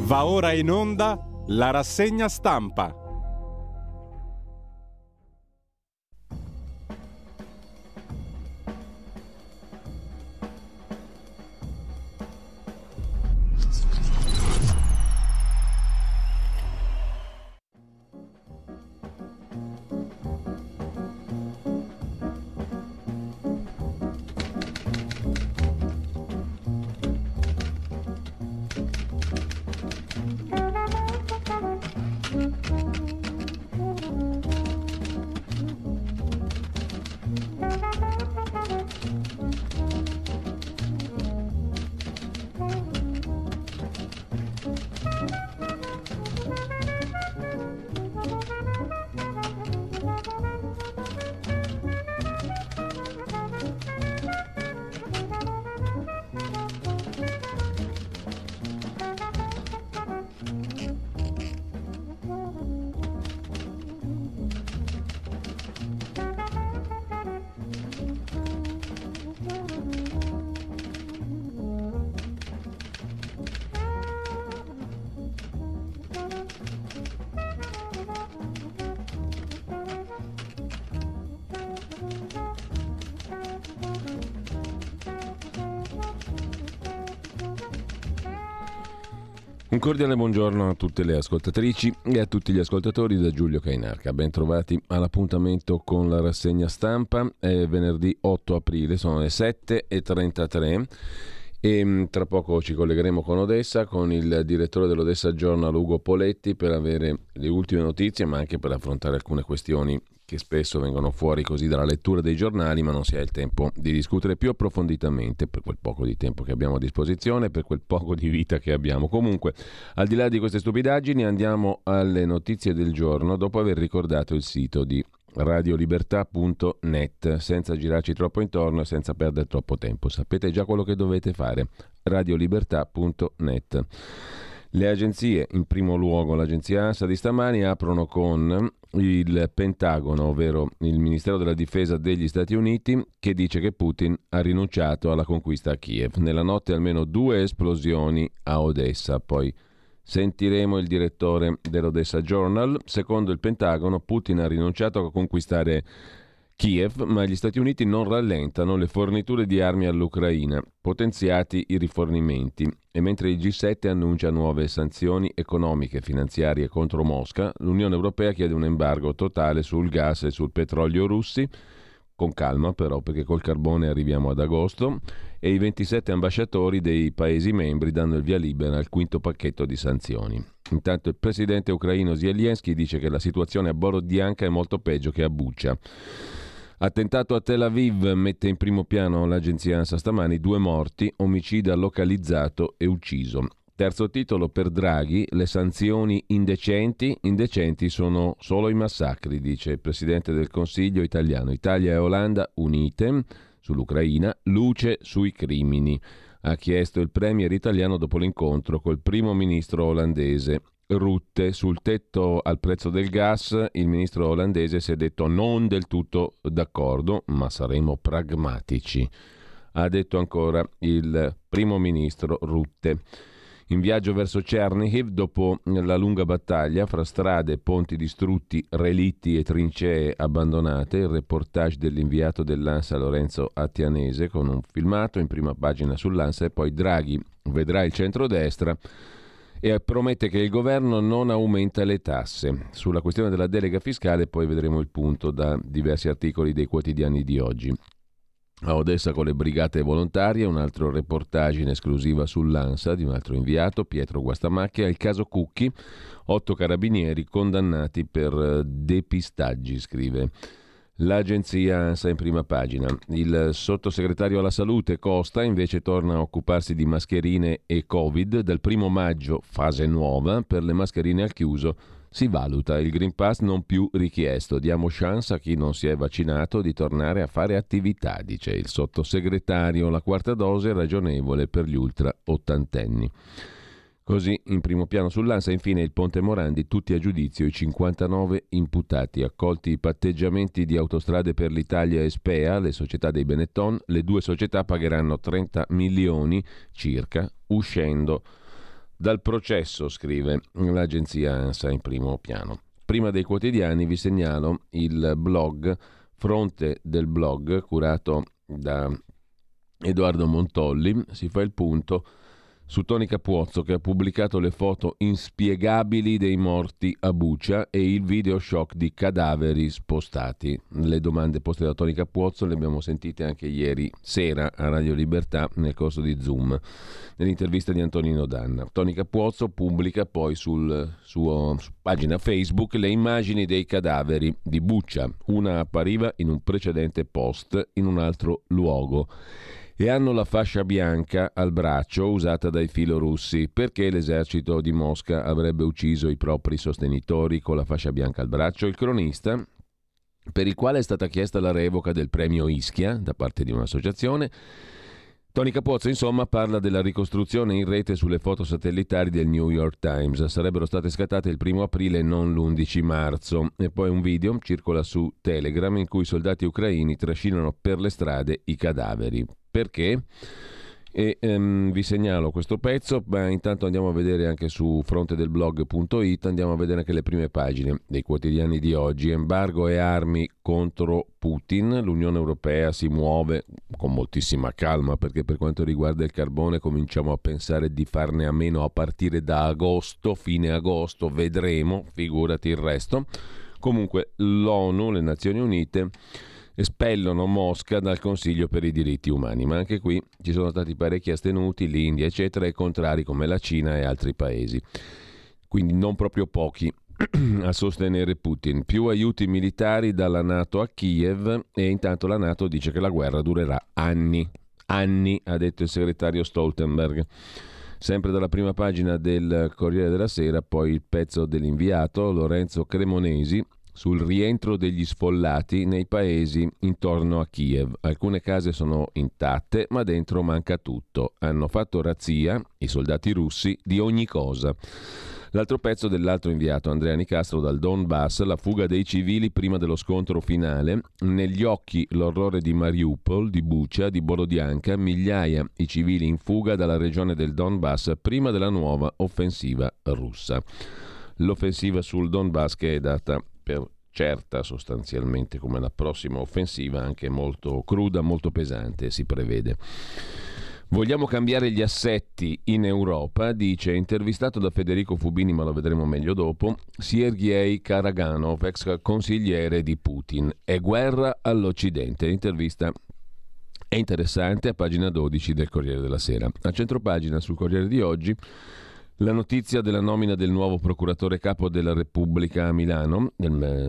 Va ora in onda la rassegna stampa. Un cordiale buongiorno a tutte le ascoltatrici e a tutti gli ascoltatori da Giulio Cainarca. Ben trovati all'appuntamento con la rassegna stampa. È venerdì 8 aprile, sono le 7:33 e tra poco ci collegheremo con Odessa, con il direttore dell'Odessa Journal Ugo Poletti, per avere le ultime notizie, ma anche per affrontare alcune questioni che spesso vengono fuori così dalla lettura dei giornali, ma non si ha il tempo di discutere più approfonditamente per quel poco di tempo che abbiamo a disposizione, per quel poco di vita che abbiamo. Comunque, al di là di queste stupidaggini, andiamo alle notizie del giorno dopo aver ricordato il sito di radiolibertà.net, senza girarci troppo intorno e senza perdere troppo tempo. Sapete già quello che dovete fare: radiolibertà.net. Le agenzie, in primo luogo l'agenzia ANSA di stamani, aprono con il Pentagono, ovvero il Ministero della Difesa degli Stati Uniti, che dice che Putin ha rinunciato alla conquista a Kiev. Nella notte almeno 2 esplosioni a Odessa. Poi sentiremo il direttore dell'Odessa Journal. Secondo il Pentagono, Putin ha rinunciato a conquistare Kiev, ma gli Stati Uniti non rallentano le forniture di armi all'Ucraina, potenziati i rifornimenti. E mentre il G7 annuncia nuove sanzioni economiche e finanziarie contro Mosca, l'Unione Europea chiede un embargo totale sul gas e sul petrolio russi, con calma però, perché col carbone arriviamo ad agosto, e i 27 ambasciatori dei Paesi membri danno il via libera al 5° pacchetto di sanzioni. Intanto il presidente ucraino Zelensky dice che la situazione a Borodianka è molto peggio che a Bucha. Attentato a Tel Aviv, mette in primo piano l'agenzia ANSA stamani: 2 morti, omicida localizzato e ucciso. Terzo titolo per Draghi: le sanzioni indecenti. Indecenti sono solo i massacri, dice il presidente del Consiglio italiano. Italia e Olanda unite sull'Ucraina, luce sui crimini, ha chiesto il premier italiano dopo l'incontro col primo ministro olandese Rutte. Sul tetto al prezzo del gas il ministro olandese si è detto non del tutto d'accordo, ma saremo pragmatici, ha detto ancora il primo ministro Rutte. In viaggio verso Chernihiv, dopo la lunga battaglia fra strade, ponti distrutti, relitti e trincee abbandonate, il reportage dell'inviato dell'ANSA Lorenzo Attianese con un filmato in prima pagina sull'ANSA. E poi Draghi vedrà il centrodestra e promette che il governo non aumenta le tasse. Sulla questione della delega fiscale poi vedremo il punto da diversi articoli dei quotidiani di oggi. A Odessa con le brigate volontarie, un altro reportage in esclusiva sull'ANSA di un altro inviato, Pietro Guastamacchia. Il caso Cucchi, 8 carabinieri condannati per depistaggi, scrive l'agenzia ANSA in prima pagina. Il sottosegretario alla salute Costa invece torna a occuparsi di mascherine e Covid. Dal 1° maggio, fase nuova, per le mascherine al chiuso si valuta il Green Pass non più richiesto. Diamo chance a chi non si è vaccinato di tornare a fare attività, dice il sottosegretario. La 4ª dose è ragionevole per gli ultra ottantenni. Così in primo piano sull'ANSA. Infine il Ponte Morandi, tutti a giudizio i 59 imputati. Accolti i patteggiamenti di Autostrade per l'Italia e Spea, le società dei Benetton. Le 2 società pagheranno 30 milioni circa uscendo Dal processo, scrive l'agenzia ANSA in primo piano. Prima dei quotidiani vi segnalo il blog Fronte del Blog, curato da Edoardo Montolli. Si fa il punto su Toni Cappuozzo, che ha pubblicato le foto inspiegabili dei morti a Bucha e il video shock di cadaveri spostati. Le domande poste da Toni Cappuozzo le abbiamo sentite anche ieri sera a Radio Libertà nel corso di Zoom, nell'intervista di Antonino Danna. Toni Cappuozzo pubblica poi sul suo pagina Facebook le immagini dei cadaveri di Bucha. Una appariva in un precedente post in un altro luogo e hanno la fascia bianca al braccio usata dai filorussi. Perché l'esercito di Mosca avrebbe ucciso i propri sostenitori con la fascia bianca al braccio? Il cronista, per il quale è stata chiesta la revoca del premio Ischia da parte di un'associazione. Toni Cappuozzo, insomma, parla della ricostruzione in rete sulle foto satellitari del New York Times. Sarebbero state scattate il 1 aprile e non l'11 marzo. E poi un video circola su Telegram in cui i soldati ucraini trascinano per le strade i cadaveri. Perché? E vi segnalo questo pezzo, ma intanto andiamo a vedere anche su frontedelblog.it, andiamo a vedere anche le prime pagine dei quotidiani di oggi. Embargo e armi contro Putin, l'Unione Europea si muove con moltissima calma, perché per quanto riguarda il carbone cominciamo a pensare di farne a meno a partire da agosto, fine agosto, vedremo, figurati il resto. Comunque l'ONU, le Nazioni Unite, espellono Mosca dal Consiglio per i diritti umani, ma anche qui ci sono stati parecchi astenuti, l'India eccetera, e contrari come la Cina e altri paesi, quindi non proprio pochi a sostenere Putin. Più aiuti militari dalla NATO a Kiev, e intanto la NATO dice che la guerra durerà anni, ha detto il segretario Stoltenberg. Sempre dalla prima pagina del Corriere della Sera, poi il pezzo dell'inviato Lorenzo Cremonesi sul rientro degli sfollati nei paesi intorno a Kiev. Alcune case sono intatte, ma dentro manca tutto. Hanno fatto razzia, i soldati russi, di ogni cosa. L'altro pezzo dell'altro inviato, Andrea Nicastro, dal Donbass, la fuga dei civili prima dello scontro finale. Negli occhi l'orrore di Mariupol, di Bucha, di Borodianka, migliaia i civili in fuga dalla regione del Donbass prima della nuova offensiva russa. L'offensiva sul Donbass che è data per certa sostanzialmente come la prossima offensiva, anche molto cruda, molto pesante si prevede. Vogliamo cambiare gli assetti in Europa, dice, intervistato da Federico Fubini, ma lo vedremo meglio dopo, Sergei Karaganov, ex consigliere di Putin. È guerra all'Occidente. L'intervista è interessante, a pagina 12 del Corriere della Sera. A centropagina sul Corriere di oggi la notizia della nomina del nuovo procuratore capo della Repubblica a Milano, del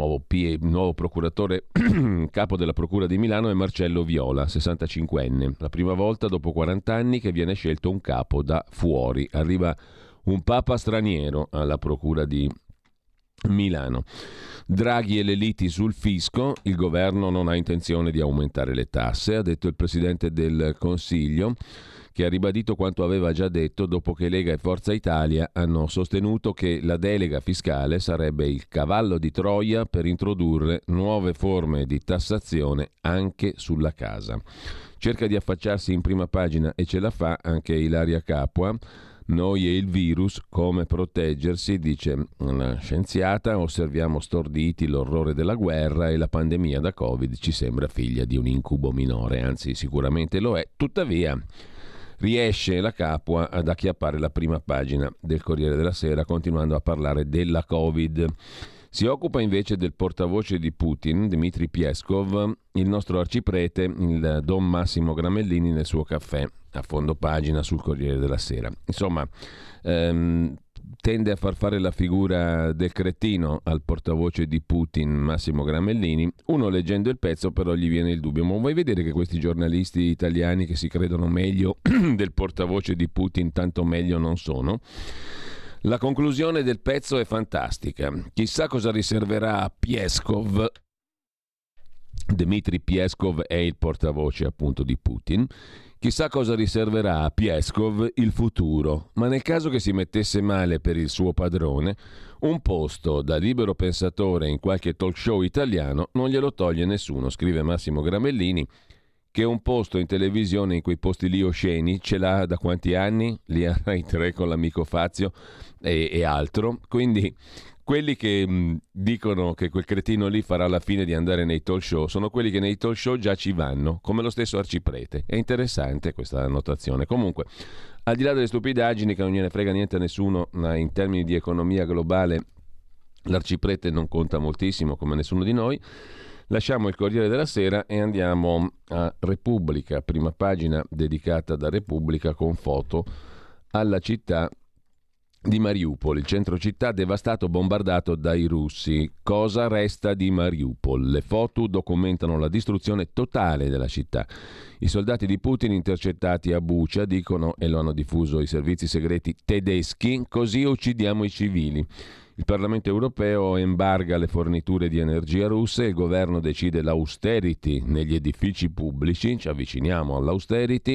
nuovo procuratore capo della Procura di Milano è Marcello Viola, 65enne. La prima volta dopo 40 anni che viene scelto un capo da fuori. Arriva un papa straniero alla Procura di Milano. Draghi e le liti sul fisco, il governo non ha intenzione di aumentare le tasse, ha detto il Presidente del Consiglio, che ha ribadito quanto aveva già detto dopo che Lega e Forza Italia hanno sostenuto che la delega fiscale sarebbe il cavallo di Troia per introdurre nuove forme di tassazione anche sulla casa. Cerca di affacciarsi in prima pagina e ce la fa anche Ilaria Capua. Noi e il virus, come proteggersi, dice una scienziata, osserviamo storditi l'orrore della guerra e la pandemia da Covid ci sembra figlia di un incubo minore, anzi sicuramente lo è, tuttavia riesce la Capua ad acchiappare la prima pagina del Corriere della Sera continuando a parlare della Covid. Si occupa invece del portavoce di Putin, Dmitry Peskov, il nostro arciprete, il Don Massimo Gramellini, nel suo caffè a fondo pagina sul Corriere della Sera. Insomma, tende a far fare la figura del cretino al portavoce di Putin, Massimo Gramellini. Uno leggendo il pezzo però gli viene il dubbio: ma vuoi vedere che questi giornalisti italiani che si credono meglio del portavoce di Putin tanto meglio non sono? La conclusione del pezzo è fantastica. Chissà cosa riserverà a Peskov. Dmitry Peskov è il portavoce appunto di Putin. Chissà cosa riserverà a Peskov il futuro, ma nel caso che si mettesse male per il suo padrone, un posto da libero pensatore in qualche talk show italiano non glielo toglie nessuno, scrive Massimo Gramellini, che un posto in televisione, in quei posti lì osceni, ce l'ha da quanti anni? Lì a Rai 3 con l'amico Fazio e altro. Quindi quelli che dicono che quel cretino lì farà la fine di andare nei talk show sono quelli che nei talk show già ci vanno, come lo stesso Arciprete. È interessante questa annotazione. Comunque, al di là delle stupidaggini che non gliene frega niente a nessuno, ma in termini di economia globale l'Arciprete non conta moltissimo, come nessuno di noi. Lasciamo il Corriere della Sera e andiamo a Repubblica, prima pagina dedicata da Repubblica con foto alla città di Mariupol, il centro città devastato, bombardato dai russi. Cosa resta di Mariupol? Le foto documentano la distruzione totale della città. I soldati di Putin intercettati a Bucha dicono, e lo hanno diffuso i servizi segreti tedeschi, così uccidiamo i civili. Il Parlamento europeo embarga le forniture di energia russe, il governo decide l'austerity negli edifici pubblici, ci avviciniamo all'austerity.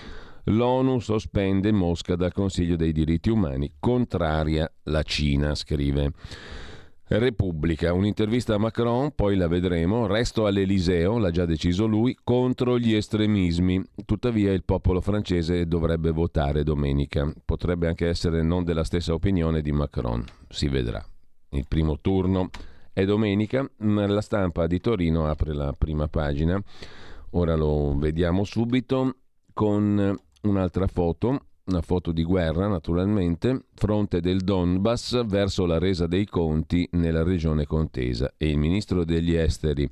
L'ONU sospende Mosca dal Consiglio dei diritti umani, contraria la Cina, scrive Repubblica. Un'intervista a Macron, poi la vedremo, resto all'Eliseo, l'ha già deciso lui, contro gli estremismi. Tuttavia il popolo francese dovrebbe votare domenica. Potrebbe anche essere non della stessa opinione di Macron, si vedrà. Il primo turno è domenica, la Stampa di Torino apre la prima pagina, ora lo vediamo subito, con un'altra foto, una foto di guerra naturalmente, fronte del Donbass verso la resa dei conti nella regione contesa, e il ministro degli esteri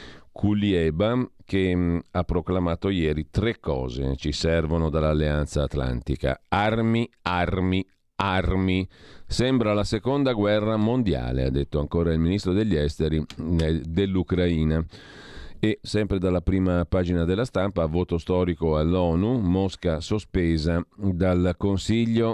Kulieba che ha proclamato ieri 3 cose ci servono dall'Alleanza Atlantica: armi, armi, armi. Sembra la seconda guerra mondiale, ha detto ancora il ministro degli esteri dell'Ucraina. E sempre dalla prima pagina della Stampa, voto storico all'ONU, Mosca sospesa dal Consiglio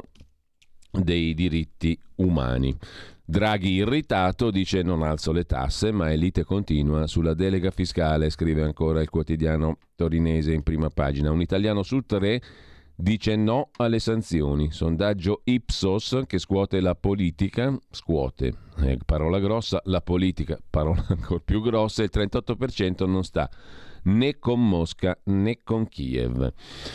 dei diritti umani. Draghi irritato dice non alzo le tasse, ma elite continua sulla delega fiscale, scrive ancora il quotidiano torinese in prima pagina. Un italiano su 3 dice no alle sanzioni. Sondaggio Ipsos che scuote la politica, parola grossa, la politica, parola ancora più grossa, il 38% non sta né con Mosca né con Kiev.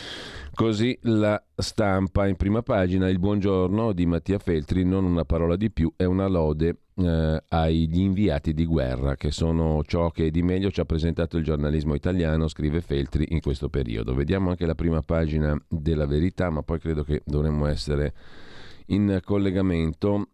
Così la Stampa in prima pagina, il buongiorno di Mattia Feltri, non una parola di più, è una lode agli inviati di guerra, che sono ciò che di meglio ci ha presentato il giornalismo italiano, scrive Feltri in questo periodo. Vediamo anche la prima pagina della Verità, ma poi credo che dovremmo essere in collegamento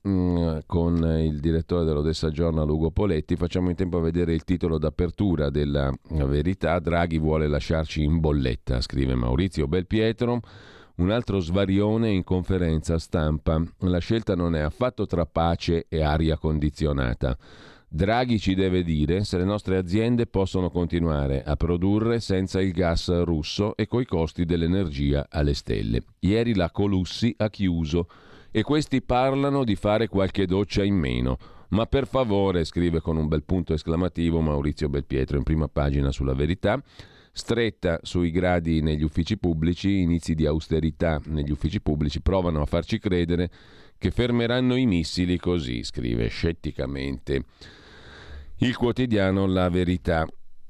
con il direttore dell'Odessa Journal Ugo Poletti. Facciamo in tempo a vedere il titolo d'apertura della Verità. Draghi vuole lasciarci in bolletta, scrive Maurizio Belpietro. Un altro svarione in conferenza stampa. La scelta non è affatto tra pace e aria condizionata. Draghi ci deve dire se le nostre aziende possono continuare a produrre senza il gas russo e coi costi dell'energia alle stelle. Ieri la Colussi ha chiuso e questi parlano di fare qualche doccia in meno. Ma per favore, scrive con un bel punto esclamativo Maurizio Belpietro in prima pagina sulla Verità, stretta sui gradi negli uffici pubblici, inizi di austerità negli uffici pubblici provano a farci credere che fermeranno i missili così, scrive scetticamente il quotidiano La Verità.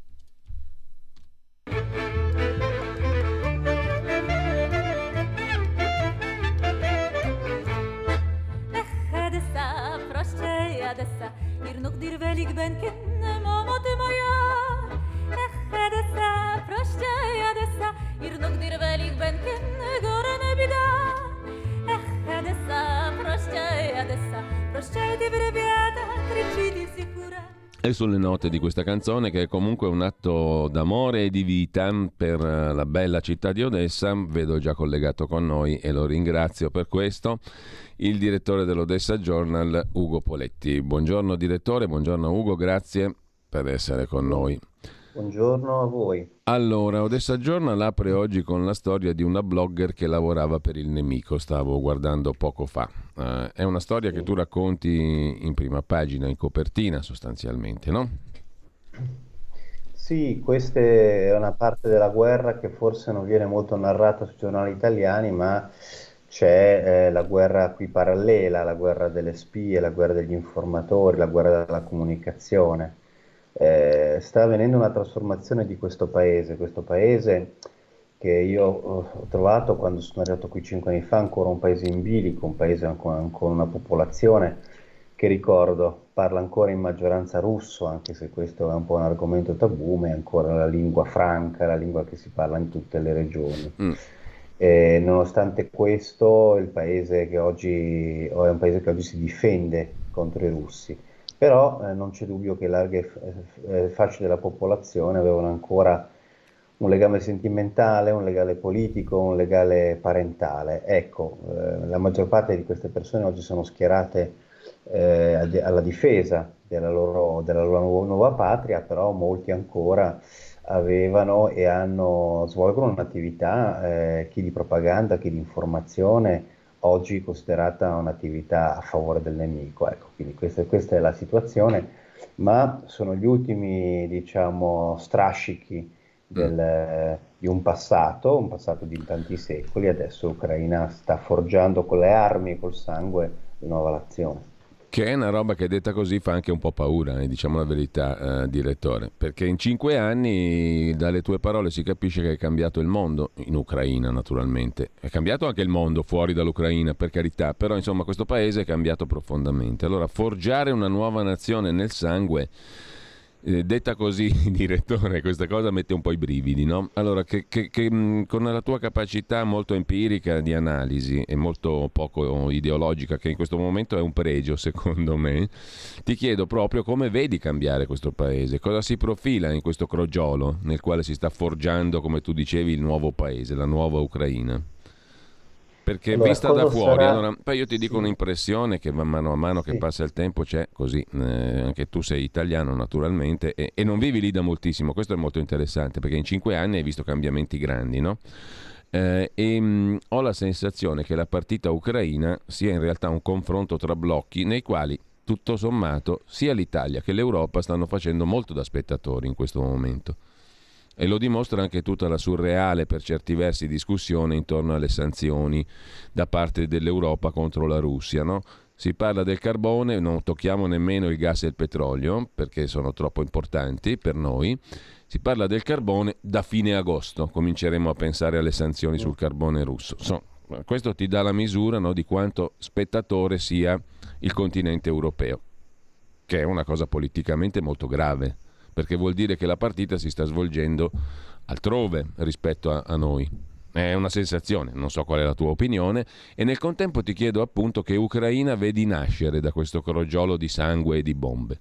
E sulle note di questa canzone, che è comunque un atto d'amore e di vita per la bella città di Odessa, vedo già collegato con noi e lo ringrazio per questo il direttore dell'Odessa Journal Ugo Poletti. Buongiorno direttore, buongiorno Ugo, grazie per essere con noi. Buongiorno a voi. Allora, Odessa Journal apre oggi con la storia di una blogger che lavorava per il nemico, stavo guardando poco fa. È una storia che tu racconti in prima pagina, in copertina sostanzialmente, no? Sì, questa è una parte della guerra che forse non viene molto narrata sui giornali italiani, ma c'è la guerra qui parallela, la guerra delle spie, la guerra degli informatori, la guerra della comunicazione. sta avvenendo una trasformazione di questo paese che io ho trovato quando sono arrivato qui 5 anni fa, ancora un paese in bilico, un paese con una popolazione che ricordo parla ancora in maggioranza russo, anche se questo è un po' un argomento tabù, ma è ancora la lingua franca, la lingua che si parla in tutte le regioni. Mm. E nonostante questo, il paese che oggi è un paese che oggi si difende contro i russi, però non c'è dubbio che larghe fasce della popolazione avevano ancora un legame sentimentale, un legame politico, un legame parentale. Ecco, la maggior parte di queste persone oggi sono schierate alla difesa della loro nuova patria, però molti ancora avevano e svolgono un'attività, chi di propaganda, chi di informazione, oggi considerata un'attività a favore del nemico. Ecco, quindi questa è la situazione, ma sono gli ultimi, diciamo, strascichi di un passato di tanti secoli. Adesso l'Ucraina sta forgiando con le armi e col sangue la nuova nazione. Che è una roba che detta così fa anche un po' paura, diciamo la verità, direttore, perché in 5 anni dalle tue parole si capisce che è cambiato il mondo, in Ucraina naturalmente, è cambiato anche il mondo fuori dall'Ucraina per carità, però insomma questo paese è cambiato profondamente. Allora forgiare una nuova nazione nel sangue, detta così, direttore, questa cosa mette un po' i brividi, no? Allora, con la tua capacità molto empirica di analisi e molto poco ideologica, che in questo momento è un pregio, secondo me, ti chiedo proprio come vedi cambiare questo paese, cosa si profila in questo crogiolo nel quale si sta forgiando, come tu dicevi, il nuovo paese, la nuova Ucraina. Perché Allora, vista da cosa fuori, sarà? allora, poi io ti dico Sì, un'impressione che man mano a mano che sì. passa il tempo c'è così, anche tu sei italiano naturalmente e non vivi lì da moltissimo, questo è molto interessante perché in 5 anni hai visto cambiamenti grandi, no? Ho la sensazione che la partita ucraina sia in realtà un confronto tra blocchi nei quali tutto sommato sia l'Italia che l'Europa stanno facendo molto da spettatori in questo momento. E lo dimostra anche tutta la surreale, per certi versi, discussione intorno alle sanzioni da parte dell'Europa contro la Russia, no? Si parla del carbone, non tocchiamo nemmeno il gas e il petrolio perché sono troppo importanti per noi. Si parla del carbone da fine agosto, cominceremo a pensare alle sanzioni sul carbone russo. Questo ti dà la misura, no, di quanto spettatore sia il continente europeo, che è una cosa politicamente molto grave, perché vuol dire che la partita si sta svolgendo altrove rispetto a noi. È una sensazione, non so qual è la tua opinione, e nel contempo ti chiedo appunto che Ucraina vedi nascere da questo crogiolo di sangue e di bombe.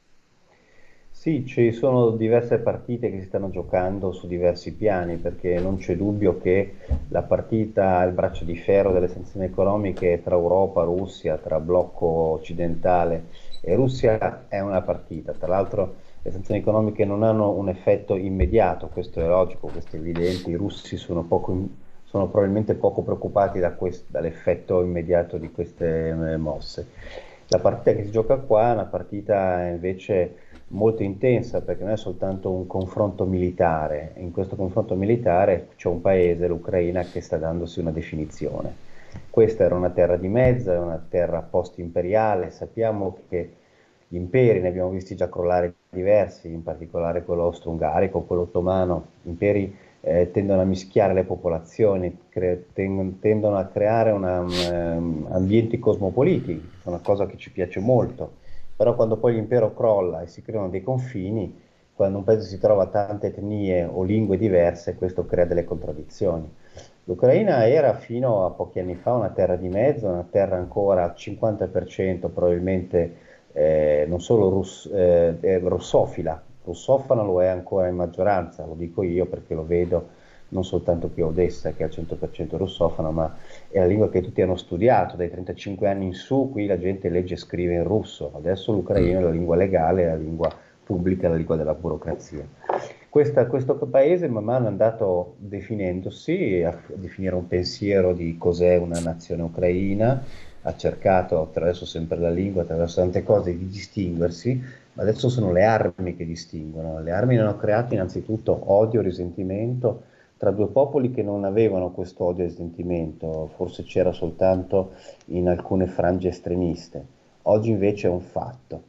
Sì, ci sono diverse partite che si stanno giocando su diversi piani, perché non c'è dubbio che la partita, il braccio di ferro delle sanzioni economiche tra Europa, Russia, tra blocco occidentale e Russia è una partita. Tra l'altro le sanzioni economiche non hanno un effetto immediato, questo è logico, questo è evidente. I russi sono probabilmente poco preoccupati dall'effetto immediato di queste mosse. La partita che si gioca qua è una partita invece molto intensa, perché non è soltanto un confronto militare. In questo confronto militare c'è un paese, l'Ucraina, che sta dandosi una definizione. Questa era una terra di mezzo, è una terra post-imperiale. Sappiamo che gli imperi, ne abbiamo visti già crollare diversi, in particolare quello austro-ungarico, quello ottomano. Gli imperi tendono a mischiare le popolazioni, tendono a creare ambienti cosmopoliti, è una cosa che ci piace molto. Però quando poi l'impero crolla e si creano dei confini, quando un paese si trova tante etnie o lingue diverse, questo crea delle contraddizioni. L'Ucraina era fino a pochi anni fa una terra di mezzo, una terra ancora al 50% probabilmente non solo russofila, russofona lo è ancora in maggioranza, lo dico io perché lo vedo non soltanto qui a Odessa che è al 100% russofona, ma è la lingua che tutti hanno studiato, dai 35 anni in su, qui la gente legge e scrive in russo, adesso Mm. l'ucraino è la lingua legale, la lingua pubblica, la lingua della burocrazia. Questo paese man mano è andato definendosi, a definire un pensiero di cos'è una nazione ucraina, ha cercato attraverso sempre la lingua, attraverso tante cose di distinguersi, ma adesso sono le armi che distinguono. Le armi hanno creato innanzitutto odio, risentimento tra due popoli che non avevano questo odio e risentimento, forse c'era soltanto in alcune frange estremiste. Oggi invece è un fatto.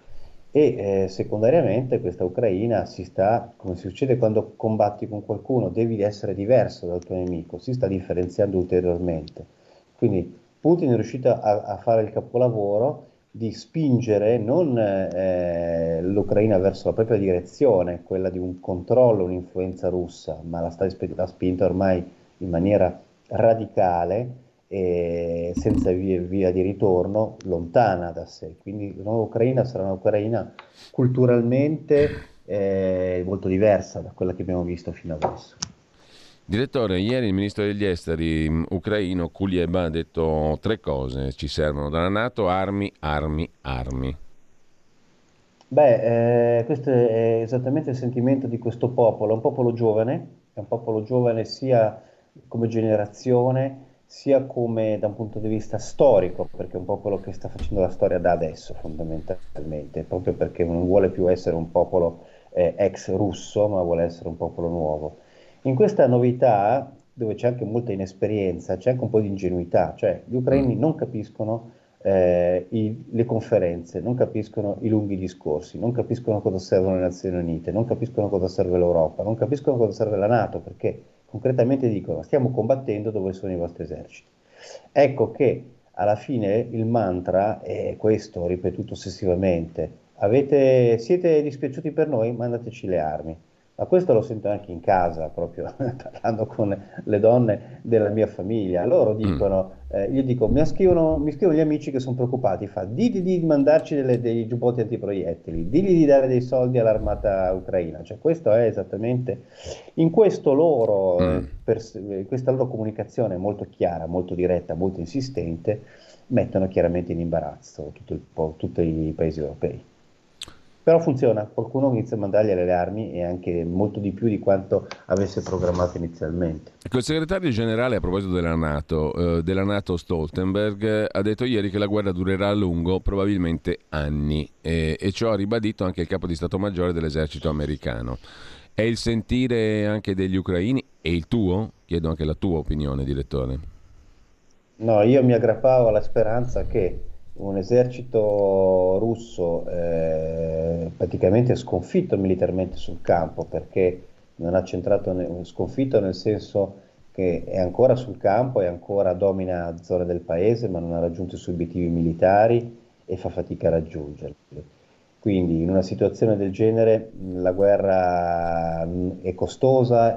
e secondariamente questa Ucraina si sta, come succede quando combatti con qualcuno, devi essere diverso dal tuo nemico, si sta differenziando ulteriormente. Quindi Putin è riuscito a fare il capolavoro di spingere non l'Ucraina verso la propria direzione, quella di un controllo, un'influenza russa, ma l'ha spinta ormai in maniera radicale e senza via di ritorno, lontana da sé. Quindi la nuova Ucraina sarà un'Ucraina culturalmente molto diversa da quella che abbiamo visto fino adesso. Direttore, ieri il ministro degli esteri ucraino Kuleba ha detto tre cose: ci servono dalla NATO armi, armi, armi. Beh, questo è esattamente il sentimento di questo popolo, è un popolo giovane, è un popolo giovane sia come generazione, sia come da un punto di vista storico, perché è un popolo che sta facendo la storia da adesso fondamentalmente, proprio perché non vuole più essere un popolo ex russo, ma vuole essere un popolo nuovo. In questa novità, dove c'è anche molta inesperienza, c'è anche un po' di ingenuità, cioè gli Mm. ucraini non capiscono le conferenze, non capiscono i lunghi discorsi, non capiscono cosa servono le Nazioni Unite, non capiscono cosa serve l'Europa, non capiscono cosa serve la NATO, perché concretamente dicono stiamo combattendo dove sono i vostri eserciti. Ecco che alla fine il mantra è questo, ripetuto ossessivamente. Siete dispiaciuti per noi? Mandateci le armi. Ma questo lo sento anche in casa, proprio parlando con le donne della mia famiglia. Loro Mm. dicono, io dico, mi scrivono gli amici che sono preoccupati, fa, digli di mandarci dei giubbotti antiproiettili, digli di dare dei soldi all'armata ucraina. Cioè, questo è esattamente, in questo loro, Mm. questa loro comunicazione molto chiara, molto diretta, molto insistente, mettono chiaramente in imbarazzo tutti i paesi europei. Però funziona, qualcuno inizia a mandargli le armi e anche molto di più di quanto avesse programmato inizialmente. Ecco, il segretario generale, a proposito della NATO Stoltenberg, ha detto ieri che la guerra durerà a lungo, probabilmente anni, e ciò ha ribadito anche il capo di Stato Maggiore dell'esercito americano. È il sentire anche degli ucraini e il tuo? Chiedo anche la tua opinione, direttore. No, io mi aggrappavo alla speranza che un esercito russo praticamente sconfitto militarmente sul campo, perché non ha centrato sconfitto nel senso che è ancora sul campo, è ancora domina zone del paese, ma non ha raggiunto i suoi obiettivi militari e fa fatica a raggiungerli. Quindi in una situazione del genere la guerra è costosa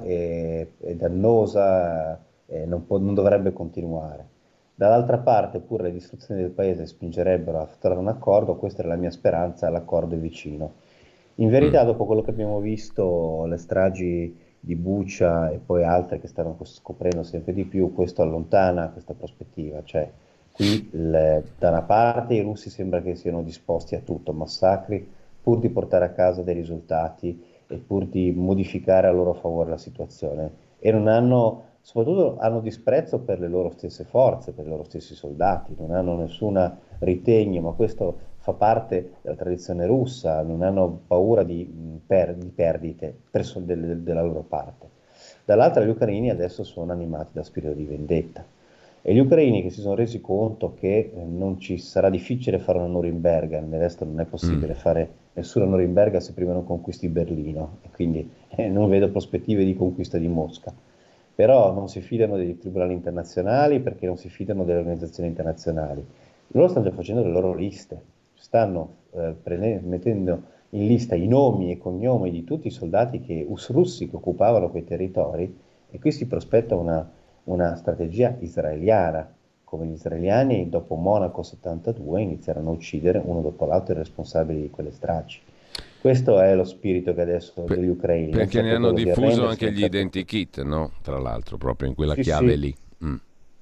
è dannosa, non dovrebbe continuare. Dall'altra parte, pure le istruzioni del paese spingerebbero a trovare un accordo, questa è la mia speranza, l'accordo è vicino. In Mm. verità, dopo quello che abbiamo visto, le stragi di Bucha e poi altre che stanno scoprendo sempre di più, questo allontana questa prospettiva. Cioè, qui da una parte i russi sembra che siano disposti a tutto, massacri, pur di portare a casa dei risultati e pur di modificare a loro favore la situazione. E non hanno soprattutto hanno disprezzo per le loro stesse forze, per i loro stessi soldati, non hanno nessun ritegno, ma questo fa parte della tradizione russa, non hanno paura di perdite della loro parte. Dall'altra gli ucraini adesso sono animati da spirito di vendetta e gli ucraini che si sono resi conto che non ci sarà difficile fare una Norimberga, nell'est non è Mm. possibile fare nessuna Norimberga se prima non conquisti Berlino e quindi non vedo prospettive di conquista di Mosca, però non si fidano dei tribunali internazionali perché non si fidano delle organizzazioni internazionali. Loro stanno già facendo le loro liste, stanno mettendo in lista i nomi e cognomi di tutti i soldati russi che occupavano quei territori e qui si prospetta una strategia israeliana, come gli israeliani dopo Monaco 72 inizieranno a uccidere uno dopo l'altro i responsabili di quelle stragi. Questo è lo spirito che adesso Per- degli ucraini, non Perché ne certo hanno quello di diffuso arrendersi, anche non gli certo identikit, no? Tra l'altro, proprio in quella sì, chiave sì. lì. Mm.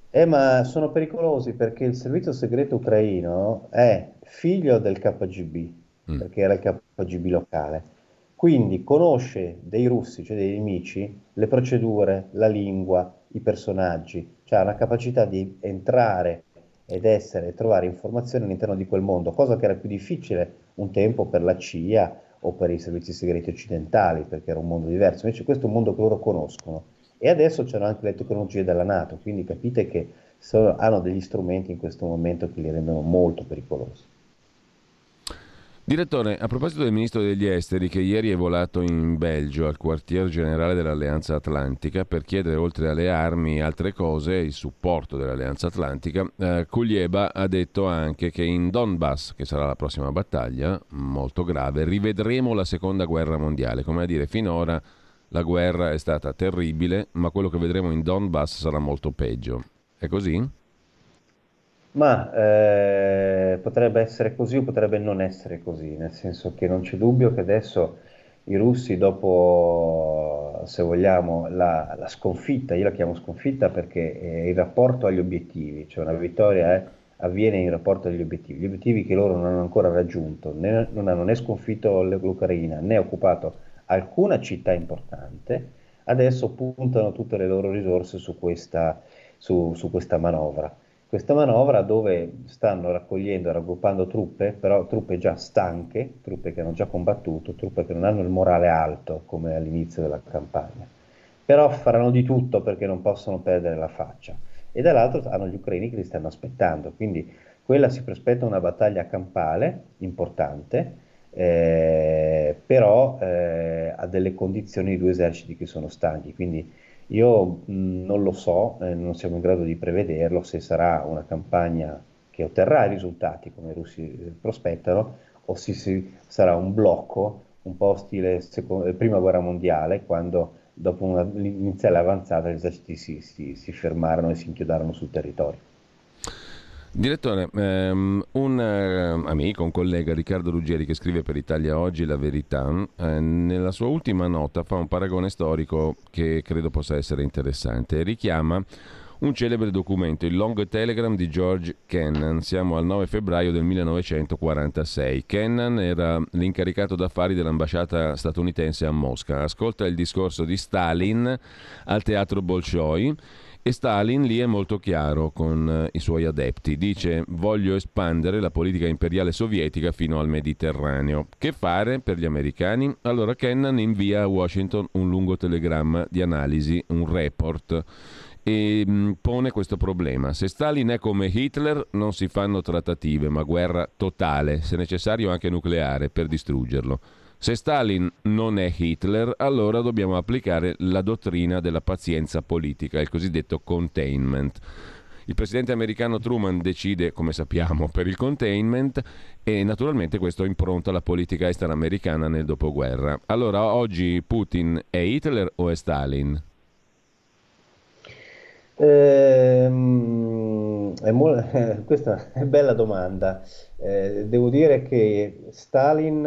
Ma sono pericolosi perché il servizio segreto ucraino è figlio del KGB, Mm. perché era il KGB locale. Quindi conosce dei russi, cioè dei nemici, le procedure, la lingua, i personaggi, cioè ha una capacità di entrare ed essere e trovare informazioni all'interno di quel mondo, cosa che era più difficile un tempo per la CIA o per i servizi segreti occidentali, perché era un mondo diverso. Invece questo è un mondo che loro conoscono. E adesso c'hanno anche le tecnologie della NATO, quindi capite che hanno degli strumenti in questo momento che li rendono molto pericolosi. Direttore, a proposito del ministro degli esteri che ieri è volato in Belgio al quartier generale dell'Alleanza Atlantica per chiedere oltre alle armi altre cose, il supporto dell'Alleanza Atlantica, Kulieba ha detto anche che in Donbass, che sarà la prossima battaglia, molto grave, rivedremo la seconda guerra mondiale. Come a dire, finora la guerra è stata terribile, ma quello che vedremo in Donbass sarà molto peggio. È così? Ma potrebbe essere così o potrebbe non essere così, nel senso che non c'è dubbio che adesso i russi, dopo, se vogliamo, la sconfitta, io la chiamo sconfitta perché è il rapporto agli obiettivi, cioè una vittoria avviene in rapporto agli obiettivi, gli obiettivi che loro non hanno ancora raggiunto, non hanno né sconfitto l'Ucraina né occupato alcuna città importante, adesso puntano tutte le loro risorse su questa manovra. Questa manovra dove stanno raccogliendo e raggruppando truppe, però truppe già stanche, truppe che hanno già combattuto, truppe che non hanno il morale alto come all'inizio della campagna, però faranno di tutto perché non possono perdere la faccia. E dall'altro hanno gli ucraini che li stanno aspettando, quindi quella si prospetta una battaglia campale importante, però ha delle condizioni di due eserciti che sono stanchi, quindi io non lo so, non siamo in grado di prevederlo se sarà una campagna che otterrà i risultati come i russi prospettano o se sarà un blocco un po' stile prima guerra mondiale, quando dopo l'iniziale avanzata gli eserciti si fermarono e si inchiodarono sul territorio. Direttore, un amico, un collega, Riccardo Ruggeri, che scrive per Italia Oggi La Verità, nella sua ultima nota fa un paragone storico che credo possa essere interessante. Richiama un celebre documento, il Long Telegram di George Kennan. Siamo al 9 febbraio del 1946. Kennan era l'incaricato d'affari dell'ambasciata statunitense a Mosca. Ascolta il discorso di Stalin al teatro Bolshoi. E Stalin lì è molto chiaro con i suoi adepti. Dice: voglio espandere la politica imperiale sovietica fino al Mediterraneo. Che fare per gli americani? Allora Kennan invia a Washington un lungo telegramma di analisi, un report, e pone questo problema. Se Stalin è come Hitler non si fanno trattative, ma guerra totale, se necessario anche nucleare, per distruggerlo. Se Stalin non è Hitler, allora dobbiamo applicare la dottrina della pazienza politica, il cosiddetto containment. Il presidente americano Truman decide, come sappiamo, per il containment e naturalmente questo impronta la politica estera americana nel dopoguerra. Allora, oggi Putin è Hitler o è Stalin? Questa è bella domanda. Devo dire che Stalin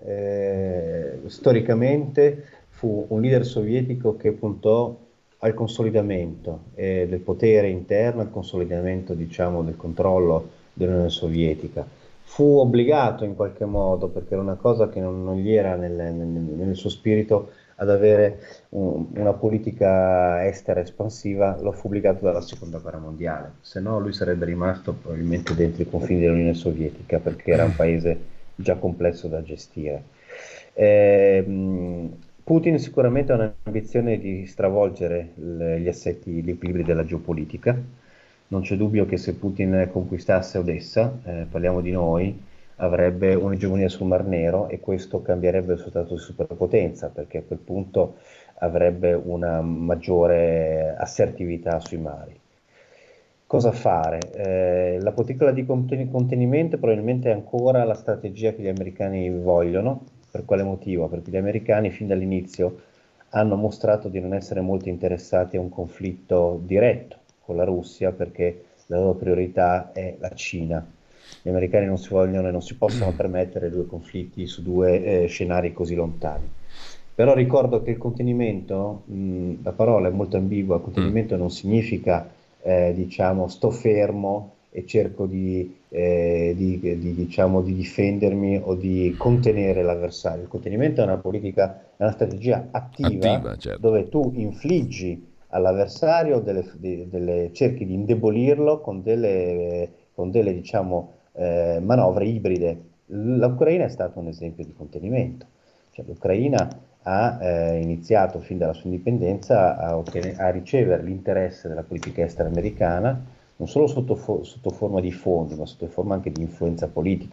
storicamente fu un leader sovietico che puntò al consolidamento del potere interno, al consolidamento, diciamo, del controllo dell'Unione Sovietica. Fu obbligato in qualche modo, perché era una cosa che non gli era nel suo spirito, ad avere una politica estera espansiva, lo fu obbligato dalla seconda guerra mondiale, se no lui sarebbe rimasto probabilmente dentro i confini dell'Unione Sovietica perché era un paese già complesso da gestire. Putin sicuramente ha un'ambizione di stravolgere gli assetti, gli equilibri della geopolitica. Non c'è dubbio che se Putin conquistasse Odessa, parliamo di noi, avrebbe un'egemonia sul Mar Nero e questo cambierebbe il suo status di superpotenza, perché a quel punto avrebbe una maggiore assertività sui mari. Cosa fare? La politica di contenimento probabilmente è ancora la strategia che gli americani vogliono. Per quale motivo? Perché gli americani fin dall'inizio hanno mostrato di non essere molto interessati a un conflitto diretto con la Russia, perché la loro priorità è la Cina. Gli americani non si vogliono e non si possono permettere due conflitti su due scenari così lontani. Però ricordo che il contenimento, la parola è molto ambigua, contenimento non significa diciamo sto fermo e cerco diciamo, di difendermi o di contenere l'avversario. Il contenimento è una politica, è una strategia attiva Certo. dove tu infliggi all'avversario cerchi di indebolirlo con delle diciamo, manovre ibride. L'Ucraina è stato un esempio di contenimento. Cioè, l'Ucraina ha iniziato fin dalla sua indipendenza a ricevere l'interesse della politica estera americana, non solo sotto forma di fondi, ma sotto forma anche di influenza politica,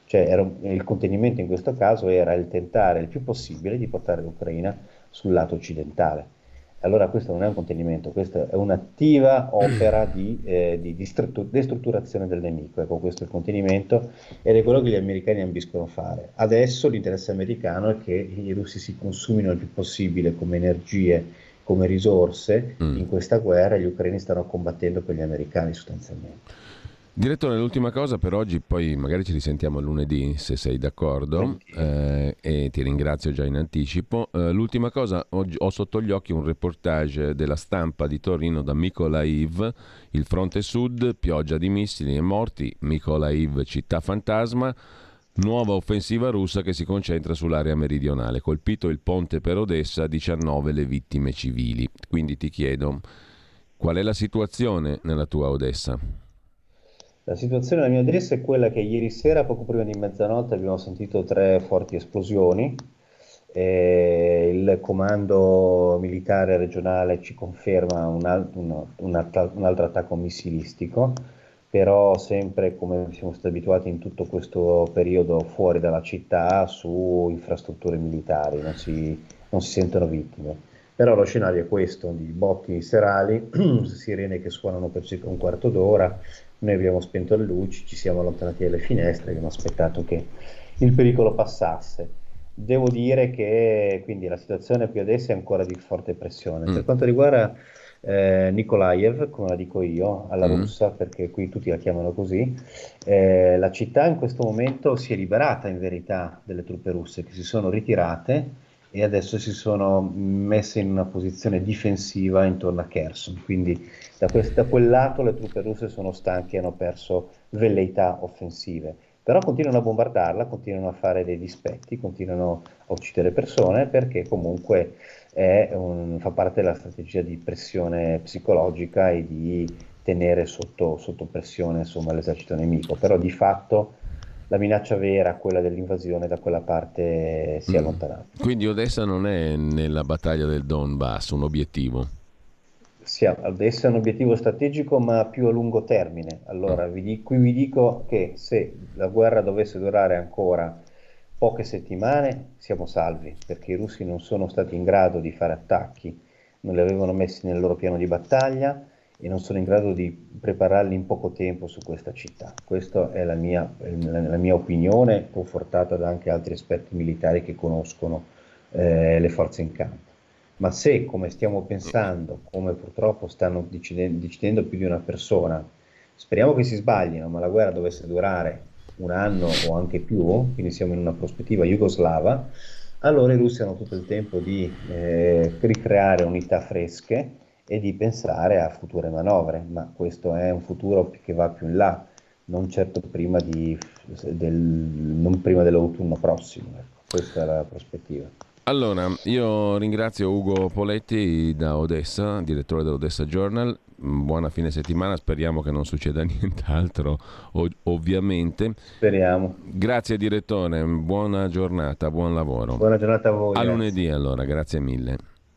Cioè il contenimento in questo caso era il tentare il più possibile di portare l'Ucraina sul lato occidentale. Allora questo non è un contenimento, questa è un'attiva opera di destrutturazione del nemico. Ecco, questo è il contenimento ed è quello che gli americani ambiscono a fare. Adesso l'interesse americano è che i russi si consumino il più possibile come energie, come risorse in questa guerra, e gli ucraini stanno combattendo per gli americani sostanzialmente. Direttore, l'ultima cosa per oggi, poi magari ci risentiamo lunedì se sei d'accordo, e ti ringrazio già in anticipo. L'ultima cosa, oggi ho sotto gli occhi un reportage della Stampa di Torino da Mykolaiv, il fronte sud, pioggia di missili e morti, Mykolaiv città fantasma, nuova offensiva russa che si concentra sull'area meridionale, colpito il ponte per Odessa, 19 le vittime civili. Quindi ti chiedo, qual è la situazione nella tua Odessa? La situazione della mia Odessa è quella che ieri sera, poco prima di mezzanotte, abbiamo sentito 3 forti esplosioni. Il comando militare regionale ci conferma un altro attacco missilistico, però sempre come siamo stati abituati in tutto questo periodo fuori dalla città, su infrastrutture militari, non si sentono vittime. Però lo scenario è questo, di botti serali, sirene che suonano per circa un quarto d'ora. Noi abbiamo spento le luci, ci siamo allontanati dalle finestre, abbiamo aspettato che il pericolo passasse. Devo dire che quindi la situazione qui adesso è ancora di forte pressione. Per quanto riguarda Mykolaiv, come la dico io, alla russa, perché qui tutti la chiamano così, la città in questo momento si è liberata in verità delle truppe russe che si sono ritirate e adesso si sono messe in una posizione difensiva intorno a Kherson, quindi da quel lato le truppe russe sono stanche e hanno perso velleità offensive, però continuano a bombardarla, continuano a fare dei dispetti, continuano a uccidere persone, perché comunque fa parte della strategia di pressione psicologica e di tenere sotto pressione, insomma, l'esercito nemico, però di fatto la minaccia vera, quella dell'invasione, da quella parte si è allontanata. Quindi Odessa non è nella battaglia del Donbass un obiettivo? Sì, Odessa è un obiettivo strategico, ma più a lungo termine. Allora, qui vi dico che se la guerra dovesse durare ancora poche settimane, siamo salvi, perché i russi non sono stati in grado di fare attacchi, non li avevano messi nel loro piano di battaglia e non sono in grado di prepararli in poco tempo su questa città. Questa è la mia opinione, confortata da anche altri esperti militari che conoscono le forze in campo. Ma se, come stiamo pensando, come purtroppo stanno decidendo più di una persona, speriamo che si sbaglino, ma la guerra dovesse durare un anno o anche più, quindi siamo in una prospettiva jugoslava, allora i russi hanno tutto il tempo di ricreare unità fresche e di pensare a future manovre, ma questo è un futuro che va più in là, non certo prima non prima dell'autunno prossimo. Ecco, questa è la prospettiva. Allora, io ringrazio Ugo Poletti da Odessa, direttore dell'Odessa Journal. Buona fine settimana, speriamo che non succeda nient'altro, ovviamente. Speriamo. Grazie direttore, buona giornata, buon lavoro. Buona giornata a voi. A lunedì allora, grazie mille.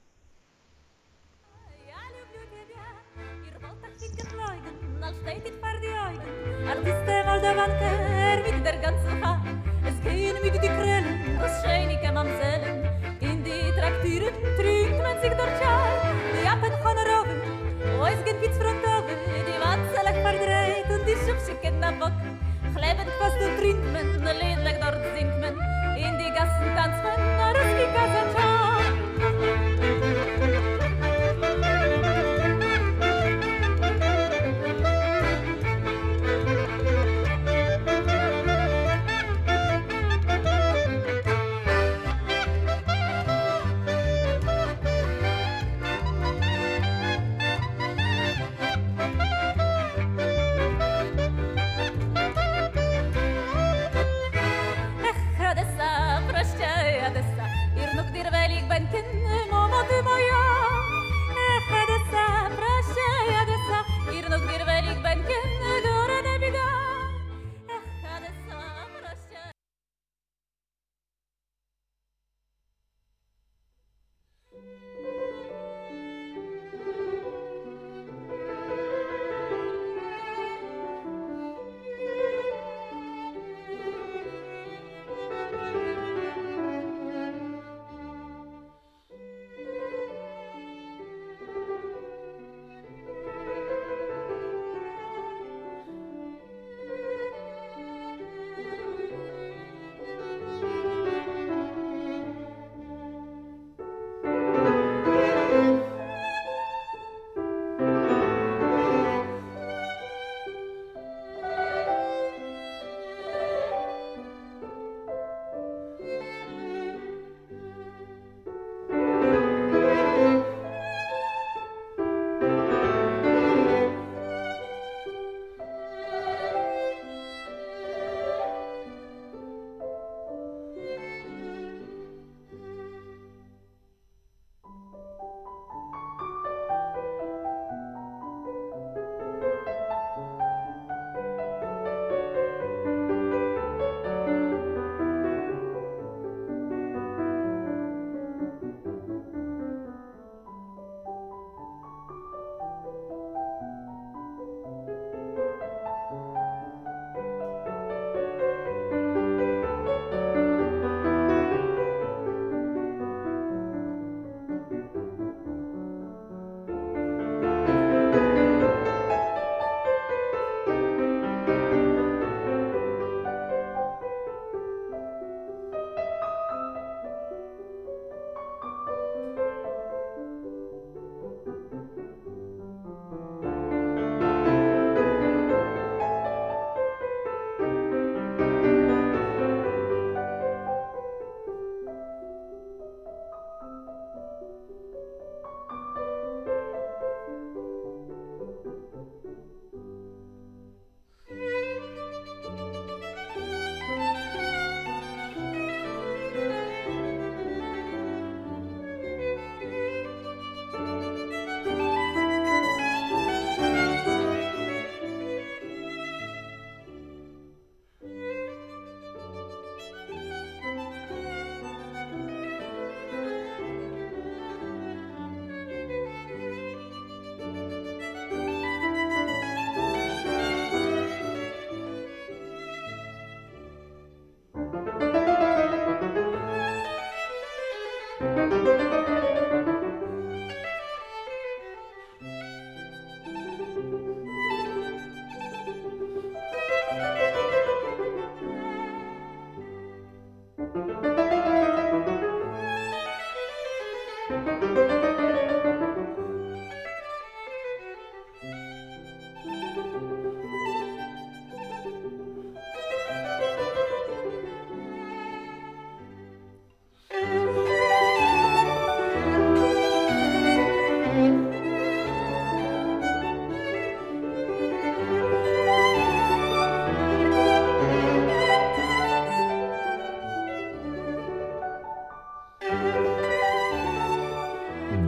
Trinkt man sich dort schall, die Appen honoroven, ois geht Pitz frontoven, die Watzelech verdreht und die Schubschik in der Bock. Chlebend fast und trinkt man, lehnlich dort singt man, in die Gassen tanzt man, ruski Kasachal. Odessa, прощай, Одесса, Ирнук дирве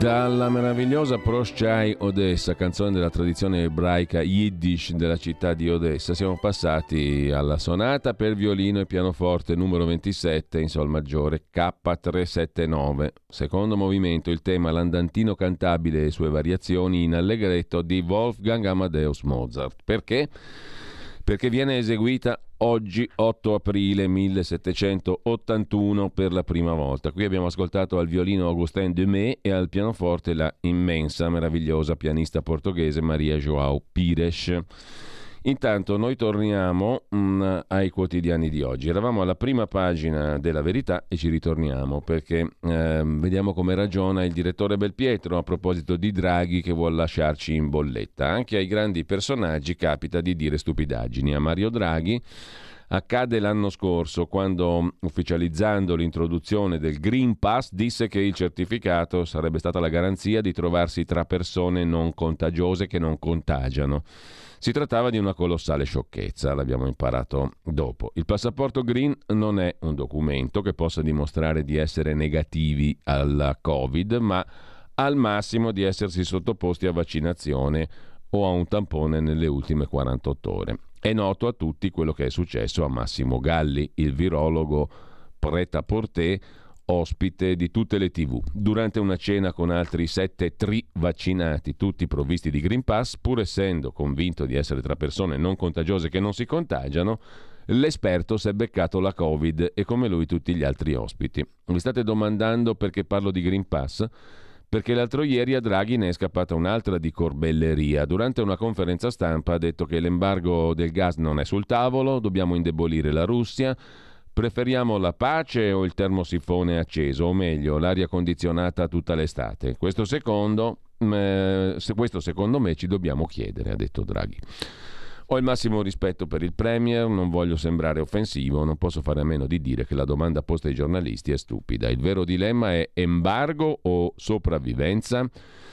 Dalla meravigliosa Proshchai Odessa, canzone della tradizione ebraica Yiddish della città di Odessa, siamo passati alla sonata per violino e pianoforte numero 27 in sol maggiore K379, secondo movimento, il tema l'andantino cantabile e le sue variazioni in allegretto di Wolfgang Amadeus Mozart. Perché? Perché viene eseguita oggi 8 aprile 1781 per la prima volta. Qui abbiamo ascoltato al violino Augustin Dumay e al pianoforte la immensa, meravigliosa pianista portoghese Maria João Pires. Intanto noi torniamo ai quotidiani di oggi. Eravamo alla prima pagina della Verità e ci ritorniamo perché vediamo come ragiona il direttore Belpietro a proposito di Draghi che vuol lasciarci in bolletta. Anche ai grandi personaggi capita di dire stupidaggini. A Mario Draghi accade l'anno scorso quando, ufficializzando l'introduzione del Green Pass, disse che il certificato sarebbe stata la garanzia di trovarsi tra persone non contagiose che non contagiano. Si trattava di una colossale sciocchezza, l'abbiamo imparato dopo. Il passaporto green non è un documento che possa dimostrare di essere negativi alla Covid, ma al massimo di essersi sottoposti a vaccinazione o a un tampone nelle ultime 48 ore. È noto a tutti quello che è successo a Massimo Galli, il virologo prêt-à-porter, ospite di tutte le TV. Durante una cena con altri 7 vaccinati, tutti provvisti di Green Pass, pur essendo convinto di essere tra persone non contagiose che non si contagiano, l'esperto si è beccato la Covid e come lui tutti gli altri ospiti. Vi state domandando perché parlo di Green Pass? Perché l'altro ieri a Draghi ne è scappata un'altra di corbelleria. Durante una conferenza stampa ha detto che l'embargo del gas non è sul tavolo, dobbiamo indebolire la Russia. Preferiamo la pace o il termosifone acceso, o meglio, l'aria condizionata tutta l'estate? Questo secondo me ci dobbiamo chiedere, ha detto Draghi. Ho il massimo rispetto per il Premier, non voglio sembrare offensivo, non posso fare a meno di dire che la domanda posta ai giornalisti è stupida. Il vero dilemma è embargo o sopravvivenza?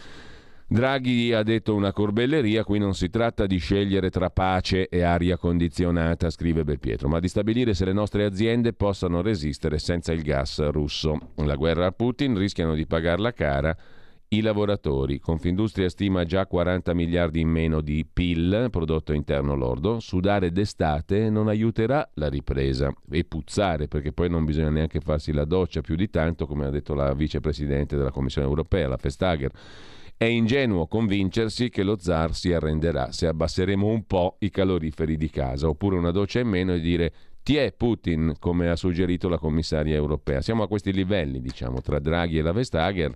Draghi ha detto una corbelleria, qui non si tratta di scegliere tra pace e aria condizionata, scrive Belpietro, ma di stabilire se le nostre aziende possano resistere senza il gas russo. La guerra a Putin rischiano di pagarla cara i lavoratori. Confindustria stima già 40 miliardi in meno di PIL, prodotto interno lordo. Sudare d'estate non aiuterà la ripresa e puzzare, perché poi non bisogna neanche farsi la doccia più di tanto, come ha detto la vicepresidente della Commissione europea, la Vestager. È ingenuo convincersi che lo zar si arrenderà se abbasseremo un po' i caloriferi di casa, oppure una doccia in meno e dire "ti è Putin", come ha suggerito la commissaria europea. Siamo a questi livelli, diciamo, tra Draghi e la Vestager.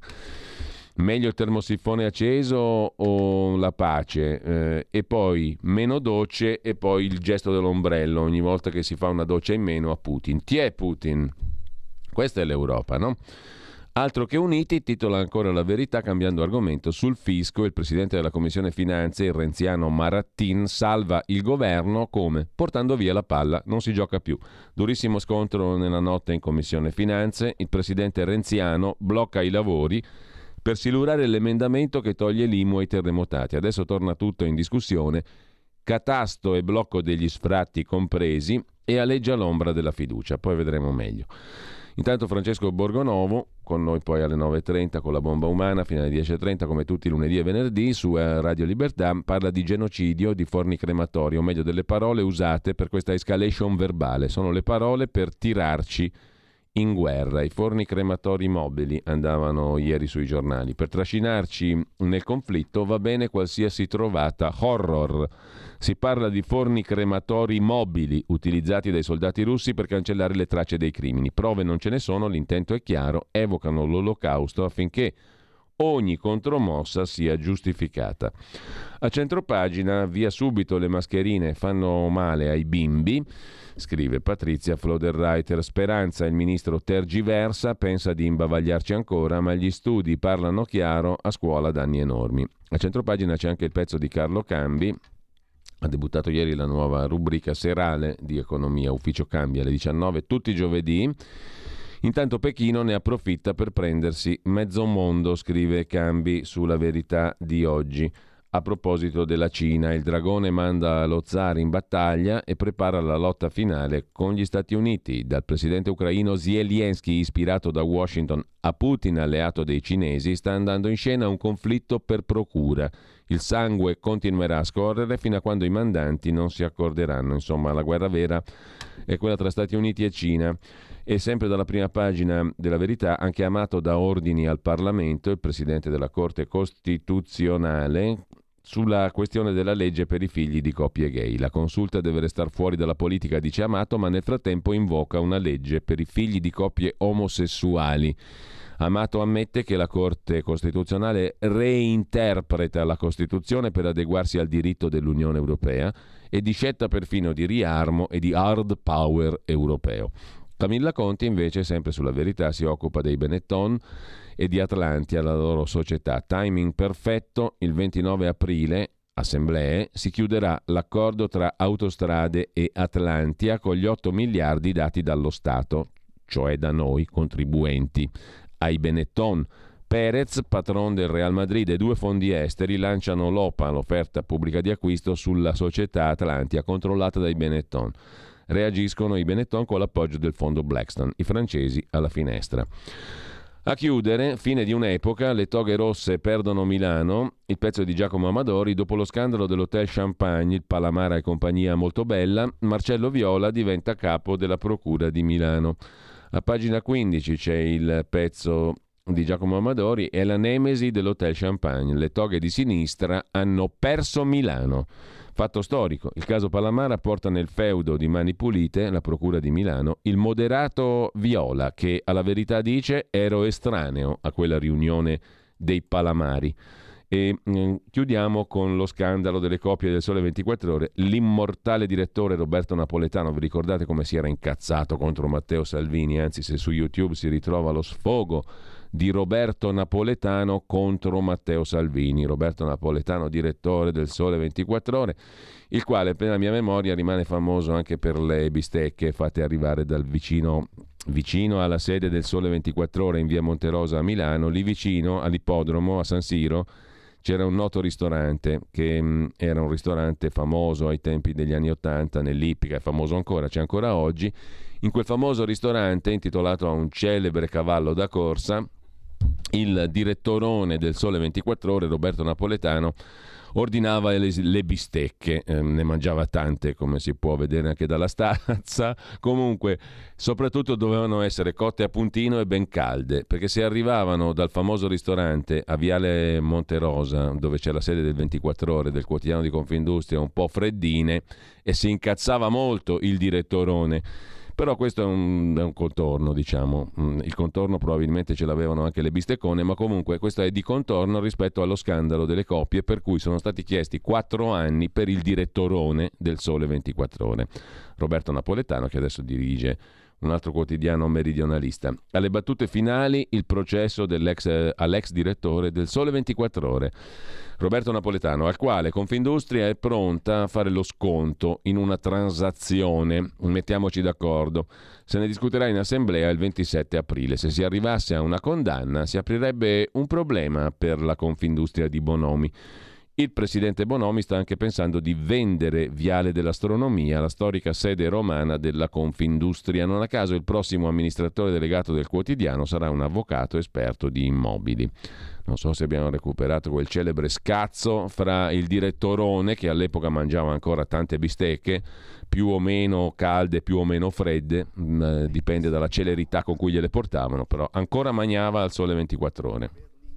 Meglio il termosifone acceso o la pace? E poi meno docce e poi il gesto dell'ombrello ogni volta che si fa una doccia in meno a Putin. Ti è Putin? Questa è l'Europa, no? Altro che uniti, titola ancora La Verità cambiando argomento sul fisco. Il presidente della Commissione Finanze, il renziano Marattin, salva il governo come? Portando via la palla, non si gioca più. Durissimo scontro nella notte in Commissione Finanze, il presidente renziano blocca i lavori per silurare l'emendamento che toglie l'IMU ai terremotati. Adesso torna tutto in discussione, catasto e blocco degli sfratti compresi, e aleggia l'ombra della fiducia, poi vedremo meglio. Intanto Francesco Borgonovo, con noi poi alle 9.30 con la bomba umana, fino alle 10.30 come tutti i lunedì e venerdì su Radio Libertà, parla di genocidio, di forni crematori, o meglio delle parole usate per questa escalation verbale. Sono le parole per tirarci in guerra. I forni crematori mobili andavano ieri sui giornali. Per trascinarci nel conflitto va bene qualsiasi trovata horror. Si parla di forni crematori mobili utilizzati dai soldati russi per cancellare le tracce dei crimini. Prove non ce ne sono, l'intento è chiaro, evocano l'olocausto affinché ogni contromossa sia giustificata. A centropagina, via subito le mascherine, fanno male ai bimbi, scrive Patrizia Floderreiter. Speranza, il ministro tergiversa, pensa di imbavagliarci ancora, ma gli studi parlano chiaro, a scuola danni enormi. A centropagina c'è anche il pezzo di Carlo Cambi. Ha debuttato ieri la nuova rubrica serale di Economia, Ufficio Cambi, alle 19, tutti i giovedì. Intanto Pechino ne approfitta per prendersi mezzo mondo, scrive Cambi sulla Verità di oggi. a proposito della Cina. Il dragone manda lo zar in battaglia e prepara la lotta finale con gli Stati Uniti. Dal presidente ucraino Zelensky, ispirato da Washington, a Putin, alleato dei cinesi, sta andando in scena un conflitto per procura. Il sangue continuerà a scorrere fino a quando i mandanti non si accorderanno. Insomma, la guerra vera è quella tra Stati Uniti e Cina. E sempre dalla prima pagina della Verità, anche Amato dà ordini al Parlamento, il presidente della Corte Costituzionale, sulla questione della legge per i figli di coppie gay. La consulta deve restare fuori dalla politica, dice Amato, ma nel frattempo invoca una legge per i figli di coppie omosessuali. Amato ammette che la Corte Costituzionale reinterpreta la Costituzione per adeguarsi al diritto dell'Unione Europea e discetta perfino di riarmo e di hard power europeo. Camilla Conti invece, sempre sulla Verità, si occupa dei Benetton e di Atlantia, la loro società. Timing perfetto, il 29 aprile, assemblee, si chiuderà l'accordo tra Autostrade e Atlantia con gli 8 miliardi dati dallo Stato, cioè da noi contribuenti, ai Benetton. Perez, patron del Real Madrid, e 2 fondi esteri lanciano l'OPA, l'offerta pubblica di acquisto sulla società Atlantia controllata dai Benetton. Reagiscono i Benetton con l'appoggio del fondo Blackstone, i francesi alla finestra. A chiudere, fine di un'epoca, le toghe rosse perdono Milano, il pezzo di Giacomo Amadori. Dopo lo scandalo dell'Hotel Champagne, il Palamara e compagnia molto bella, Marcello Viola diventa capo della Procura di Milano. A pagina 15 c'è il pezzo di Giacomo Amadori, è la nemesi dell'Hotel Champagne. Le toghe di sinistra hanno perso Milano. Fatto storico, il caso Palamara porta nel feudo di Mani Pulite, la Procura di Milano, il moderato Viola, che alla verità dice ero estraneo a quella riunione dei Palamari. E chiudiamo con lo scandalo delle copie del Sole 24 Ore. L'immortale direttore Roberto Napoletano, vi ricordate come si era incazzato contro Matteo Salvini? Anzi, se su YouTube si ritrova lo sfogo di Roberto Napoletano contro Matteo Salvini. Roberto Napoletano, direttore del Sole 24 Ore, il quale, per la mia memoria, rimane famoso anche per le bistecche fatte arrivare dal vicino alla sede del Sole 24 Ore in via Monterosa a Milano. Lì vicino all'ippodromo a San Siro c'era un noto ristorante che era un ristorante famoso ai tempi degli anni '80 nell'Ippica, è famoso ancora, c'è ancora oggi. In quel famoso ristorante, intitolato a un celebre cavallo da corsa, il direttorone del Sole 24 Ore, Roberto Napoletano, ordinava le bistecche, ne mangiava tante, come si può vedere anche dalla stazza. Comunque, soprattutto dovevano essere cotte a puntino e ben calde, perché se arrivavano dal famoso ristorante a Viale Monterosa, dove c'è la sede del 24 Ore del quotidiano di Confindustria, un po' freddine, e si incazzava molto il direttorone. Però questo è un contorno, diciamo. Il contorno probabilmente ce l'avevano anche le bisteccone, ma comunque questo è di contorno rispetto allo scandalo delle coppie, per cui sono stati chiesti 4 anni per il direttorone del Sole 24 Ore. Roberto Napoletano, che adesso dirige un altro quotidiano meridionalista. Alle battute finali il processo all'ex direttore del Sole 24 Ore, Roberto Napoletano, al quale Confindustria è pronta a fare lo sconto in una transazione. Mettiamoci d'accordo. Se ne discuterà in assemblea il 27 aprile. Se si arrivasse a una condanna si aprirebbe un problema per la Confindustria di Bonomi. Il presidente Bonomi sta anche pensando di vendere Viale dell'Astronomia, la storica sede romana della Confindustria. Non a caso il prossimo amministratore delegato del quotidiano sarà un avvocato esperto di immobili. Non so se abbiamo recuperato quel celebre scazzo fra il direttorone, che all'epoca mangiava ancora tante bistecche, più o meno calde, più o meno fredde, dipende dalla celerità con cui gliele portavano, però ancora mangiava al Sole 24 Ore.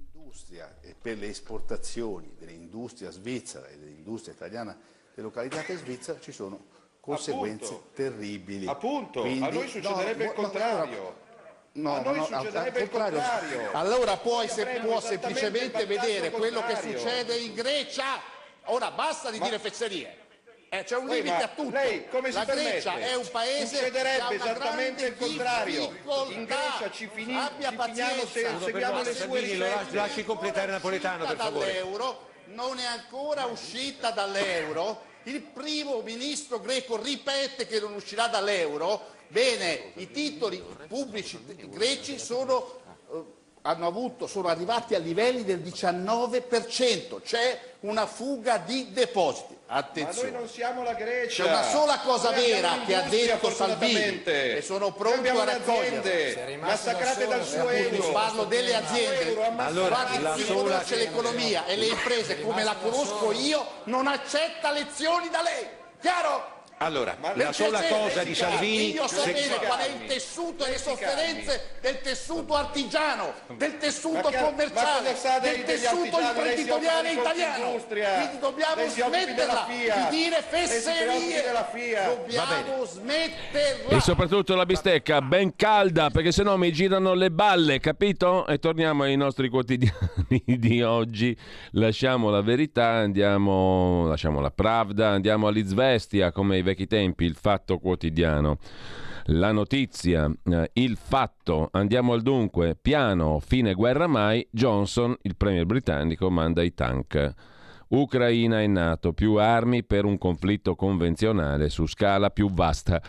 Per le esportazioni dell'industria svizzera e dell'industria italiana delocalizzata in Svizzera ci sono conseguenze terribili. Appunto, quindi, a noi succederebbe il contrario. Succederebbe il contrario. Allora può semplicemente vedere quello che succede in Grecia. Ora basta di dire fesserie. C'è un limite a tutto. Lei come la si Grecia permette? è un paese Succederebbe che ha una esattamente il contrario. difficoltà. In Grecia ci finiamo pazienza. se seguiamo le sue ricette. Lasci completare Napoletano, per favore. Non è ancora uscita dall'euro. Il primo ministro greco ripete che non uscirà dall'euro. Bene, i titoli pubblici greci sono sono arrivati a livelli del 19%, c'è una fuga di depositi. Attenzione. Ma noi non siamo la Grecia. C'è una sola cosa vera che ha detto Salvini e sono pronto a raccogliere. Massacrate dal suo euro. Parlo delle aziende. Allora, chi conosce l'economia e le imprese come la conosco io non accetta lezioni da lei. Chiaro? Allora, la sola cosa di Salvini... Io so bene qual è il tessuto e le sofferenze del tessuto artigiano, del tessuto commerciale, del tessuto imprenditoriale italiano. Quindi dobbiamo smetterla di dire fesserie. Dobbiamo smetterla. E soprattutto la bistecca ben calda, perché sennò mi girano le balle, capito? E torniamo ai nostri quotidiani di oggi. Lasciamo la verità, lasciamo la Pravda, andiamo all'Izvestia, come i vecchi tempi, il Fatto Quotidiano. La notizia, il fatto, andiamo al dunque, piano, fine guerra mai, Johnson, il premier britannico, manda i tank. Ucraina e NATO, più armi per un conflitto convenzionale su scala più vasta.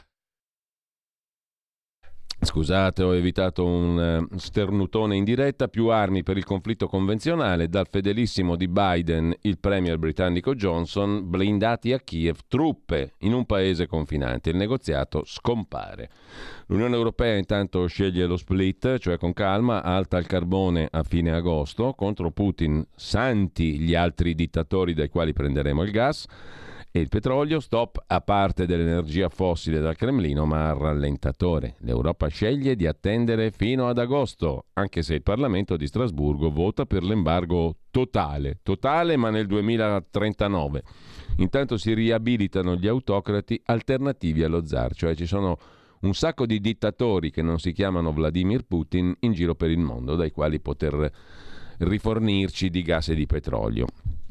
Scusate, ho evitato un sternutone in diretta. Più armi per il conflitto convenzionale, dal fedelissimo di Biden, il premier britannico Johnson, blindati a Kiev, truppe in un paese confinante. Il negoziato scompare. L'Unione Europea intanto sceglie lo split, cioè con calma, alta il carbone a fine agosto, contro Putin santi gli altri dittatori dai quali prenderemo il gas. E il petrolio, stop a parte dell'energia fossile dal Cremlino, ma al rallentatore. L'Europa sceglie di attendere fino ad agosto, anche se il Parlamento di Strasburgo vota per l'embargo totale ma nel 2039. Intanto si riabilitano gli autocrati alternativi allo zar, cioè ci sono un sacco di dittatori che non si chiamano Vladimir Putin in giro per il mondo, dai quali poter rifornirci di gas e di petrolio.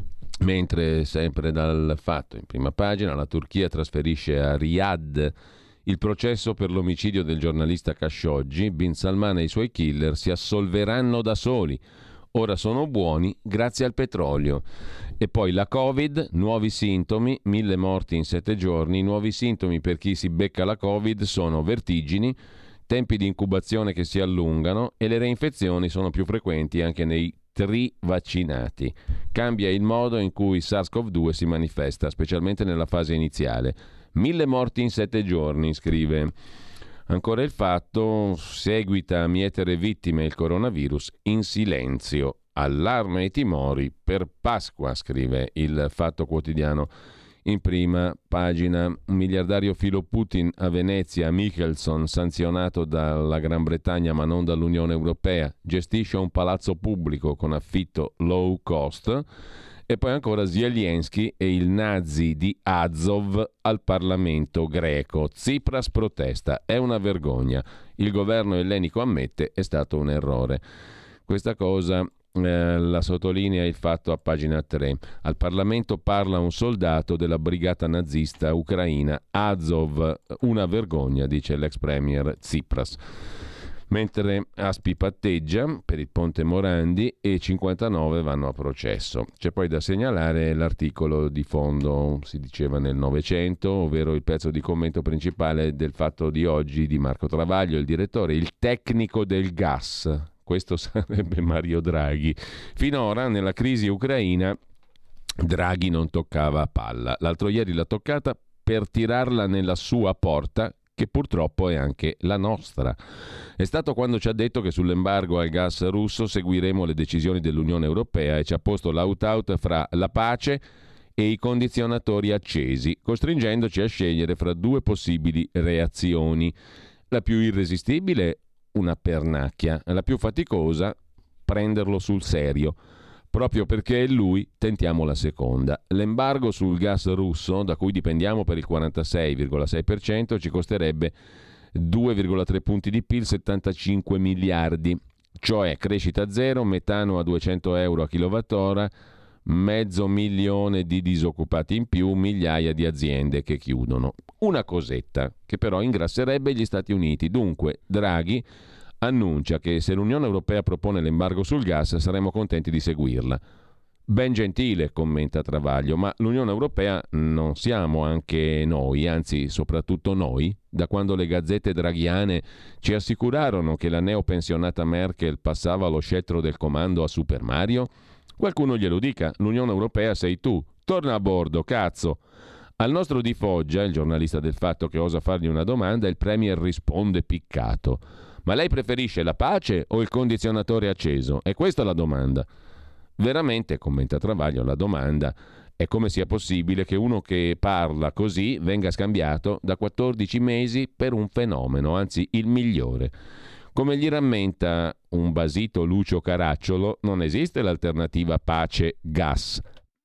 Mentre, sempre dal Fatto, in prima pagina, la Turchia trasferisce a Riyadh il processo per l'omicidio del giornalista Khashoggi. Bin Salman e i suoi killer si assolveranno da soli. Ora sono buoni grazie al petrolio. E poi la Covid, nuovi sintomi, 1000 morti in 7 giorni. Nuovi sintomi per chi si becca la Covid sono vertigini, tempi di incubazione che si allungano e le reinfezioni sono più frequenti anche nei vaccinati. Cambia il modo in cui SARS-CoV-2 si manifesta, specialmente nella fase iniziale. 1000 morti in 7 giorni, scrive ancora il Fatto. Seguita a mietere vittime il coronavirus in silenzio. Allarme e timori per Pasqua, scrive il Fatto Quotidiano. In prima pagina, un miliardario filo Putin a Venezia, Michelson, sanzionato dalla Gran Bretagna ma non dall'Unione Europea, gestisce un palazzo pubblico con affitto low cost. E poi ancora Zelensky e il nazi di Azov al Parlamento greco. Tsipras protesta, è una vergogna. Il governo ellenico ammette, è stato un errore. Questa cosa la sottolinea il Fatto a pagina 3. Al Parlamento parla un soldato della brigata nazista ucraina Azov, una vergogna, dice l'ex premier Tsipras. Mentre Aspi patteggia per il ponte Morandi e 59 vanno a processo. C'è poi da segnalare l'articolo di fondo, si diceva nel Novecento, ovvero il pezzo di commento principale del Fatto di oggi di Marco Travaglio, il direttore, il tecnico del gas. Questo sarebbe Mario Draghi. Finora, nella crisi ucraina, Draghi non toccava palla. L'altro ieri l'ha toccata per tirarla nella sua porta, che purtroppo è anche la nostra. È stato quando ci ha detto che sull'embargo al gas russo seguiremo le decisioni dell'Unione Europea e ci ha posto l'out-out fra la pace e i condizionatori accesi, costringendoci a scegliere fra due possibili reazioni. La più irresistibile, una pernacchia, la più faticosa, prenderlo sul serio. Proprio perché è lui, tentiamo la seconda. L'embargo sul gas russo, da cui dipendiamo per il 46,6%, ci costerebbe 2,3 punti di PIL, 75 miliardi, cioè crescita zero, metano a 200 euro a kilowattora, 500.000 di disoccupati in più, migliaia di aziende che chiudono. Una cosetta che però ingrasserebbe gli Stati Uniti. Dunque Draghi annuncia che se l'Unione Europea propone l'embargo sul gas saremo contenti di seguirla. Ben gentile, commenta Travaglio, ma l'Unione Europea non siamo anche noi, anzi soprattutto noi, da quando le gazzette draghiane ci assicurarono che la neopensionata Merkel passava lo scettro del comando a Super Mario? Qualcuno glielo dica, l'Unione Europea sei tu, torna a bordo, cazzo! Al nostro Di Foggia, il giornalista del Fatto che osa fargli una domanda, il Premier risponde piccato. Ma lei preferisce la pace o il condizionatore acceso? E questa è la domanda. Veramente, commenta Travaglio, la domanda è come sia possibile che uno che parla così venga scambiato da 14 mesi per un fenomeno, anzi il migliore. Come gli rammenta un basito Lucio Caracciolo, non esiste l'alternativa pace-gas.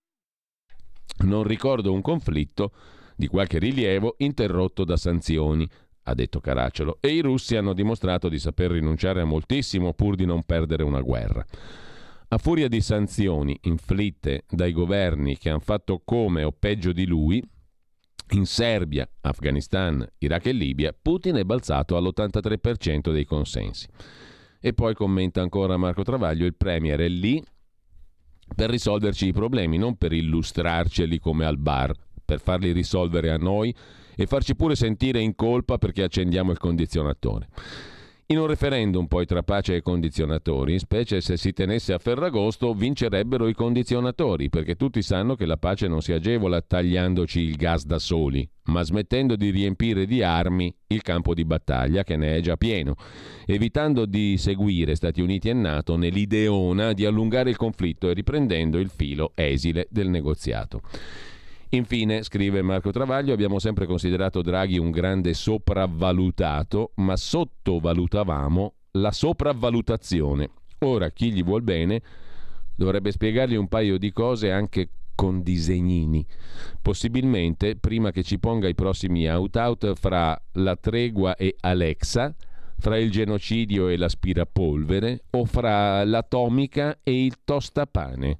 Non ricordo un conflitto di qualche rilievo interrotto da sanzioni, ha detto Caracciolo, e i russi hanno dimostrato di saper rinunciare a moltissimo pur di non perdere una guerra. A furia di sanzioni inflitte dai governi che hanno fatto come o peggio di lui, in Serbia, Afghanistan, Iraq e Libia, Putin è balzato all'83% dei consensi. E poi commenta ancora Marco Travaglio, il Premier è lì per risolverci i problemi, non per illustrarceli come al bar, per farli risolvere a noi e farci pure sentire in colpa perché accendiamo il condizionatore. In un referendum poi tra pace e condizionatori, specie se si tenesse a Ferragosto, vincerebbero i condizionatori, perché tutti sanno che la pace non si agevola tagliandoci il gas da soli, ma smettendo di riempire di armi il campo di battaglia, che ne è già pieno, evitando di seguire Stati Uniti e NATO nell'ideona di allungare il conflitto e riprendendo il filo esile del negoziato. Infine, scrive Marco Travaglio, abbiamo sempre considerato Draghi un grande sopravvalutato, ma sottovalutavamo la sopravvalutazione. Ora, chi gli vuol bene dovrebbe spiegargli un paio di cose anche con disegnini. Possibilmente, prima che ci ponga i prossimi out-out fra la tregua e Alexa, fra il genocidio e l'aspirapolvere, o fra l'atomica e il tostapane.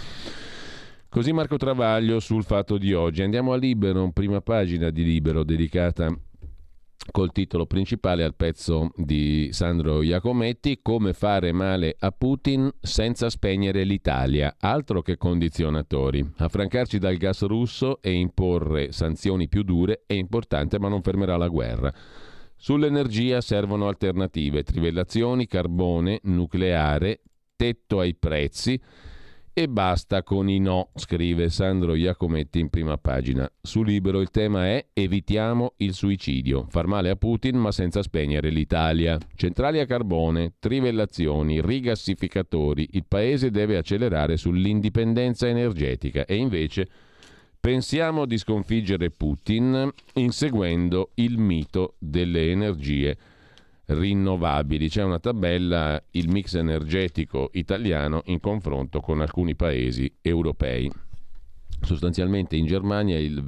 Così Marco Travaglio sul Fatto di oggi. Andiamo a Libero, prima pagina di Libero dedicata col titolo principale al pezzo di Sandro Iacometti, come fare male a Putin senza spegnere l'Italia, altro che condizionatori. Affrancarci dal gas russo e imporre sanzioni più dure è importante, ma non fermerà la guerra. Sull'energia servono alternative, trivellazioni, carbone, nucleare, tetto ai prezzi. E basta con i no, scrive Sandro Iacometti in prima pagina. Su Libero il tema è evitiamo il suicidio, far male a Putin ma senza spegnere l'Italia. Centrali a carbone, trivellazioni, rigassificatori, il paese deve accelerare sull'indipendenza energetica e invece pensiamo di sconfiggere Putin inseguendo il mito delle energie rinnovabili. C'è una tabella, il mix energetico italiano in confronto con alcuni paesi europei. Sostanzialmente in Germania il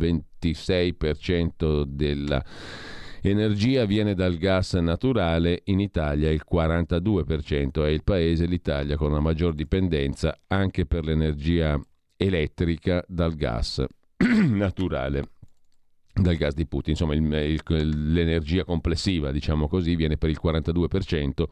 26% della energia viene dal gas naturale, in Italia il 42%. È il paese, l'Italia, con la maggior dipendenza anche per l'energia elettrica dal gas naturale, dal gas di Putin. Insomma l'energia complessiva, diciamo così, viene per il 42%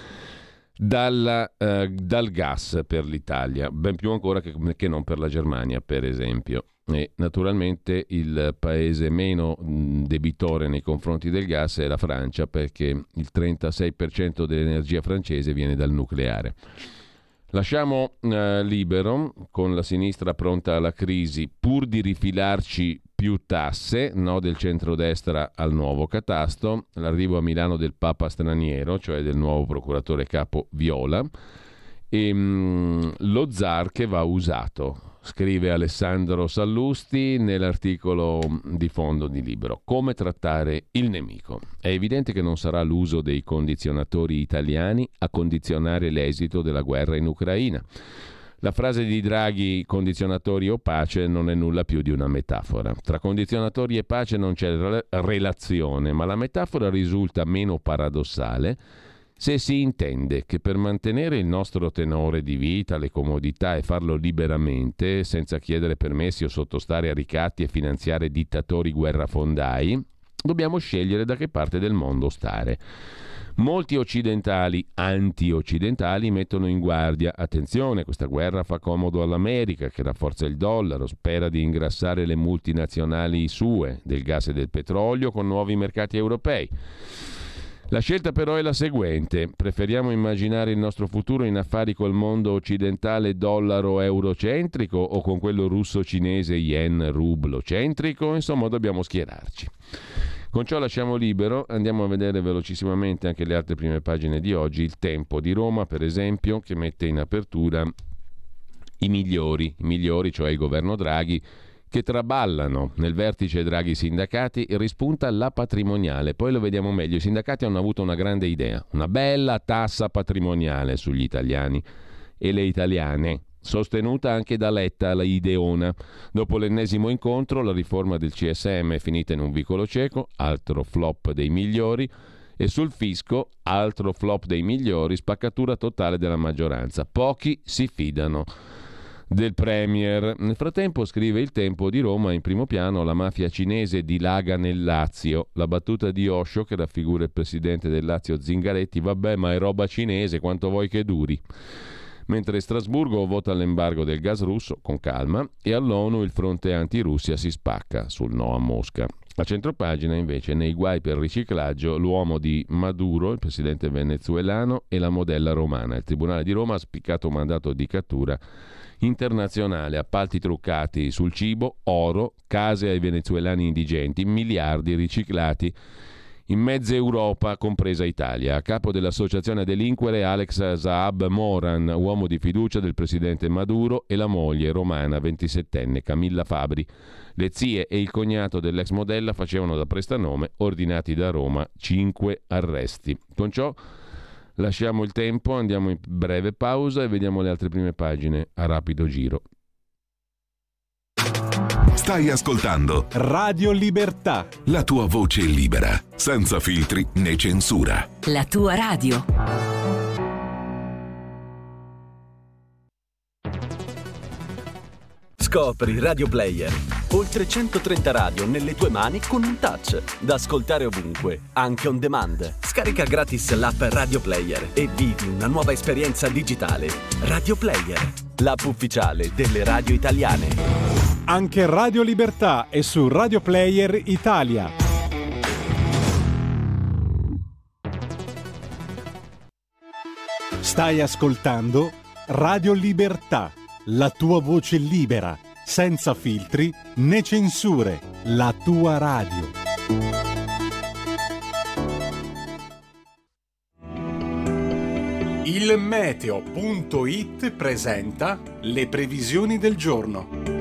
dal gas per l'Italia, ben più ancora che non per la Germania, per esempio. E naturalmente il paese meno debitore nei confronti del gas è la Francia, perché il 36% dell'energia francese viene dal nucleare. Lasciamo Libero con la sinistra pronta alla crisi pur di rifilarci più tasse, no del centrodestra al nuovo catasto, l'arrivo a Milano del Papa straniero, cioè del nuovo procuratore capo Viola, e lo zar che va usato, scrive Alessandro Sallusti nell'articolo di fondo di Libero. Come trattare il nemico? È evidente che non sarà l'uso dei condizionatori italiani a condizionare l'esito della guerra in Ucraina. La frase di Draghi, condizionatori o pace, non è nulla più di una metafora. Tra condizionatori e pace non c'è relazione, ma la metafora risulta meno paradossale se si intende che per mantenere il nostro tenore di vita, le comodità e farlo liberamente, senza chiedere permessi o sottostare a ricatti e finanziare dittatori guerrafondai, dobbiamo scegliere da che parte del mondo stare. Molti occidentali, anti-occidentali, mettono in guardia: attenzione, questa guerra fa comodo all'America, che rafforza il dollaro, spera di ingrassare le multinazionali sue, del gas e del petrolio, con nuovi mercati europei. La scelta però è la seguente: preferiamo immaginare il nostro futuro in affari col mondo occidentale dollaro-eurocentrico o con quello russo-cinese yen-rublo-centrico? Insomma, dobbiamo schierarci. Con ciò lasciamo libero, andiamo a vedere velocissimamente anche le altre prime pagine di oggi. Il Tempo di Roma, per esempio, che mette in apertura i migliori, cioè il governo Draghi, che traballano. Nel vertice Draghi-sindacati rispunta la patrimoniale. Poi lo vediamo meglio. I sindacati hanno avuto una grande idea, una bella tassa patrimoniale sugli italiani e le italiane, sostenuta anche da Letta, la ideona. Dopo l'ennesimo incontro, la riforma del CSM è finita in un vicolo cieco, altro flop dei migliori, e sul fisco, altro flop dei migliori, spaccatura totale della maggioranza. Pochi si fidano del Premier. Nel frattempo, scrive il Tempo di Roma, in primo piano la mafia cinese dilaga nel Lazio. La battuta di Osho, che raffigura il presidente del Lazio Zingaretti: vabbè, ma è roba cinese, quanto vuoi che duri? Mentre Strasburgo vota l'embargo del gas russo con calma e all'ONU il fronte anti-Russia si spacca sul no a Mosca. A centropagina invece, nei guai per riciclaggio, l'uomo di Maduro, il presidente venezuelano, e la modella romana. Il Tribunale di Roma ha spiccato un mandato di cattura internazionale, appalti truccati sul cibo, oro, case ai venezuelani indigenti, miliardi riciclati in mezza Europa, compresa Italia. A capo dell'associazione a delinquere Alex Saab Moran, uomo di fiducia del presidente Maduro, e la moglie romana 27enne Camilla Fabri. Le zie e il cognato dell'ex modella facevano da prestanome, ordinati da Roma 5 arresti. Con ciò lasciamo il Tempo, andiamo in breve pausa e vediamo le altre prime pagine a rapido giro. Stai ascoltando Radio Libertà, la tua voce libera, senza filtri né censura. La tua radio. Scopri Radio Player. Oltre 130 radio nelle tue mani con un touch. Da ascoltare ovunque, anche on demand. Scarica gratis l'app Radio Player e vivi una nuova esperienza digitale. Radio Player, l'app ufficiale delle radio italiane. anche Radio Libertà è su Radio Player Italia. Stai ascoltando Radio Libertà, la tua voce libera, senza filtri né censure, la tua radio. Il meteo.it presenta le previsioni del giorno.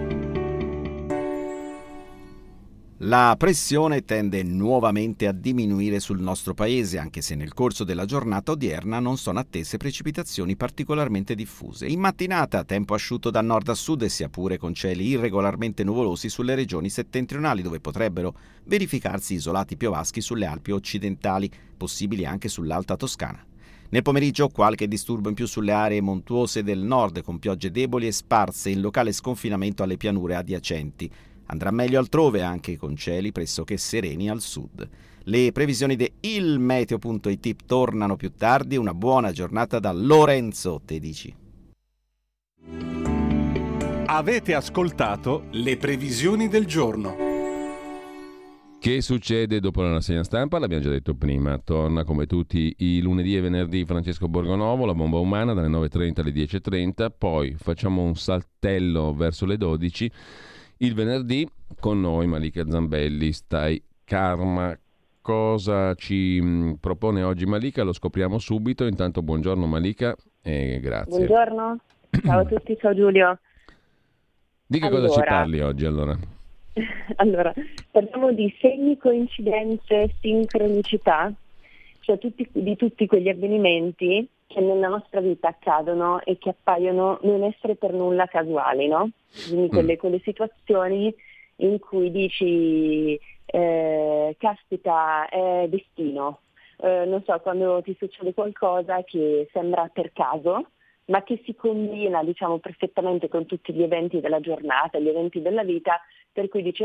La pressione tende nuovamente a diminuire sul nostro paese, anche se nel corso della giornata odierna non sono attese precipitazioni particolarmente diffuse. In mattinata tempo asciutto da nord a sud, sia pure con cieli irregolarmente nuvolosi sulle regioni settentrionali, dove potrebbero verificarsi isolati piovaschi sulle Alpi occidentali, possibili anche sull'Alta Toscana. Nel pomeriggio qualche disturbo in più sulle aree montuose del nord, con piogge deboli e sparse in locale sconfinamento alle pianure adiacenti. Andrà meglio altrove, anche con cieli pressoché sereni al sud. Le previsioni di ilmeteo.it tornano più tardi. Una buona giornata da Lorenzo Tedici. Avete ascoltato le previsioni del giorno. Che succede dopo la rassegna stampa? L'abbiamo già detto prima. Torna come tutti i lunedì e venerdì Francesco Borgonovo, La bomba umana, dalle 9.30 alle 10.30. Poi facciamo un saltello verso le 12. Il venerdì con noi Malika Zambelli, Stai Karma. Cosa ci propone oggi Malika? Lo scopriamo subito. Intanto buongiorno Malika e grazie. Buongiorno, ciao a tutti, ciao Giulio. Di che cosa ci parli oggi allora? Allora, parliamo di segni, coincidenze, sincronicità, cioè di tutti quegli avvenimenti che nella nostra vita accadono e che appaiono non essere per nulla casuali, no? Quindi quelle situazioni in cui dici caspita, è destino, non so, quando ti succede qualcosa che sembra per caso ma che si combina, diciamo, perfettamente con tutti gli eventi della giornata, gli eventi della vita, per cui dici,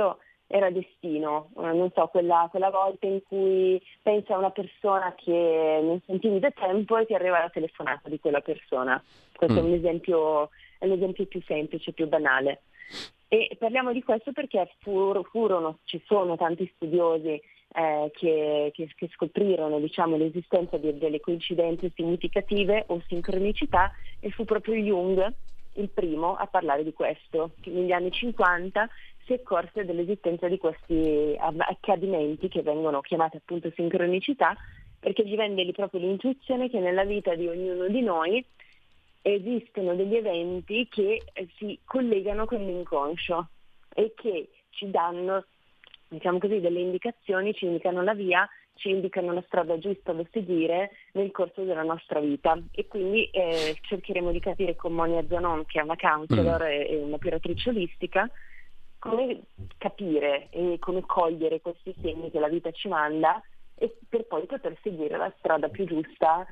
era destino, non so, quella volta in cui pensi a una persona che non sentivi da tempo e ti arriva la telefonata di quella persona. Questo è l'esempio più semplice, più banale. E parliamo di questo perché ci sono tanti studiosi che scoprirono, diciamo, l'esistenza delle coincidenze significative o sincronicità, e fu proprio Jung il primo a parlare di questo, che negli anni 50 si accorse dell'esistenza di questi accadimenti che vengono chiamati appunto sincronicità, perché gli venne proprio l'intuizione che nella vita di ognuno di noi esistono degli eventi che si collegano con l'inconscio e che ci danno, diciamo così, delle indicazioni, ci indicano la via, ci indicano la strada giusta da seguire nel corso della nostra vita. E quindi cercheremo di capire con Monia Zanon, che è una counselor e una curatrice olistica, come capire e come cogliere questi segni che la vita ci manda, e per poi poter seguire la strada più giusta,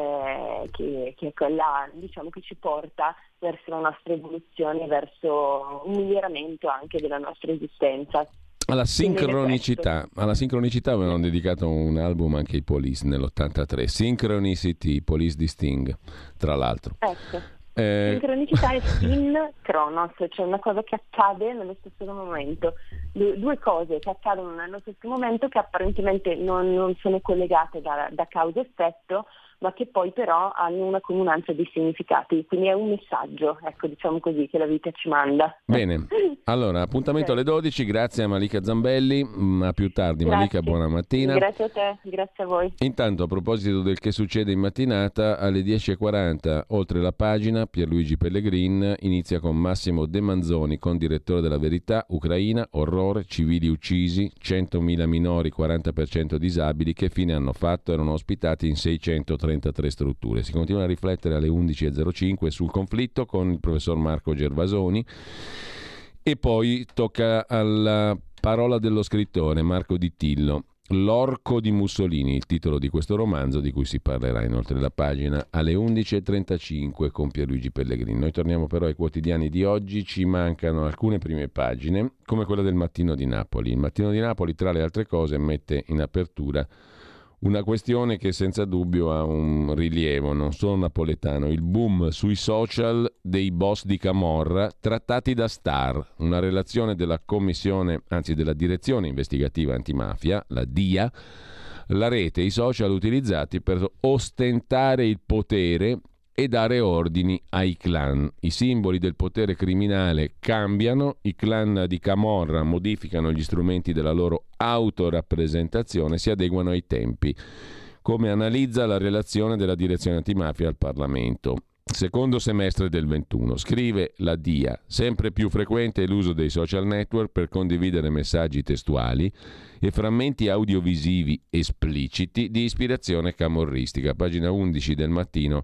che è quella, diciamo, che ci porta verso la nostra evoluzione, verso un miglioramento anche della nostra esistenza. Alla sincronicità avevano dedicato un album anche i Police nell'83, Synchronicity, Police di Sting, tra l'altro. Ecco. Sincronicità e Kronos, cioè una cosa che accade nello stesso momento, due cose che accadono nello stesso momento, che apparentemente non sono collegate da causa-effetto, ma che poi però hanno una comunanza di significati, quindi è un messaggio, ecco, diciamo così, che la vita ci manda. Bene, allora appuntamento alle 12, grazie a Malika Zambelli, a più tardi. Grazie. Malika, buona mattina. Grazie a te, grazie a voi. Intanto, a proposito del che succede in mattinata, alle 10.40, oltre la pagina, Pierluigi Pellegrin inizia con Massimo De Manzoni, con direttore della Verità, Ucraina, orrore, civili uccisi, 100.000 minori, 40% disabili, che fine hanno fatto? Erano ospitati in 633 strutture. Si continua a riflettere alle 11.05 sul conflitto con il professor Marco Gervasoni, e poi tocca alla parola dello scrittore Marco Di Tillo, L'orco di Mussolini, il titolo di questo romanzo di cui si parlerà inoltre la pagina alle 11.35 con Pierluigi Pellegrini. Noi torniamo però ai quotidiani di oggi, ci mancano alcune prime pagine come quella del Mattino di Napoli. Il Mattino di Napoli, tra le altre cose, mette in apertura una questione che senza dubbio ha un rilievo, non sono napoletano, il boom sui social dei boss di Camorra trattati da star, una relazione della commissione, anzi della direzione investigativa antimafia, la DIA, la rete e i social utilizzati per ostentare il potere e dare ordini ai clan. I simboli del potere criminale cambiano, i clan di Camorra modificano gli strumenti della loro autorappresentazione, si adeguano ai tempi. Come analizza la relazione della direzione antimafia al Parlamento? Secondo semestre del 21, scrive la DIA, sempre più frequente è l'uso dei social network per condividere messaggi testuali e frammenti audiovisivi espliciti di ispirazione camorristica. Pagina 11 del Mattino.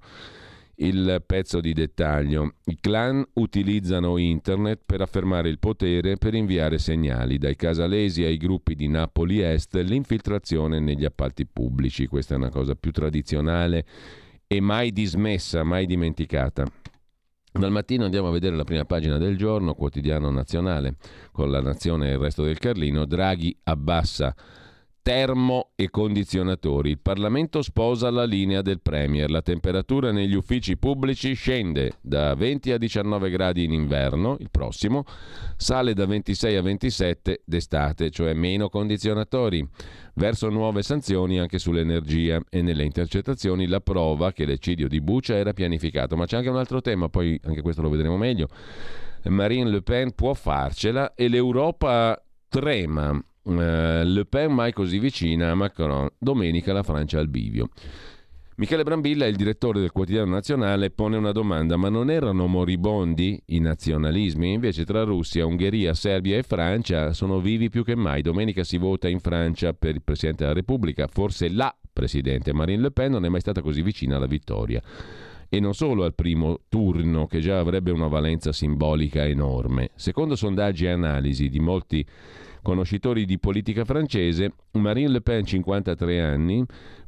Il pezzo di dettaglio. I clan utilizzano internet per affermare il potere e per inviare segnali, dai casalesi ai gruppi di Napoli Est, l'infiltrazione negli appalti pubblici. Questa è una cosa più tradizionale e mai dismessa, mai dimenticata. Dal Mattino andiamo a vedere la prima pagina del Giorno, quotidiano nazionale, con La Nazione e il Resto del Carlino. Draghi abbassa termo e condizionatori. Il Parlamento sposa la linea del Premier. La temperatura negli uffici pubblici scende da 20 a 19 gradi in inverno, il prossimo, sale da 26 a 27 d'estate, cioè meno condizionatori. Verso nuove sanzioni anche sull'energia, e nelle intercettazioni la prova che l'eccidio di Bucha era pianificato. Ma c'è anche un altro tema, poi anche questo lo vedremo meglio. Marine Le Pen può farcela e l'Europa trema. Le Pen mai così vicina a Macron, domenica la Francia al bivio. Michele Brambilla, il direttore del Quotidiano Nazionale, pone una domanda: ma non erano moribondi i nazionalismi? Invece tra Russia, Ungheria, Serbia e Francia sono vivi più che mai. Domenica si vota in Francia per il Presidente della Repubblica, forse la Presidente. Marine Le Pen non è mai stata così vicina alla vittoria. E non solo al primo turno, che già avrebbe una valenza simbolica enorme. Secondo sondaggi e analisi di molti conoscitori di politica francese, Marine Le Pen, 53 anni,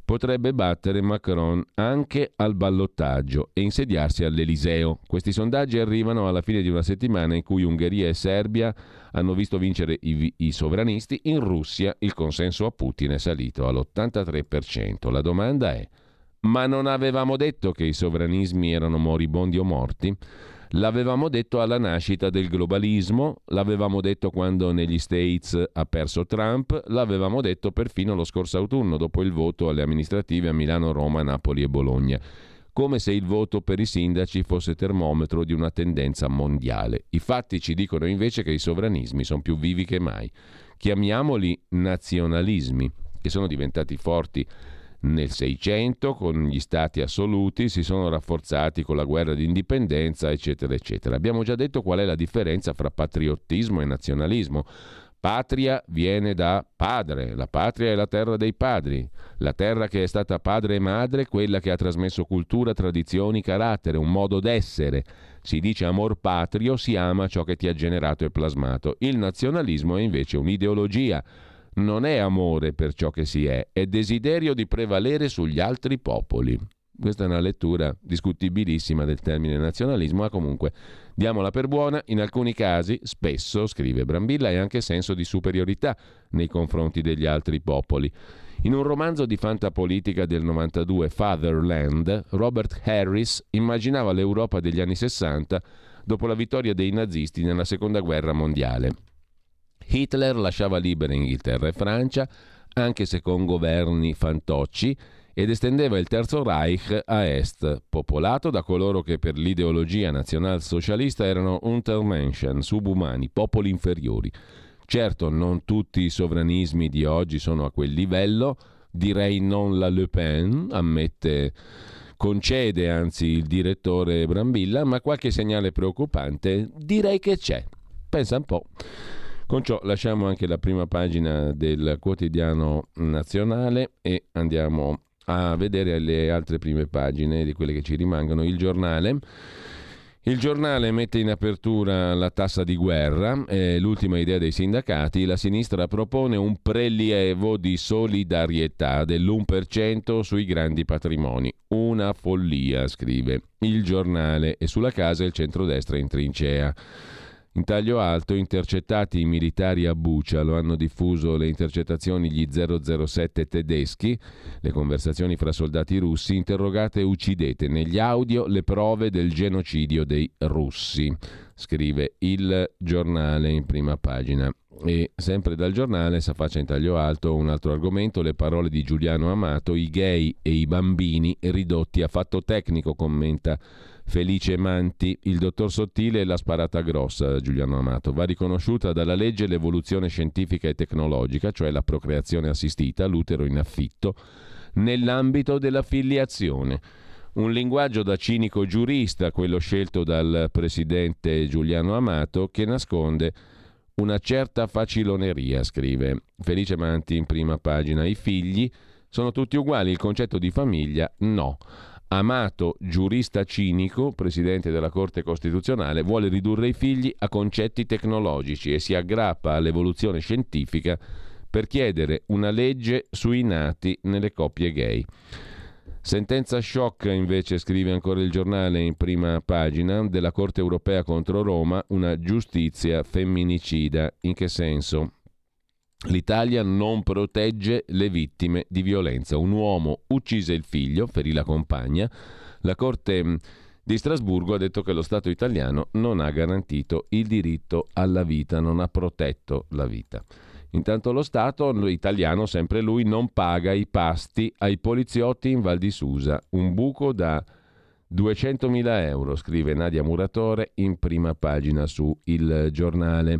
potrebbe battere Macron anche al ballottaggio e insediarsi all'Eliseo. Questi sondaggi arrivano alla fine di una settimana in cui Ungheria e Serbia hanno visto vincere i sovranisti. In Russia il consenso a Putin è salito all'83%. La domanda è: ma non avevamo detto che i sovranismi erano moribondi o morti? L'avevamo detto alla nascita del globalismo, l'avevamo detto quando negli States ha perso Trump, l'avevamo detto perfino lo scorso autunno dopo il voto alle amministrative a Milano, Roma, Napoli e Bologna. Come se il voto per i sindaci fosse termometro di una tendenza mondiale. I fatti ci dicono invece che i sovranismi sono più vivi che mai. Chiamiamoli nazionalismi, che sono diventati forti nel Seicento con gli stati assoluti, si sono rafforzati con la guerra di indipendenza, eccetera, eccetera. Abbiamo già detto qual è la differenza fra patriottismo e nazionalismo. Patria viene da padre, la patria è la terra dei padri, la terra che è stata padre e madre, quella che ha trasmesso cultura, tradizioni, carattere, un modo d'essere. Si dice amor patrio, si ama ciò che ti ha generato e plasmato. Il nazionalismo è invece un'ideologia. Non è amore per ciò che si è desiderio di prevalere sugli altri popoli. Questa è una lettura discutibilissima del termine nazionalismo, ma comunque diamola per buona. In alcuni casi, spesso, scrive Brambilla, è anche senso di superiorità nei confronti degli altri popoli. In un romanzo di fantapolitica del 92, Fatherland, Robert Harris immaginava l'Europa degli anni 60 dopo la vittoria dei nazisti nella Seconda Guerra Mondiale. Hitler lasciava libere Inghilterra e Francia, anche se con governi fantocci, ed estendeva il Terzo Reich a est, popolato da coloro che per l'ideologia nazionalsocialista erano Untermenschen, subumani, popoli inferiori. Certo, non tutti i sovranismi di oggi sono a quel livello, direi non la Le Pen, concede anzi il direttore Brambilla, ma qualche segnale preoccupante direi che c'è. Pensa un po'. Con ciò lasciamo anche la prima pagina del quotidiano nazionale e andiamo a vedere le altre prime pagine di quelle che ci rimangono. Il Giornale mette in apertura la tassa di guerra, l'ultima idea dei sindacati. La sinistra propone un prelievo di solidarietà dell'1% sui grandi patrimoni. Una follia, scrive Il Giornale, e sulla casa il centrodestra in trincea. In taglio alto, intercettati i militari a Bucha, lo hanno diffuso le intercettazioni gli 007 tedeschi, le conversazioni fra soldati russi, interrogate e uccidete, negli audio le prove del genocidio dei russi, scrive Il Giornale in prima pagina. E sempre dal Giornale s'affaccia in taglio alto un altro argomento, le parole di Giuliano Amato, i gay e i bambini ridotti a fatto tecnico, commenta Felice Manti. Il dottor Sottile l'ha sparata grossa, Giuliano Amato. Va riconosciuta dalla legge l'evoluzione scientifica e tecnologica, cioè la procreazione assistita, l'utero in affitto, nell'ambito della filiazione. Un linguaggio da cinico giurista, quello scelto dal presidente Giuliano Amato, che nasconde una certa faciloneria, scrive Felice Manti in prima pagina. I figli sono tutti uguali, il concetto di famiglia no. Amato, giurista cinico, presidente della Corte Costituzionale, vuole ridurre i figli a concetti tecnologici e si aggrappa all'evoluzione scientifica per chiedere una legge sui nati nelle coppie gay. Sentenza shock, invece, scrive ancora Il Giornale in prima pagina, della Corte Europea contro Roma, una giustizia femminicida. In che senso? L'Italia non protegge le vittime di violenza. Un uomo uccise il figlio, ferì la compagna. La Corte di Strasburgo ha detto che lo Stato italiano non ha garantito il diritto alla vita, non ha protetto la vita. Intanto lo Stato italiano, sempre lui, non paga i pasti ai poliziotti in Val di Susa. Un buco da 200.000 euro, scrive Nadia Muratore in prima pagina su Il Giornale.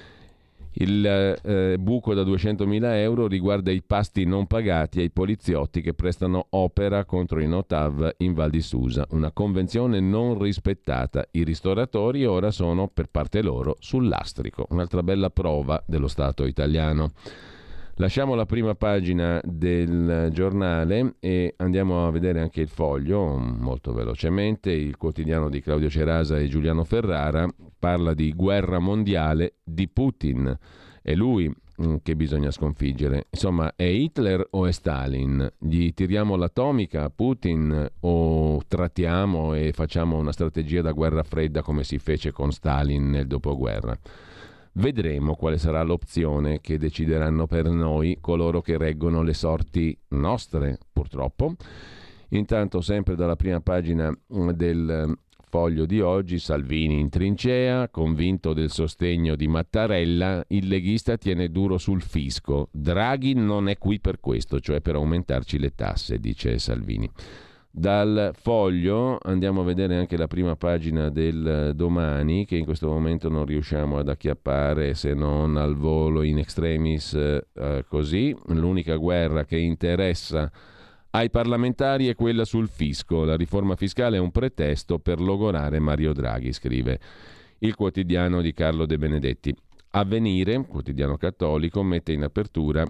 Il buco da 200.000 euro riguarda i pasti non pagati ai poliziotti che prestano opera contro i Notav in Val di Susa, una convenzione non rispettata. I ristoratori ora sono per parte loro sul lastrico, un'altra bella prova dello Stato italiano. Lasciamo la prima pagina del Giornale e andiamo a vedere anche il Foglio, molto velocemente. Il quotidiano di Claudio Cerasa e Giuliano Ferrara parla di guerra mondiale di Putin. È lui che bisogna sconfiggere. Insomma, è Hitler o è Stalin? Gli tiriamo l'atomica a Putin o trattiamo e facciamo una strategia da guerra fredda come si fece con Stalin nel dopoguerra? Vedremo quale sarà l'opzione che decideranno per noi coloro che reggono le sorti nostre, purtroppo. Intanto, sempre dalla prima pagina del Foglio di oggi, Salvini in trincea, convinto del sostegno di Mattarella, il leghista tiene duro sul fisco. Draghi non è qui per questo, cioè per aumentarci le tasse, dice Salvini. Dal Foglio andiamo a vedere anche la prima pagina del Domani, che in questo momento non riusciamo ad acchiappare se non al volo in extremis, così. L'unica guerra che interessa ai parlamentari è quella sul fisco. La riforma fiscale è un pretesto per logorare Mario Draghi, scrive il quotidiano di Carlo De Benedetti. Avvenire, quotidiano cattolico, mette in apertura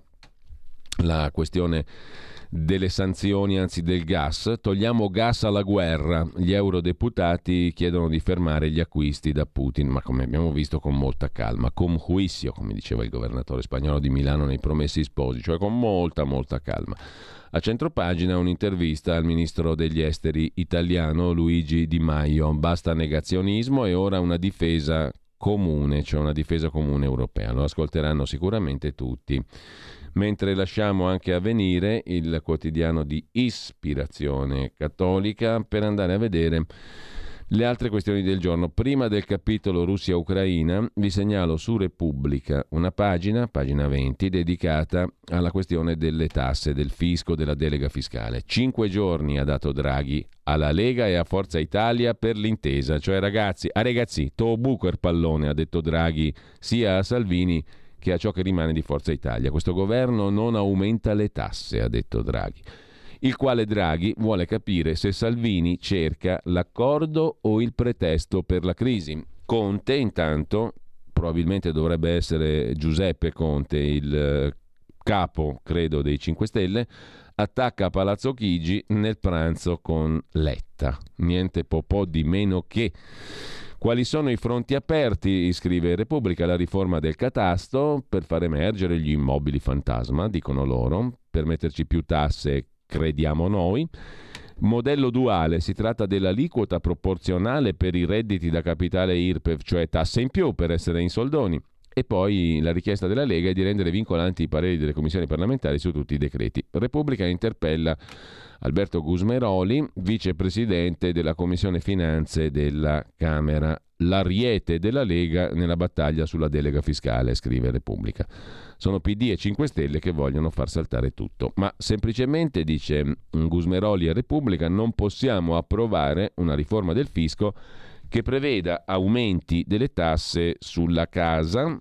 la questione delle sanzioni, anzi del gas. Togliamo gas alla guerra. Gli eurodeputati chiedono di fermare gli acquisti da Putin, ma come abbiamo visto con molta calma, con juicio, come diceva il governatore spagnolo di Milano nei Promessi Sposi, cioè con molta calma. A centropagina un'intervista al ministro degli esteri italiano Luigi Di Maio. Basta negazionismo e ora una difesa comune, cioè una difesa comune europea. Lo ascolteranno sicuramente tutti. Mentre lasciamo anche Avvenire, il quotidiano di ispirazione cattolica, per andare a vedere le altre questioni del giorno. Prima del capitolo Russia-Ucraina vi segnalo su Repubblica una pagina 20, dedicata alla questione delle tasse, del fisco, della delega fiscale. 5 giorni ha dato Draghi alla Lega e a Forza Italia per l'intesa, cioè ragazzi, to buco il pallone, ha detto Draghi sia a Salvini che a ciò che rimane di Forza Italia. Questo governo non aumenta le tasse, ha detto Draghi. Il quale Draghi vuole capire se Salvini cerca l'accordo o il pretesto per la crisi. Conte, intanto, probabilmente dovrebbe essere Giuseppe Conte, il capo, credo, dei 5 Stelle, attacca a Palazzo Chigi nel pranzo con Letta. Niente po' di meno che. Quali sono i fronti aperti? Scrive Repubblica: la riforma del catasto per far emergere gli immobili fantasma, dicono loro, per metterci più tasse, crediamo noi. Modello duale, si tratta dell'aliquota proporzionale per i redditi da capitale IRPEF, cioè tasse in più per essere in soldoni. E poi la richiesta della Lega è di rendere vincolanti i pareri delle commissioni parlamentari su tutti i decreti. Repubblica interpella Alberto Gusmeroli, vicepresidente della Commissione Finanze della Camera. L'ariete della Lega nella battaglia sulla delega fiscale, scrive Repubblica. Sono PD e 5 Stelle che vogliono far saltare tutto. Ma semplicemente, dice Gusmeroli a Repubblica, non possiamo approvare una riforma del fisco che preveda aumenti delle tasse sulla casa,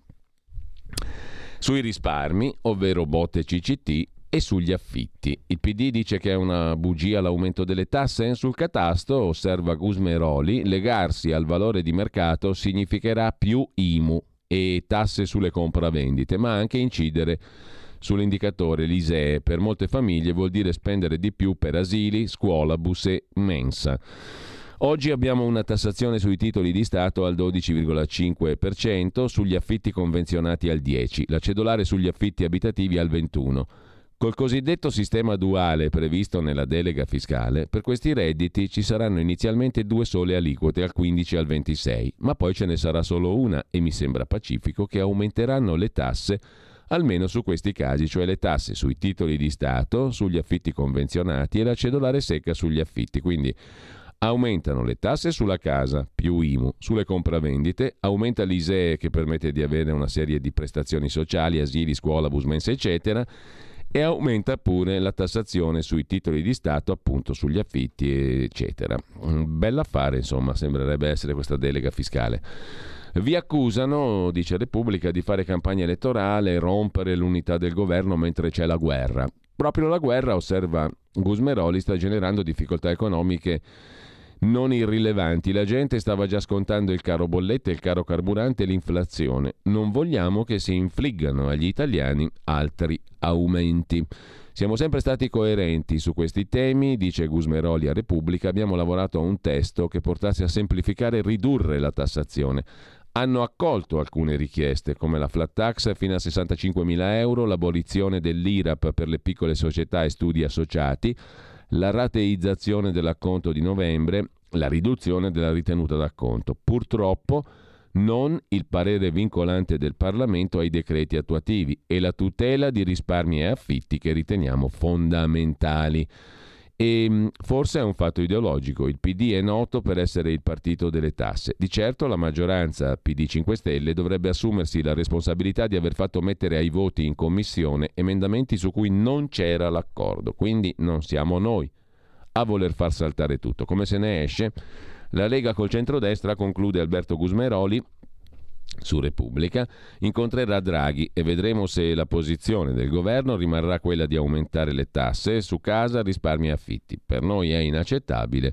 sui risparmi, ovvero botte CCT, e sugli affitti. Il PD dice che è una bugia l'aumento delle tasse sul catasto, osserva Gusmeroli. Legarsi al valore di mercato significherà più IMU e tasse sulle compravendite, ma anche incidere sull'indicatore l'ISEE. Per molte famiglie vuol dire spendere di più per asili, scuola, bus e mensa. Oggi abbiamo una tassazione sui titoli di Stato al 12,5%, sugli affitti convenzionati al 10%, la cedolare sugli affitti abitativi al 21%. Col cosiddetto sistema duale previsto nella delega fiscale, per questi redditi ci saranno inizialmente 2 sole aliquote, al 15 e al 26, ma poi ce ne sarà solo una e mi sembra pacifico che aumenteranno le tasse almeno su questi casi, cioè le tasse sui titoli di Stato, sugli affitti convenzionati e la cedolare secca sugli affitti. Quindi aumentano le tasse sulla casa, più IMU, sulle compravendite, aumenta l'ISEE che permette di avere una serie di prestazioni sociali, asili, scuola, bus mensa, eccetera, e aumenta pure la tassazione sui titoli di Stato, appunto sugli affitti, eccetera. Un bell'affare, insomma, sembrerebbe essere questa delega fiscale. Vi accusano, dice Repubblica, di fare campagna elettorale e rompere l'unità del governo mentre c'è la guerra. Proprio la guerra, osserva Gusmeroli, sta generando difficoltà economiche non irrilevanti. La gente stava già scontando il caro bollette, il caro carburante e l'inflazione. Non vogliamo che si infliggano agli italiani altri aumenti. Siamo sempre stati coerenti su questi temi, dice Gusmeroli a Repubblica. Abbiamo lavorato a un testo che portasse a semplificare e ridurre la tassazione, hanno accolto alcune richieste, come la flat tax fino a 65.000 euro, l'abolizione dell'IRAP per le piccole società e studi associati, la rateizzazione dell'acconto di novembre, la riduzione della ritenuta d'acconto. Purtroppo non il parere vincolante del Parlamento ai decreti attuativi e la tutela di risparmi e affitti che riteniamo fondamentali. E forse è un fatto ideologico. Il PD è noto per essere il partito delle tasse. Di certo la maggioranza PD 5 Stelle dovrebbe assumersi la responsabilità di aver fatto mettere ai voti in commissione emendamenti su cui non c'era l'accordo. Quindi non siamo noi a voler far saltare tutto. Come se ne esce? La Lega col centrodestra, conclude Alberto Gusmeroli su Repubblica, incontrerà Draghi e vedremo se la posizione del governo rimarrà quella di aumentare le tasse su casa, risparmi e affitti. Per noi è inaccettabile,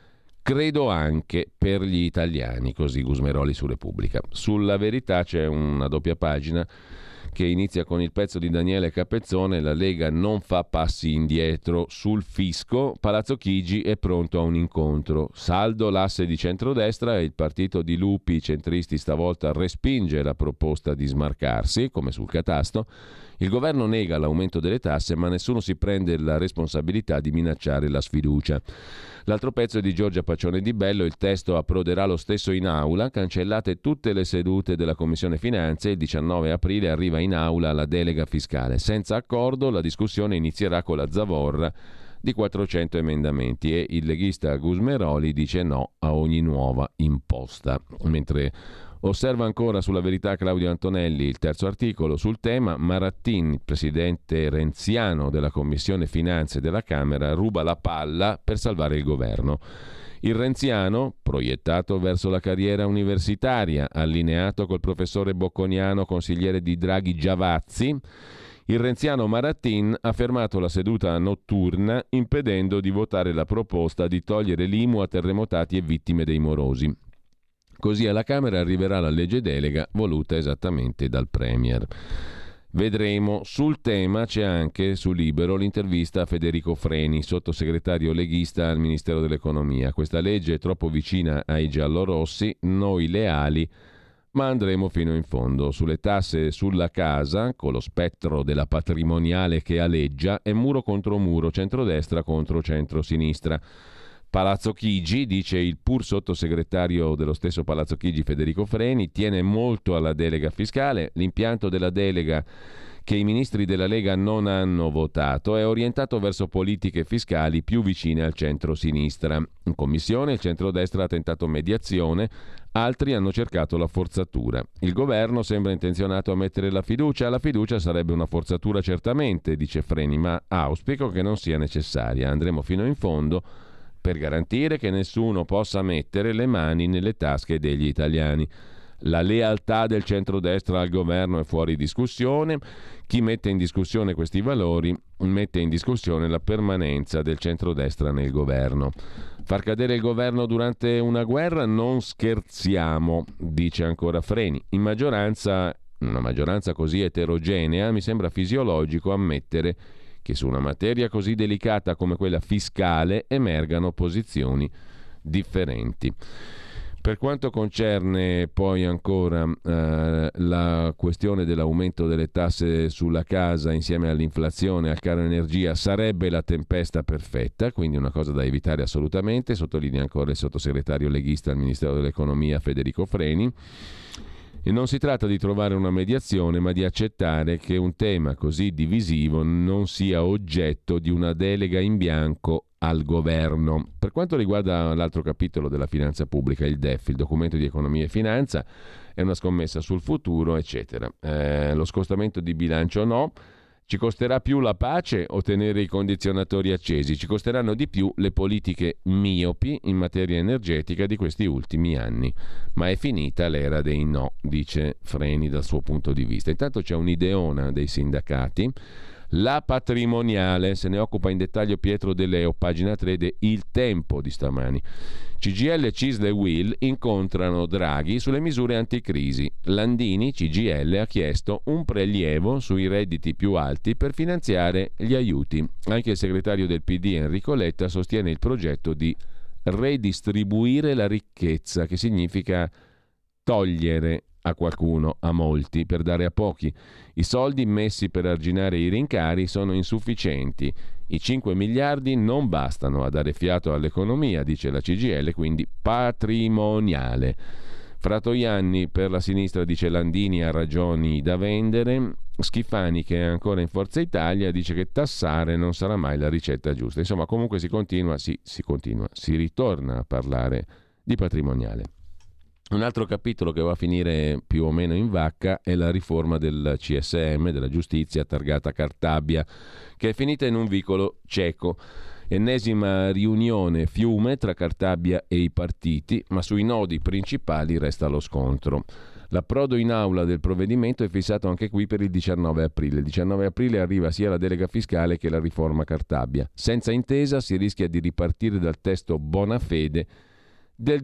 credo anche per gli italiani, così Gusmeroli su Repubblica. Sulla Verità c'è una doppia pagina che inizia con il pezzo di Daniele Capezzone: la Lega non fa passi indietro sul fisco, Palazzo Chigi è pronto a un incontro. Saldo l'asse di centrodestra e il partito di Lupi, centristi stavolta respinge la proposta di smarcarsi, come sul catasto. Il governo nega l'aumento delle tasse, ma nessuno si prende la responsabilità di minacciare la sfiducia. L'altro pezzo è di Giorgia Paccione di Bello: il testo approderà lo stesso in aula, cancellate tutte le sedute della Commissione Finanze, il 19 aprile arriva in aula la delega fiscale. Senza accordo la discussione inizierà con la zavorra di 400 emendamenti e il leghista Gusmeroli dice no a ogni nuova imposta. Mentre osserva ancora sulla Verità Claudio Antonelli il terzo articolo sul tema: Marattin, presidente renziano della Commissione Finanze della Camera, ruba la palla per salvare il governo. Il renziano, proiettato verso la carriera universitaria, allineato col professore Bocconiano, consigliere di Draghi Giavazzi, il renziano Marattin ha fermato la seduta notturna impedendo di votare la proposta di togliere l'IMU a terremotati e vittime dei morosi. Così alla Camera arriverà la legge delega voluta esattamente dal Premier. Vedremo. Sul tema c'è anche su Libero l'intervista a Federico Freni, sottosegretario leghista al Ministero dell'Economia. Questa legge è troppo vicina ai giallorossi, noi leali, ma andremo fino in fondo. Sulle tasse sulla casa, con lo spettro della patrimoniale che aleggia, è muro contro muro, centrodestra contro centrosinistra. Palazzo Chigi, dice il pur sottosegretario dello stesso Palazzo Chigi Federico Freni, tiene molto alla delega fiscale. L'impianto della delega che i ministri della Lega non hanno votato è orientato verso politiche fiscali più vicine al centro-sinistra. In commissione il centrodestra ha tentato mediazione, altri hanno cercato la forzatura. Il governo sembra intenzionato a mettere la fiducia. La fiducia sarebbe una forzatura certamente, dice Freni, ma auspico che non sia necessaria. Andremo fino in fondo per garantire che nessuno possa mettere le mani nelle tasche degli italiani. La lealtà del centrodestra al governo è fuori discussione. Chi mette in discussione questi valori mette in discussione la permanenza del centrodestra nel governo. Far cadere il governo durante una guerra? Non scherziamo, dice ancora Freni. In maggioranza, una maggioranza così eterogenea, mi sembra fisiologico ammettere che su una materia così delicata come quella fiscale emergano posizioni differenti. Per quanto concerne poi ancora la questione dell'aumento delle tasse sulla casa insieme all'inflazione e al caro energia, sarebbe la tempesta perfetta, quindi una cosa da evitare assolutamente, sottolinea ancora il sottosegretario leghista al Ministero dell'Economia Federico Freni. E non si tratta di trovare una mediazione, ma di accettare che un tema così divisivo non sia oggetto di una delega in bianco al governo. Per quanto riguarda l'altro capitolo della finanza pubblica, il DEF, il documento di economia e finanza, è una scommessa sul futuro, eccetera. Lo scostamento di bilancio no. Ci costerà più la pace o tenere i condizionatori accesi? Ci costeranno di più le politiche miopi in materia energetica di questi ultimi anni. Ma è finita l'era dei no, dice Freni dal suo punto di vista. Intanto c'è un'ideona dei sindacati. La patrimoniale, se ne occupa in dettaglio Pietro De Leo, pagina 3 de Il Tempo di stamani. CGIL, CISL e UIL incontrano Draghi sulle misure anticrisi. Landini, CGIL, ha chiesto un prelievo sui redditi più alti per finanziare gli aiuti. Anche il segretario del PD Enrico Letta sostiene il progetto di redistribuire la ricchezza, che significa togliere a qualcuno, a molti, per dare a pochi. I soldi messi per arginare i rincari sono insufficienti. I 5 miliardi non bastano a dare fiato all'economia, dice la CGIL, quindi patrimoniale. Fratoianni per la sinistra dice Landini ha ragioni da vendere. Schifani, che è ancora in Forza Italia, dice che tassare non sarà mai la ricetta giusta. Insomma, comunque si ritorna a parlare di patrimoniale. Un altro capitolo che va a finire più o meno in vacca è la riforma del CSM, della giustizia, targata Cartabia, che è finita in un vicolo cieco. Ennesima riunione fiume tra Cartabia e i partiti, ma sui nodi principali resta lo scontro. L'approdo in aula del provvedimento è fissato anche qui per il 19 aprile. Il 19 aprile arriva sia la delega fiscale che la riforma Cartabia. Senza intesa si rischia di ripartire dal testo Bonafede del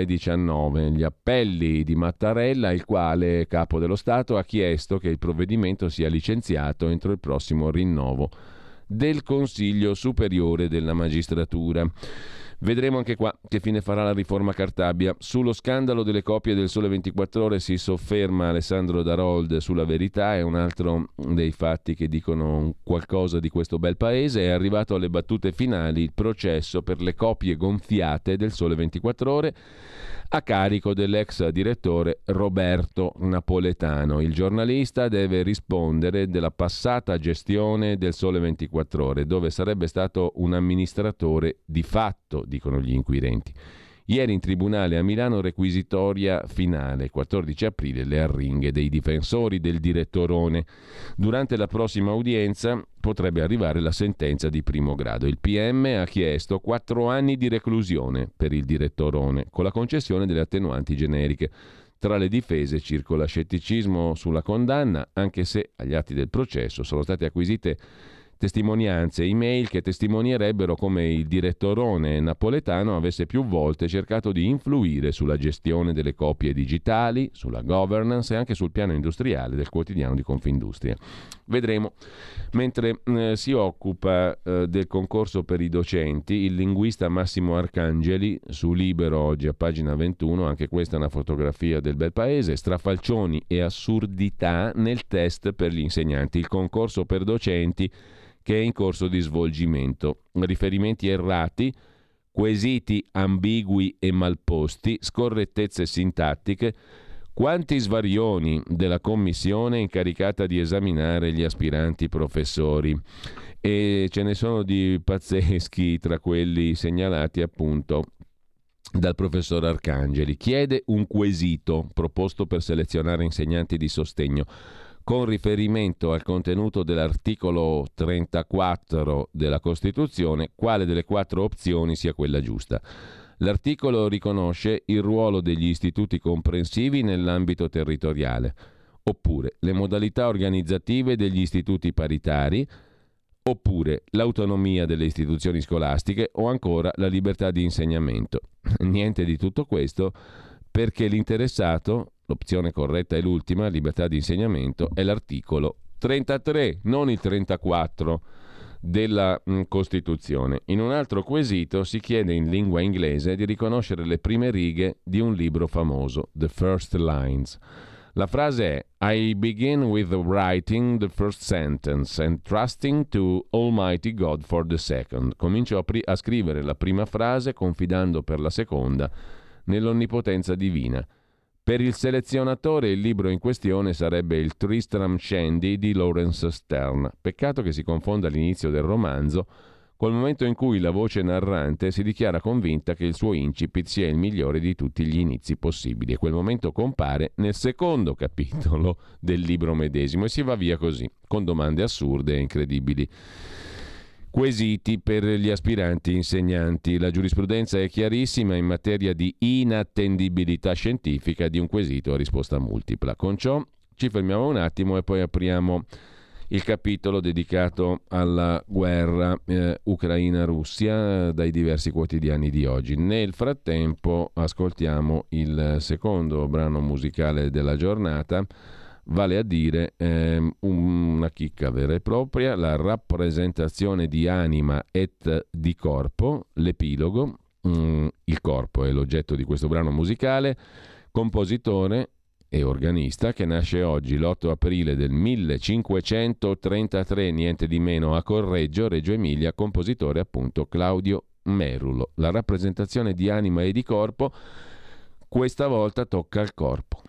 2019. Gli appelli di Mattarella, il quale, capo dello Stato, ha chiesto che il provvedimento sia licenziato entro il prossimo rinnovo del Consiglio Superiore della Magistratura. Vedremo anche qua che fine farà la riforma Cartabia. Sullo scandalo delle copie del Sole 24 Ore si sofferma Alessandro Darold sulla Verità, è un altro dei fatti che dicono qualcosa di questo bel paese. È arrivato alle battute finali il processo per le copie gonfiate del Sole 24 Ore a carico dell'ex direttore Roberto Napoletano. Il giornalista deve rispondere della passata gestione del Sole 24 Ore, dove sarebbe stato un amministratore di fatto, dicono gli inquirenti. Ieri in tribunale a Milano requisitoria finale, 14 aprile, le arringhe dei difensori del direttorone. Durante la prossima udienza potrebbe arrivare la sentenza di primo grado. Il PM ha chiesto 4 anni di reclusione per il direttorone, con la concessione delle attenuanti generiche. Tra le difese circola scetticismo sulla condanna, anche se agli atti del processo sono state acquisite testimonianze, email che testimonierebbero come il direttorone Napoletano avesse più volte cercato di influire sulla gestione delle copie digitali, sulla governance e anche sul piano industriale del quotidiano di Confindustria. Vedremo. Mentre si occupa del concorso per i docenti, il linguista Massimo Arcangeli, su Libero oggi a pagina 21, anche questa è una fotografia del bel paese, strafalcioni e assurdità nel test per gli insegnanti. Il concorso per docenti che è in corso di svolgimento. Riferimenti errati, quesiti ambigui e malposti, scorrettezze sintattiche, quanti svarioni della commissione incaricata di esaminare gli aspiranti professori. E ce ne sono di pazzeschi tra quelli segnalati appunto dal professor Arcangeli. Chiede un quesito proposto per selezionare insegnanti di sostegno con riferimento al contenuto dell'articolo 34 della Costituzione, quale delle 4 opzioni sia quella giusta. L'articolo riconosce il ruolo degli istituti comprensivi nell'ambito territoriale, oppure le modalità organizzative degli istituti paritari, oppure l'autonomia delle istituzioni scolastiche o ancora la libertà di insegnamento. Niente di tutto questo perché l'interessato, l'opzione corretta è l'ultima, libertà di insegnamento, è l'articolo 33, non il 34 della Costituzione. In un altro quesito si chiede in lingua inglese di riconoscere le prime righe di un libro famoso, The First Lines. La frase è I begin with writing the first sentence and trusting to Almighty God for the second. Comincio a scrivere la prima frase confidando per la seconda nell'onnipotenza divina. Per il selezionatore il libro in questione sarebbe il Tristram Shandy di Lawrence Stern. Peccato che si confonda all'inizio del romanzo col momento in cui la voce narrante si dichiara convinta che il suo incipit sia il migliore di tutti gli inizi possibili, e quel momento compare nel secondo capitolo del libro medesimo e si va via così, con domande assurde e incredibili. Quesiti per gli aspiranti insegnanti. La giurisprudenza è chiarissima in materia di inattendibilità scientifica di un quesito a risposta multipla. Con ciò ci fermiamo un attimo e poi apriamo il capitolo dedicato alla guerra Ucraina-Russia dai diversi quotidiani di oggi. Nel frattempo ascoltiamo il secondo brano musicale della giornata, vale a dire una chicca vera e propria, la rappresentazione di Anima et di Corpo, l'epilogo. Il corpo è l'oggetto di questo brano musicale. compositore e organista che nasce oggi, l'8 aprile del 1533, niente di meno, a Correggio, Reggio Emilia, compositore appunto Claudio Merulo. La rappresentazione di anima e di corpo questa volta tocca al corpo.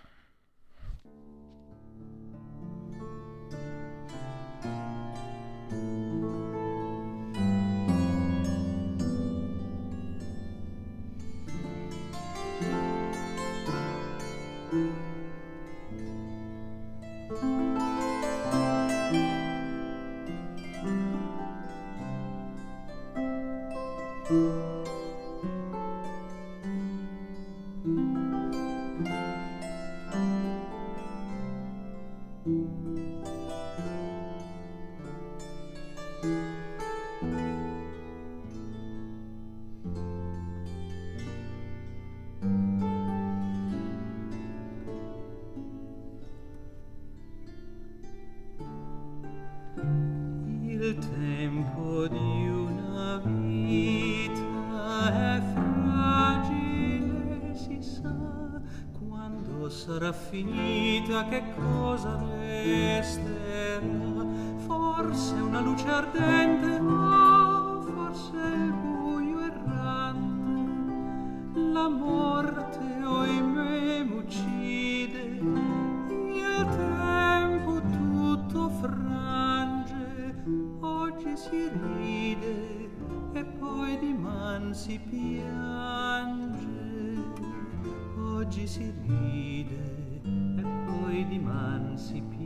Il tempo di una vita è fragile, si sa, quando sarà finita che cosa resterà? Forse una luce ardente, o forse il buio errante, la morte oimè m'uccide, il tempo tutto frange, oggi si ride e poi diman si piange, oggi si ride e poi diman si piange.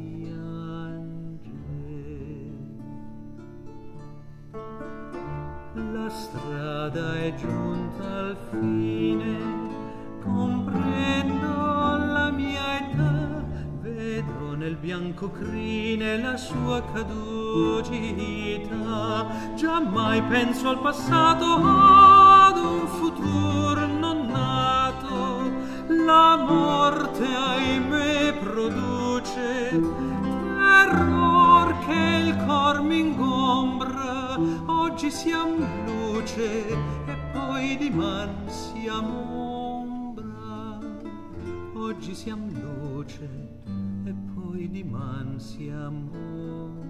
La strada è giunta al fine, comprendo la mia età, vedo nel bianco crine la sua caducità, giammai penso al passato, ad un futuro non nato, la morte ahimè produce terror che il cor mi ingombra, oggi siam luce e poi diman siamo ombra, oggi siam luce e poi diman siamo ombra.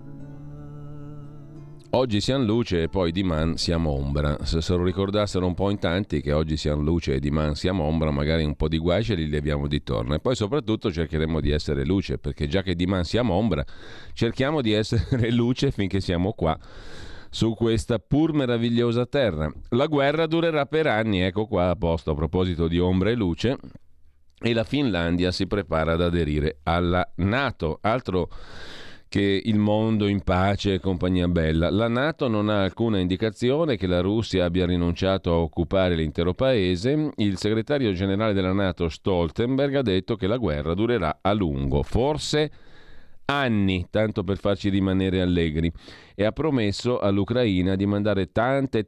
Oggi siamo luce e poi diman siamo ombra. Se lo ricordassero un po' in tanti che oggi siamo luce e diman siamo ombra, magari un po' di guai ce li leviamo di torno. E poi soprattutto cercheremo di essere luce, perché già che diman siamo ombra, cerchiamo di essere luce finché siamo qua su questa pur meravigliosa terra. La guerra durerà per anni, ecco qua a posto a proposito di ombra e luce, e la Finlandia si prepara ad aderire alla NATO, altro che il mondo in pace e compagnia bella. La NATO non ha alcuna indicazione che la Russia abbia rinunciato a occupare l'intero paese. Il segretario generale della NATO Stoltenberg ha detto che la guerra durerà a lungo, forse anni, tanto per farci rimanere allegri, e ha promesso all'Ucraina di mandare tante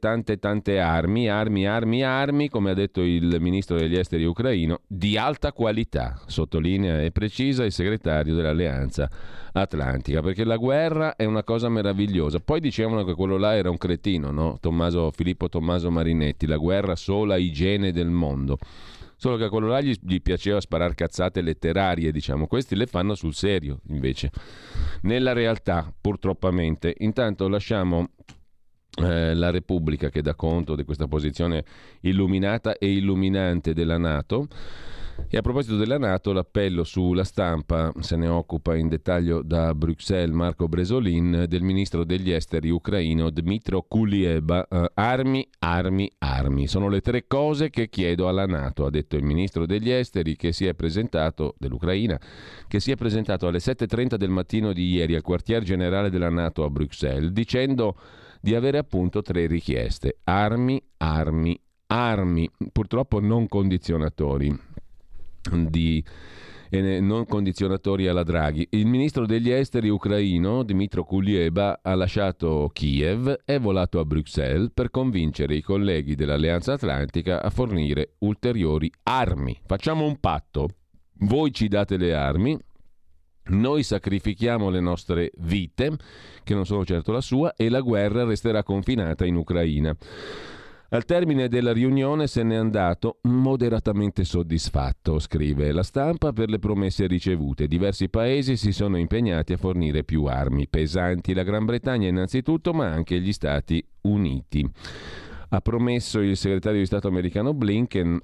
armi, come ha detto il ministro degli esteri ucraino, di alta qualità, sottolinea e precisa il segretario dell'Alleanza Atlantica, perché la guerra è una cosa meravigliosa. Poi dicevano che quello là era un cretino, no? Filippo Tommaso Marinetti, la guerra sola igiene del mondo. Solo che a quello là gli piaceva sparare cazzate letterarie, diciamo. Questi le fanno sul serio, invece. Nella realtà, purtroppamente. Intanto lasciamo la Repubblica, che dà conto di questa posizione illuminata e illuminante della NATO. E a proposito della NATO, l'appello sulla Stampa, se ne occupa in dettaglio da Bruxelles Marco Bresolin, del ministro degli esteri ucraino Dmytro Kuleba. Armi, armi, armi. Sono le tre cose che chiedo alla NATO, ha detto il ministro degli esteri dell'Ucraina, che si è presentato alle 7:30 del mattino di ieri al quartier generale della NATO a Bruxelles, dicendo di avere appunto tre richieste: armi, armi, armi, purtroppo non condizionatori alla Draghi. Il ministro degli esteri ucraino Dmytro Kuleba ha lasciato Kiev e volato a Bruxelles per convincere i colleghi dell'Alleanza Atlantica a fornire ulteriori armi. Facciamo un patto: voi ci date le armi, noi sacrifichiamo le nostre vite, che non sono certo la sua, e la guerra resterà confinata in Ucraina. Al termine della riunione se n'è andato moderatamente soddisfatto, scrive La Stampa, per le promesse ricevute. Diversi paesi si sono impegnati a fornire più armi pesanti, la Gran Bretagna innanzitutto, ma anche gli Stati Uniti. Ha promesso il segretario di Stato americano Blinken: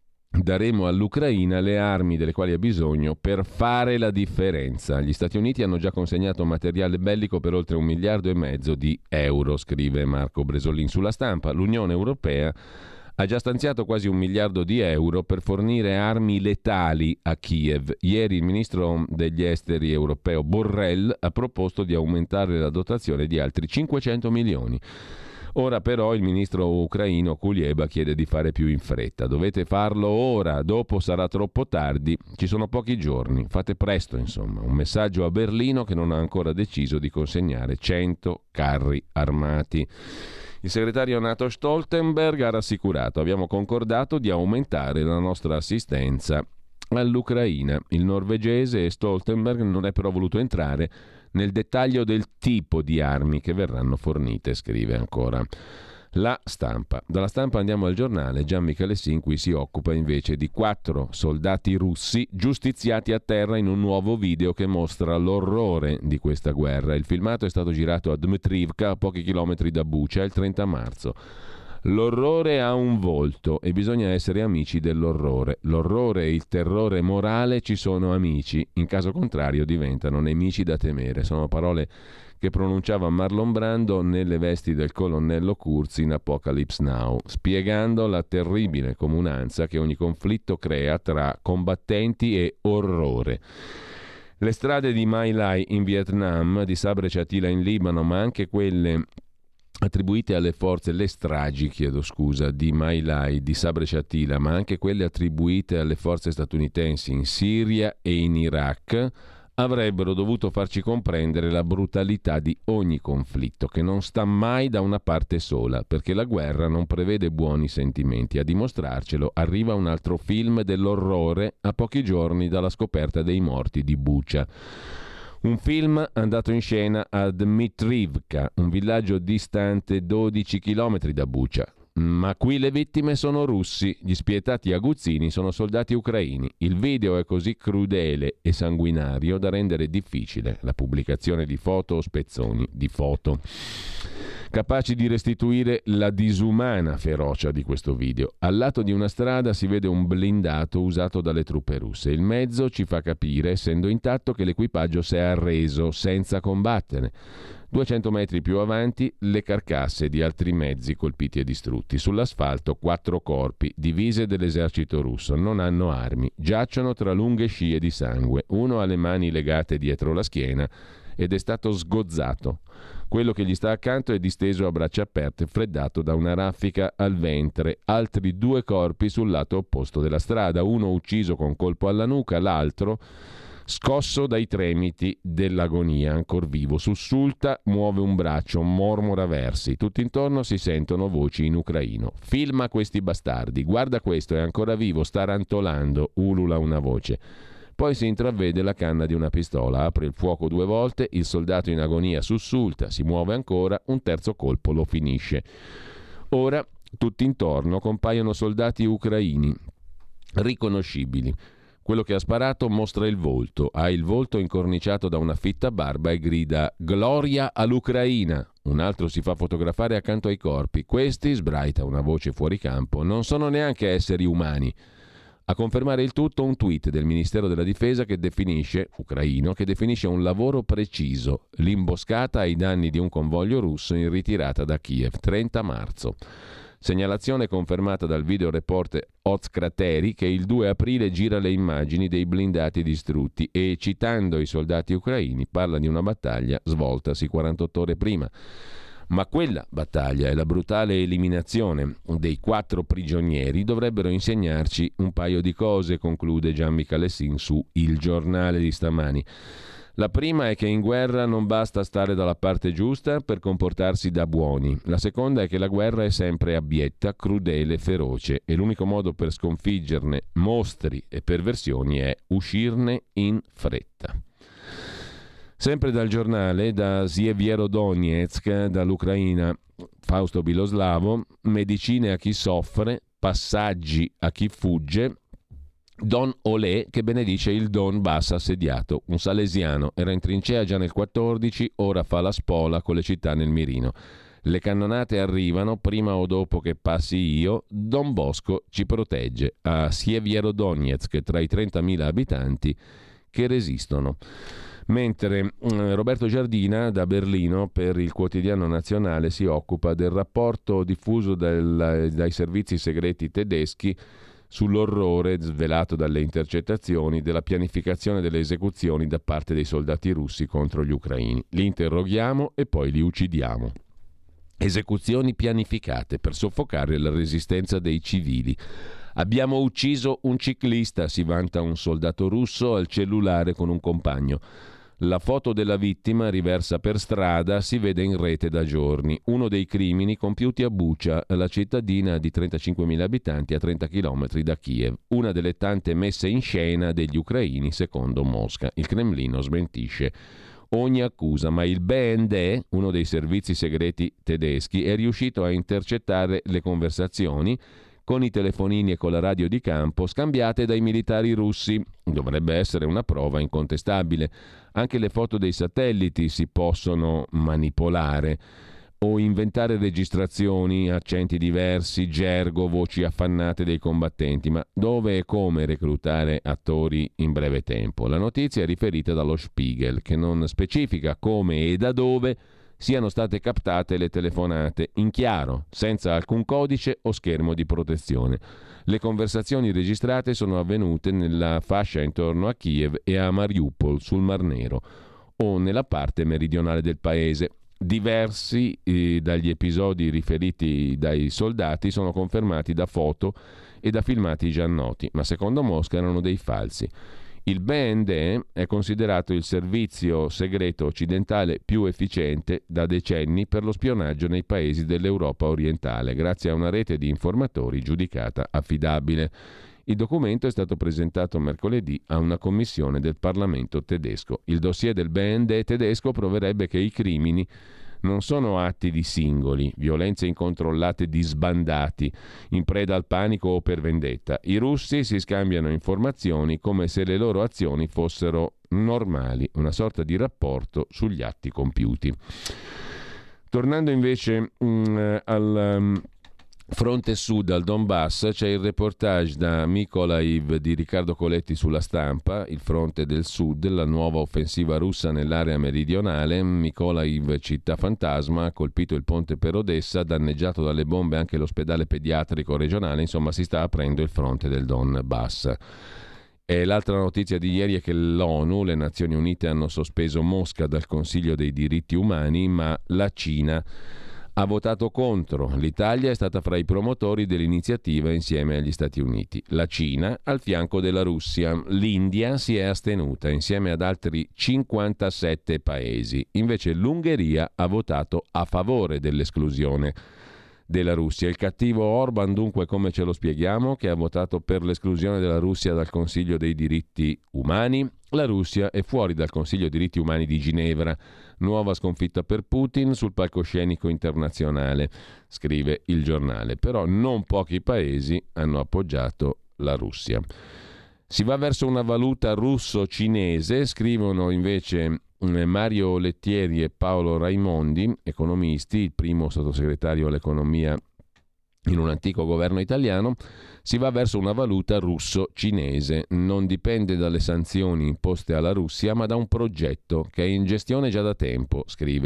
daremo all'Ucraina le armi delle quali ha bisogno per fare la differenza. Gli Stati Uniti hanno già consegnato materiale bellico per oltre 1,5 miliardi di euro, scrive Marco Bresolin sulla Stampa. L'Unione Europea ha già stanziato quasi 1 miliardo di euro per fornire armi letali a Kiev. Ieri il ministro degli esteri europeo Borrell ha proposto di aumentare la dotazione di altri 500 milioni. Ora però il ministro ucraino Kuleba chiede di fare più in fretta. Dovete farlo ora, dopo sarà troppo tardi, ci sono pochi giorni, fate presto insomma. Un messaggio a Berlino che non ha ancora deciso di consegnare 100 carri armati. Il segretario NATO Stoltenberg ha rassicurato: abbiamo concordato di aumentare la nostra assistenza all'Ucraina. Il norvegese Stoltenberg non è però voluto entrare nel dettaglio del tipo di armi che verranno fornite, scrive ancora La Stampa. Dalla Stampa andiamo al Giornale. Gian Michalessin qui si occupa invece di 4 soldati russi giustiziati a terra in un nuovo video che mostra l'orrore di questa guerra. Il filmato è stato girato a Dmitrivka, a pochi chilometri da Bucha, il 30 marzo. L'orrore ha un volto e bisogna essere amici dell'orrore. L'orrore e il terrore morale ci sono amici, in caso contrario diventano nemici da temere. Sono parole che pronunciava Marlon Brando nelle vesti del colonnello Kurz in Apocalypse Now, spiegando la terribile comunanza che ogni conflitto crea tra combattenti e orrore. Le strade di My Lai in Vietnam, di Sabre Chatila in Libano, ma anche quelle attribuite alle forze, le stragi, di My Lai, di Sabre Chatila, ma anche quelle attribuite alle forze statunitensi in Siria e in Iraq, avrebbero dovuto farci comprendere la brutalità di ogni conflitto, che non sta mai da una parte sola, perché la guerra non prevede buoni sentimenti. A dimostrarcelo arriva un altro film dell'orrore a pochi giorni dalla scoperta dei morti di Bucha. Un film andato in scena a Dmitrivka, un villaggio distante 12 chilometri da Bucha. Ma qui le vittime sono russi, gli spietati aguzzini sono soldati ucraini. Il video è così crudele e sanguinario da rendere difficile la pubblicazione di foto o spezzoni di foto capaci di restituire la disumana ferocia di questo video. Al lato di una strada si vede un blindato usato dalle truppe russe. Il mezzo ci fa capire, essendo intatto, che l'equipaggio si è arreso senza combattere. 200 metri più avanti le carcasse di altri mezzi colpiti e distrutti. Sull'asfalto 4 corpi, divise dell'esercito russo, non hanno armi, giacciono tra lunghe scie di sangue. Uno ha le mani legate dietro la schiena ed è stato sgozzato. Quello che gli sta accanto è disteso a braccia aperte, freddato da una raffica al ventre. Altri 2 corpi sul lato opposto della strada, uno ucciso con colpo alla nuca, l'altro scosso dai tremiti dell'agonia, ancor vivo. Sussulta, muove un braccio, mormora versi. Tutto intorno si sentono voci in ucraino. Filma questi bastardi, guarda questo, è ancora vivo, sta rantolando, ulula una voce. Poi si intravede la canna di una pistola, apre il fuoco 2 volte, il soldato in agonia sussulta, si muove ancora, un terzo colpo lo finisce. Ora, tutti intorno compaiono soldati ucraini, riconoscibili. Quello che ha sparato mostra il volto, ha il volto incorniciato da una fitta barba e grida «Gloria all'Ucraina!». Un altro si fa fotografare accanto ai corpi. Questi, sbraita una voce fuori campo, non sono neanche esseri umani. A confermare il tutto un tweet del Ministero della Difesa ucraino che definisce un lavoro preciso, l'imboscata ai danni di un convoglio russo in ritirata da Kiev, 30 marzo. Segnalazione confermata dal videoreporter Oz Krateri, che il 2 aprile gira le immagini dei blindati distrutti e, citando i soldati ucraini, parla di una battaglia svoltasi 48 ore prima. Ma quella battaglia e la brutale eliminazione dei 4 prigionieri dovrebbero insegnarci un paio di cose, conclude Gian Michalessin su Il Giornale di stamani. La prima è che in guerra non basta stare dalla parte giusta per comportarsi da buoni. La seconda è che la guerra è sempre abietta, crudele, feroce e l'unico modo per sconfiggerne mostri e perversioni è uscirne in fretta. Sempre dal giornale, da Sievierodonetsk, dall'Ucraina, Fausto Biloslavo, medicine a chi soffre, passaggi a chi fugge. Don Olé che benedice il Donbass assediato, un salesiano, era in trincea già nel 14, ora fa la spola con le città nel mirino. Le cannonate arrivano, prima o dopo che passi io, Don Bosco ci protegge, a Sievierodonetsk, tra i 30.000 abitanti che resistono. Mentre Roberto Giardina da Berlino per il Quotidiano Nazionale si occupa del rapporto diffuso dai servizi segreti tedeschi sull'orrore svelato dalle intercettazioni della pianificazione delle esecuzioni da parte dei soldati russi contro gli ucraini. Li interroghiamo e poi li uccidiamo. Esecuzioni pianificate per soffocare la resistenza dei civili. Abbiamo ucciso un ciclista, si vanta un soldato russo al cellulare con un compagno. La foto della vittima, riversa per strada, si vede in rete da giorni. Uno dei crimini compiuti a Bucha, la cittadina di 35.000 abitanti a 30 km da Kiev. Una delle tante messe in scena degli ucraini, secondo Mosca. Il Cremlino smentisce ogni accusa, ma il BND, uno dei servizi segreti tedeschi, è riuscito a intercettare le conversazioni con i telefonini e con la radio di campo scambiate dai militari russi. Dovrebbe essere una prova incontestabile. Anche le foto dei satelliti si possono manipolare o inventare registrazioni, accenti diversi, gergo, voci affannate dei combattenti. Ma dove e come reclutare attori in breve tempo? La notizia è riferita dallo Spiegel, che non specifica come e da dove siano state captate le telefonate, in chiaro, senza alcun codice o schermo di protezione. Le conversazioni registrate sono avvenute nella fascia intorno a Kiev e a Mariupol, sul Mar Nero, o nella parte meridionale del paese. Diversi dagli episodi riferiti dai soldati sono confermati da foto e da filmati già noti, ma secondo Mosca erano dei falsi. Il BND è considerato il servizio segreto occidentale più efficiente da decenni per lo spionaggio nei paesi dell'Europa orientale, grazie a una rete di informatori giudicata affidabile. Il documento è stato presentato mercoledì a una commissione del Parlamento tedesco. Il dossier del BND tedesco proverebbe che i crimini non sono atti di singoli, violenze incontrollate di sbandati, in preda al panico o per vendetta. I russi si scambiano informazioni come se le loro azioni fossero normali, una sorta di rapporto sugli atti compiuti. Tornando invece al fronte sud, al Donbass, c'è il reportage da Mykolaiv di Riccardo Coletti sulla Stampa, il fronte del sud, la nuova offensiva russa nell'area meridionale. Mykolaiv, città fantasma, ha colpito il ponte per Odessa, danneggiato dalle bombe anche l'ospedale pediatrico regionale, insomma si sta aprendo il fronte del Donbass. E l'altra notizia di ieri è che l'ONU, le Nazioni Unite, hanno sospeso Mosca dal Consiglio dei diritti umani, ma la Cina ha votato contro. L'Italia è stata fra i promotori dell'iniziativa insieme agli Stati Uniti. La Cina al fianco della Russia. L'India si è astenuta insieme ad altri 57 paesi. Invece l'Ungheria ha votato a favore dell'esclusione della Russia. Il cattivo Orban, dunque, come ce lo spieghiamo, che ha votato per l'esclusione della Russia dal Consiglio dei diritti umani? La Russia è fuori dal Consiglio diritti umani di Ginevra. Nuova sconfitta per Putin sul palcoscenico internazionale, scrive il giornale. Però non pochi paesi hanno appoggiato la Russia. Si va verso una valuta russo-cinese, scrivono invece Mario Lettieri e Paolo Raimondi, economisti, il primo sottosegretario all'economia in un antico governo italiano. Si va verso una valuta russo-cinese. Non dipende dalle sanzioni imposte alla Russia, ma da un progetto che è in gestione già da tempo,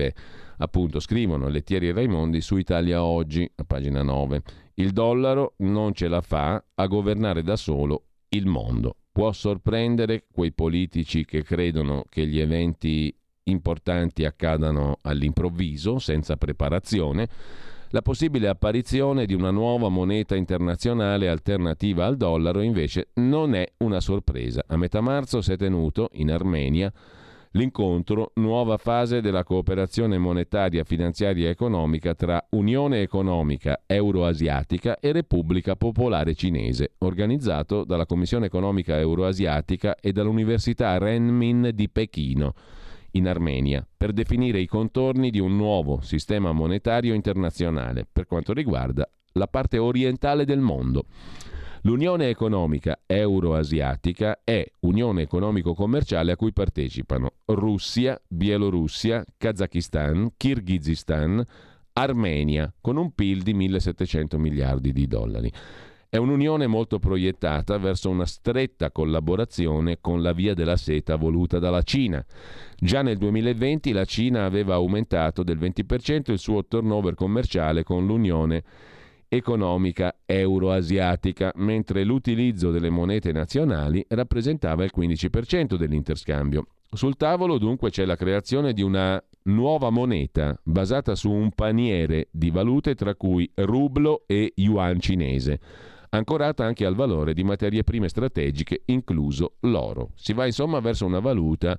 scrivono Lettieri e Raimondi su Italia Oggi, a pagina 9. Il dollaro non ce la fa a governare da solo il mondo. Può sorprendere quei politici che credono che gli eventi importanti accadano all'improvviso, senza preparazione. La possibile apparizione di una nuova moneta internazionale alternativa al dollaro invece non è una sorpresa. A metà marzo si è tenuto in Armenia l'incontro Nuova fase della cooperazione monetaria, finanziaria e economica tra Unione Economica Euroasiatica e Repubblica Popolare Cinese, organizzato dalla Commissione Economica Euroasiatica e dall'Università Renmin di Pechino. in Armenia, per definire i contorni di un nuovo sistema monetario internazionale per quanto riguarda la parte orientale del mondo. L'Unione Economica Euroasiatica è unione economico-commerciale a cui partecipano Russia, Bielorussia, Kazakistan, Kirghizistan, Armenia, con un PIL di 1.700 miliardi di dollari. È un'unione molto proiettata verso una stretta collaborazione con la via della seta voluta dalla Cina. Già nel 2020 la Cina aveva aumentato del 20% il suo turnover commerciale con l'Unione Economica Euroasiatica, mentre l'utilizzo delle monete nazionali rappresentava il 15% dell'interscambio. Sul tavolo dunque c'è la creazione di una nuova moneta basata su un paniere di valute tra cui rublo e yuan cinese, ancorata anche al valore di materie prime strategiche, incluso l'oro. Si va insomma verso una valuta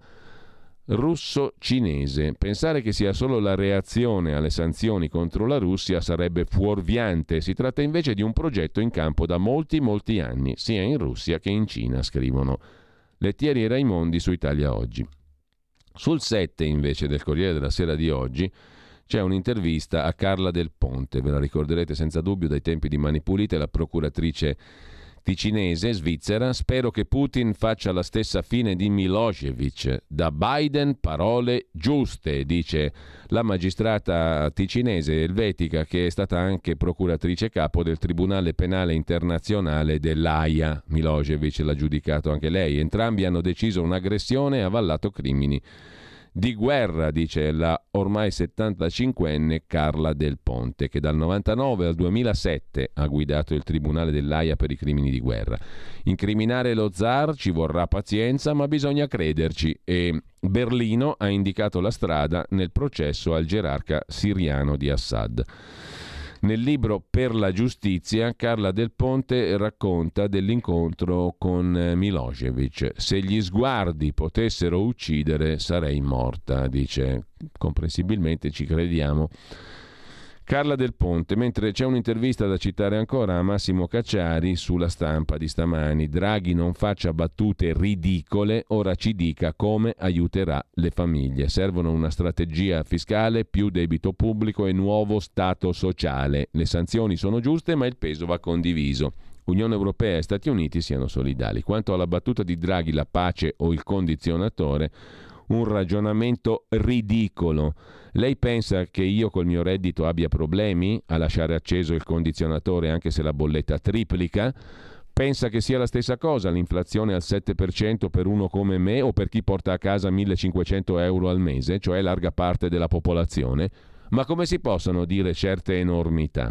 russo-cinese. Pensare che sia solo la reazione alle sanzioni contro la Russia sarebbe fuorviante. Si tratta invece di un progetto in campo da molti anni, sia in Russia che in Cina, scrivono Lettieri e Raimondi su Italia Oggi. Sul 7 invece del Corriere della Sera di oggi c'è un'intervista a Carla Del Ponte, ve la ricorderete senza dubbio dai tempi di Mani Pulite, la procuratrice ticinese, svizzera. Spero che Putin faccia la stessa fine di Milošević. Da Biden parole giuste, dice la magistrata ticinese elvetica che è stata anche procuratrice capo del Tribunale Penale Internazionale dell'Aia. Milošević l'ha giudicato anche lei. Entrambi hanno deciso un'aggressione e avallato crimini di guerra, dice la ormai 75enne Carla Del Ponte, che dal 99 al 2007 ha guidato il Tribunale dell'Aia per i crimini di guerra. Incriminare lo zar ci vorrà pazienza, ma bisogna crederci, e Berlino ha indicato la strada nel processo al gerarca siriano di Assad. Nel libro Per la giustizia, Carla Del Ponte racconta dell'incontro con Milošević. Se gli sguardi potessero uccidere, sarei morta, dice. Comprensibilmente ci crediamo. Carla Del Ponte, mentre c'è un'intervista da citare ancora a Massimo Cacciari sulla Stampa di stamani. Draghi non faccia battute ridicole, ora ci dica come aiuterà le famiglie. Servono una strategia fiscale, più debito pubblico e nuovo Stato sociale. Le sanzioni sono giuste, ma il peso va condiviso. Unione Europea e Stati Uniti siano solidali. Quanto alla battuta di Draghi, la pace o il condizionatore, un ragionamento ridicolo. Lei pensa che io col mio reddito abbia problemi a lasciare acceso il condizionatore anche se la bolletta triplica? Pensa che sia la stessa cosa l'inflazione al 7% per uno come me o per chi porta a casa 1.500 euro al mese, cioè larga parte della popolazione? Ma come si possono dire certe enormità?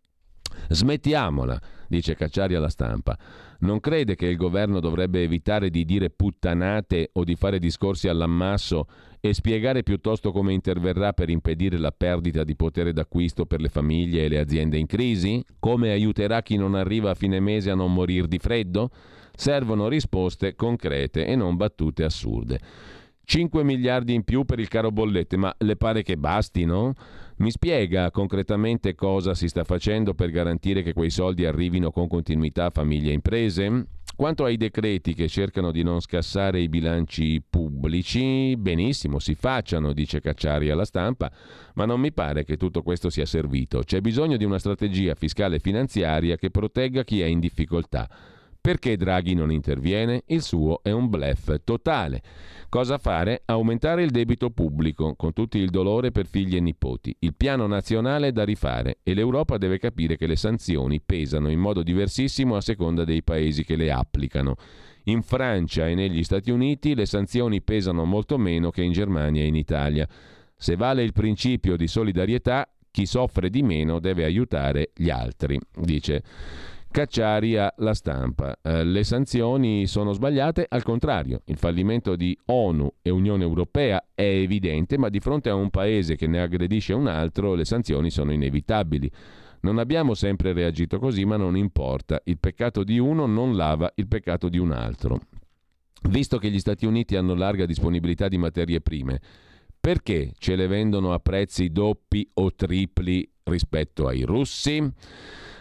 Smettiamola, dice Cacciari alla Stampa. Non crede che il governo dovrebbe evitare di dire puttanate o di fare discorsi all'ammasso e spiegare piuttosto come interverrà per impedire la perdita di potere d'acquisto per le famiglie e le aziende in crisi? Come aiuterà chi non arriva a fine mese a non morire di freddo? Servono risposte concrete e non battute assurde. 5 miliardi in più per il caro bollette, ma le pare che bastino? Mi spiega concretamente cosa si sta facendo per garantire che quei soldi arrivino con continuità a famiglie e imprese? Quanto ai decreti che cercano di non scassare i bilanci pubblici, benissimo, si facciano, dice Cacciari alla Stampa, ma non mi pare che tutto questo sia servito. C'è bisogno di una strategia fiscale e finanziaria che protegga chi è in difficoltà. Perché Draghi non interviene? Il suo è un bluff totale. Cosa fare? Aumentare il debito pubblico, con tutto il dolore per figli e nipoti. Il piano nazionale è da rifare e l'Europa deve capire che le sanzioni pesano in modo diversissimo a seconda dei paesi che le applicano. In Francia e negli Stati Uniti le sanzioni pesano molto meno che in Germania e in Italia. Se vale il principio di solidarietà, chi soffre di meno deve aiutare gli altri, dice Cacciari alla Stampa. Le sanzioni sono sbagliate? Al contrario, il fallimento di ONU e Unione Europea è evidente, ma di fronte a un paese che ne aggredisce un altro, le sanzioni sono inevitabili. Non abbiamo sempre reagito così, ma non importa. Il peccato di uno non lava il peccato di un altro. Visto che gli Stati Uniti hanno larga disponibilità di materie prime, perché ce le vendono a prezzi doppi o tripli rispetto ai russi?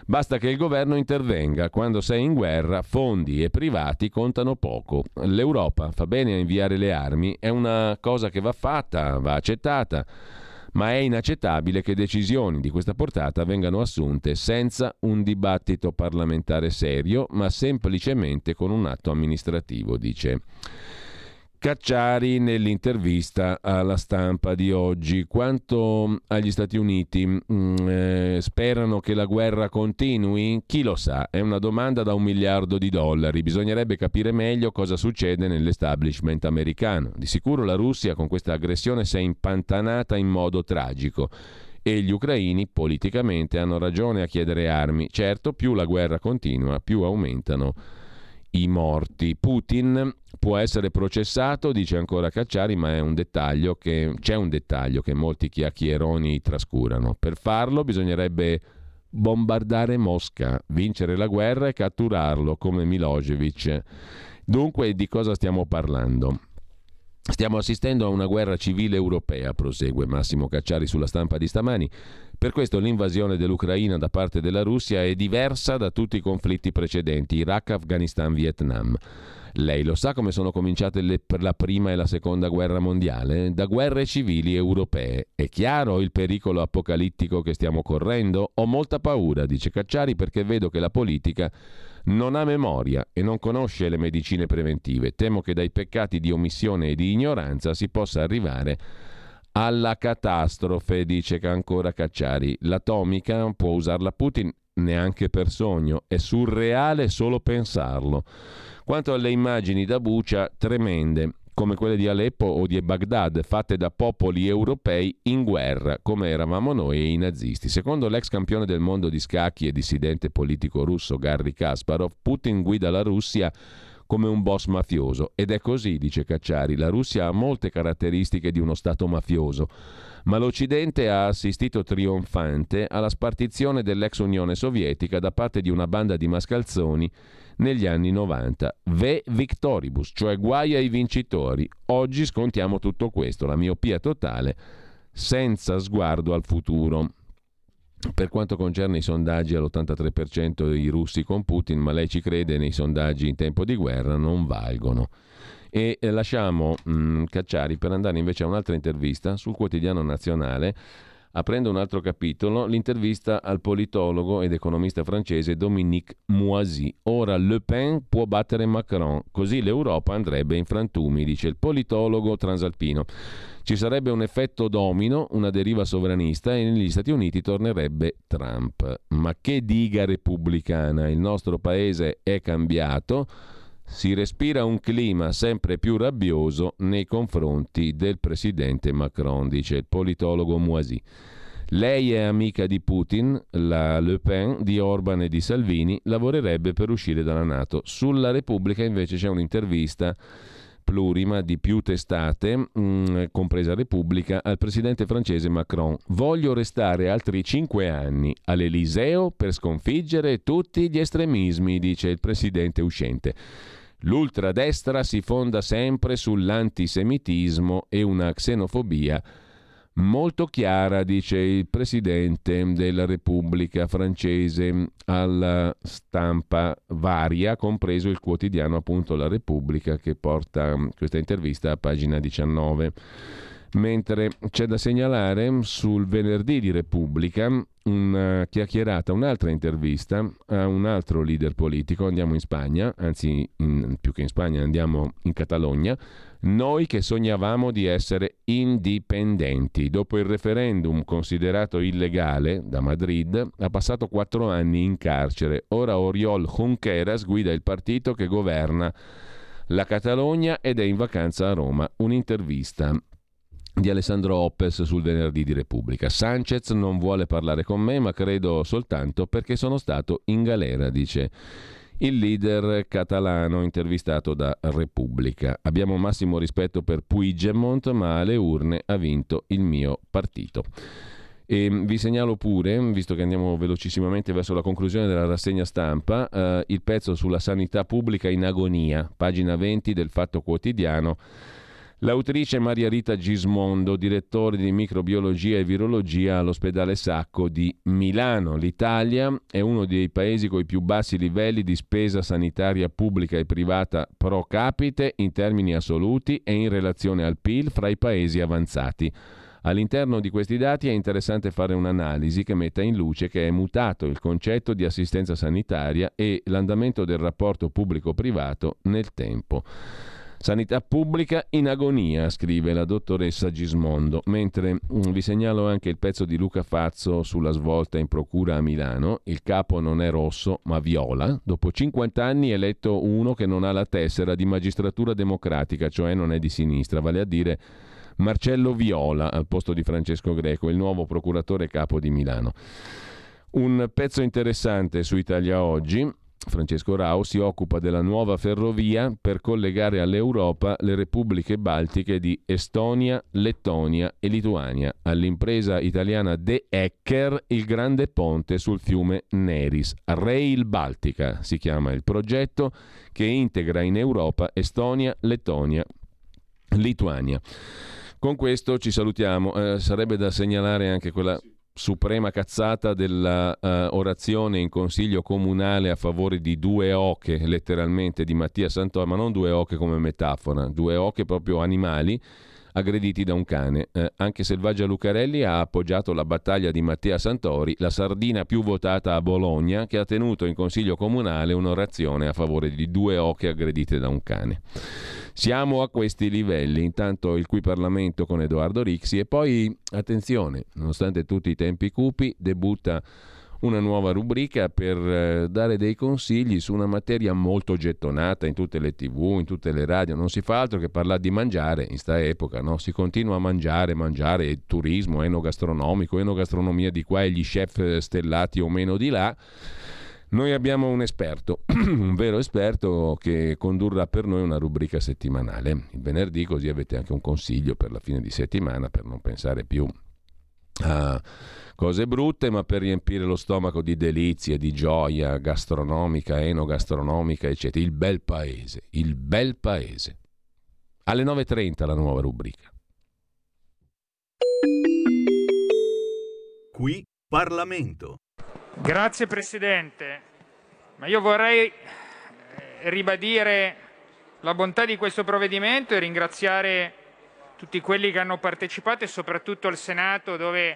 Basta che il governo intervenga. Quando sei in guerra, fondi e privati contano poco. L'Europa fa bene a inviare le armi, è una cosa che va fatta, va accettata, ma è inaccettabile che decisioni di questa portata vengano assunte senza un dibattito parlamentare serio, ma semplicemente con un atto amministrativo, dice Cacciari nell'intervista alla Stampa di oggi. Quanto agli Stati Uniti, sperano che la guerra continui? Chi lo sa, è una domanda da $1 miliardo. Bisognerebbe capire meglio cosa succede nell'establishment americano. Di sicuro la Russia con questa aggressione si è impantanata in modo tragico e gli ucraini politicamente hanno ragione a chiedere armi. Certo, più la guerra continua, più aumentano i morti. Putin può essere processato, dice ancora Cacciari, ma c'è un dettaglio che molti chiacchieroni trascurano. Per farlo bisognerebbe bombardare Mosca, vincere la guerra e catturarlo come Milošević. Dunque, di cosa stiamo parlando? Stiamo assistendo a una guerra civile europea, prosegue Massimo Cacciari sulla Stampa di stamani. Per questo l'invasione dell'Ucraina da parte della Russia è diversa da tutti i conflitti precedenti, Iraq, Afghanistan, Vietnam. Lei lo sa come sono cominciate per la prima e la seconda guerra mondiale? Da guerre civili europee. È chiaro il pericolo apocalittico che stiamo correndo? Ho molta paura, dice Cacciari, perché vedo che la politica non ha memoria e non conosce le medicine preventive. Temo che dai peccati di omissione e di ignoranza si possa arrivare alla catastrofe, dice ancora Cacciari. L'atomica può usarla Putin neanche per sogno, è surreale solo pensarlo. Quanto alle immagini da Bucha, tremende, come quelle di Aleppo o di Baghdad, fatte da popoli europei in guerra, come eravamo noi e i nazisti. Secondo l'ex campione del mondo di scacchi e dissidente politico russo Garry Kasparov, Putin guida la Russia come un boss mafioso. Ed è così, dice Cacciari, la Russia ha molte caratteristiche di uno stato mafioso, ma l'Occidente ha assistito trionfante alla spartizione dell'ex Unione Sovietica da parte di una banda di mascalzoni negli anni 90. Ve victoribus, cioè guai ai vincitori. Oggi scontiamo tutto questo, la miopia totale, senza sguardo al futuro. Per quanto concerne i sondaggi, all'83% i russi con Putin, ma lei ci crede, nei sondaggi in tempo di guerra non valgono. E lasciamo Cacciari per andare invece a un'altra intervista sul Quotidiano Nazionale, aprendo un altro capitolo, l'intervista al politologo ed economista francese Dominique Moisy. Ora Le Pen può battere Macron, così l'Europa andrebbe in frantumi, dice il politologo transalpino. Ci sarebbe un effetto domino, una deriva sovranista e negli Stati Uniti tornerebbe Trump. Ma che diga repubblicana, il nostro paese è cambiato, si respira un clima sempre più rabbioso nei confronti del presidente Macron, dice il politologo Moisy. Lei è amica di Putin, la Le Pen, di Orban e di Salvini, lavorerebbe per uscire dalla NATO. Sulla Repubblica invece c'è un'intervista plurima di più testate, compresa Repubblica, al presidente francese Macron. Voglio restare altri 5 anni all'Eliseo per sconfiggere tutti gli estremismi, dice il presidente uscente. L'ultradestra si fonda sempre sull'antisemitismo e una xenofobia molto chiara, dice il presidente della Repubblica francese alla Stampa varia, compreso il quotidiano appunto La Repubblica, che porta questa intervista a pagina 19. Mentre c'è da segnalare sul venerdì di Repubblica una chiacchierata, un'altra intervista a un altro leader politico. Andiamo in Spagna, anzi più che in Spagna andiamo in Catalogna. Noi che sognavamo di essere indipendenti. Dopo il referendum considerato illegale da Madrid, ha passato 4 anni in carcere. Ora Oriol Junqueras guida il partito che governa la Catalogna ed è in vacanza a Roma. Un'intervista di Alessandro Oppes sul venerdì di Repubblica. Sanchez non vuole parlare con me, ma credo soltanto perché sono stato in galera, dice il leader catalano intervistato da Repubblica. Abbiamo massimo rispetto per Puigdemont, ma alle urne ha vinto il mio partito. E vi segnalo pure, visto che andiamo velocissimamente verso la conclusione della rassegna stampa, il pezzo sulla sanità pubblica in agonia, pagina 20 del Fatto Quotidiano. L'autrice Maria Rita Gismondo, direttore di microbiologia e virologia all'ospedale Sacco di Milano. L'Italia è uno dei paesi con i più bassi livelli di spesa sanitaria pubblica e privata pro capite in termini assoluti e in relazione al PIL fra i paesi avanzati. All'interno di questi dati è interessante fare un'analisi che metta in luce che è mutato il concetto di assistenza sanitaria e l'andamento del rapporto pubblico-privato nel tempo. Sanità pubblica in agonia, scrive la dottoressa Gismondo, mentre vi segnalo anche il pezzo di Luca Fazzo sulla svolta in procura a Milano. Il capo non è rosso ma viola. Dopo 50 anni è eletto uno che non ha la tessera di magistratura democratica, cioè non è di sinistra, vale a dire Marcello Viola al posto di Francesco Greco, il nuovo procuratore capo di Milano. Un pezzo interessante su Italia Oggi. Francesco Rao si occupa della nuova ferrovia per collegare all'Europa le repubbliche baltiche di Estonia, Lettonia e Lituania. All'impresa italiana De Ecker il grande ponte sul fiume Neris. Rail Baltica si chiama il progetto, che integra in Europa Estonia, Lettonia, Lituania. Con questo ci salutiamo. Sarebbe da segnalare anche quella suprema cazzata della orazione in consiglio comunale a favore di 2 oche, letteralmente, di Mattia Santoro, ma non 2 oche come metafora, 2 oche proprio animali aggrediti da un cane. Anche Selvaggia Lucarelli ha appoggiato la battaglia di Mattia Santori, la sardina più votata a Bologna, che ha tenuto in consiglio comunale un'orazione a favore di 2 oche aggredite da un cane. Siamo a questi livelli. Intanto il Qui Parlamento con Edoardo Rixi, e poi, attenzione, nonostante tutti i tempi cupi, debutta una nuova rubrica per dare dei consigli su una materia molto gettonata in tutte le TV, in tutte le radio. Non si fa altro che parlare di mangiare in sta epoca, no? Si continua a mangiare, turismo, enogastronomico, enogastronomia di qua e gli chef stellati o meno di là. Noi abbiamo un esperto, un vero esperto, che condurrà per noi una rubrica settimanale il venerdì, così avete anche un consiglio per la fine di settimana, per non pensare più a cose brutte, ma per riempire lo stomaco di delizie, di gioia gastronomica, enogastronomica, eccetera. Il bel paese, il bel paese. Alle 9:30 la nuova rubrica. Qui Parlamento. Grazie Presidente, ma io vorrei ribadire la bontà di questo provvedimento e ringraziare tutti quelli che hanno partecipato e soprattutto il Senato, dove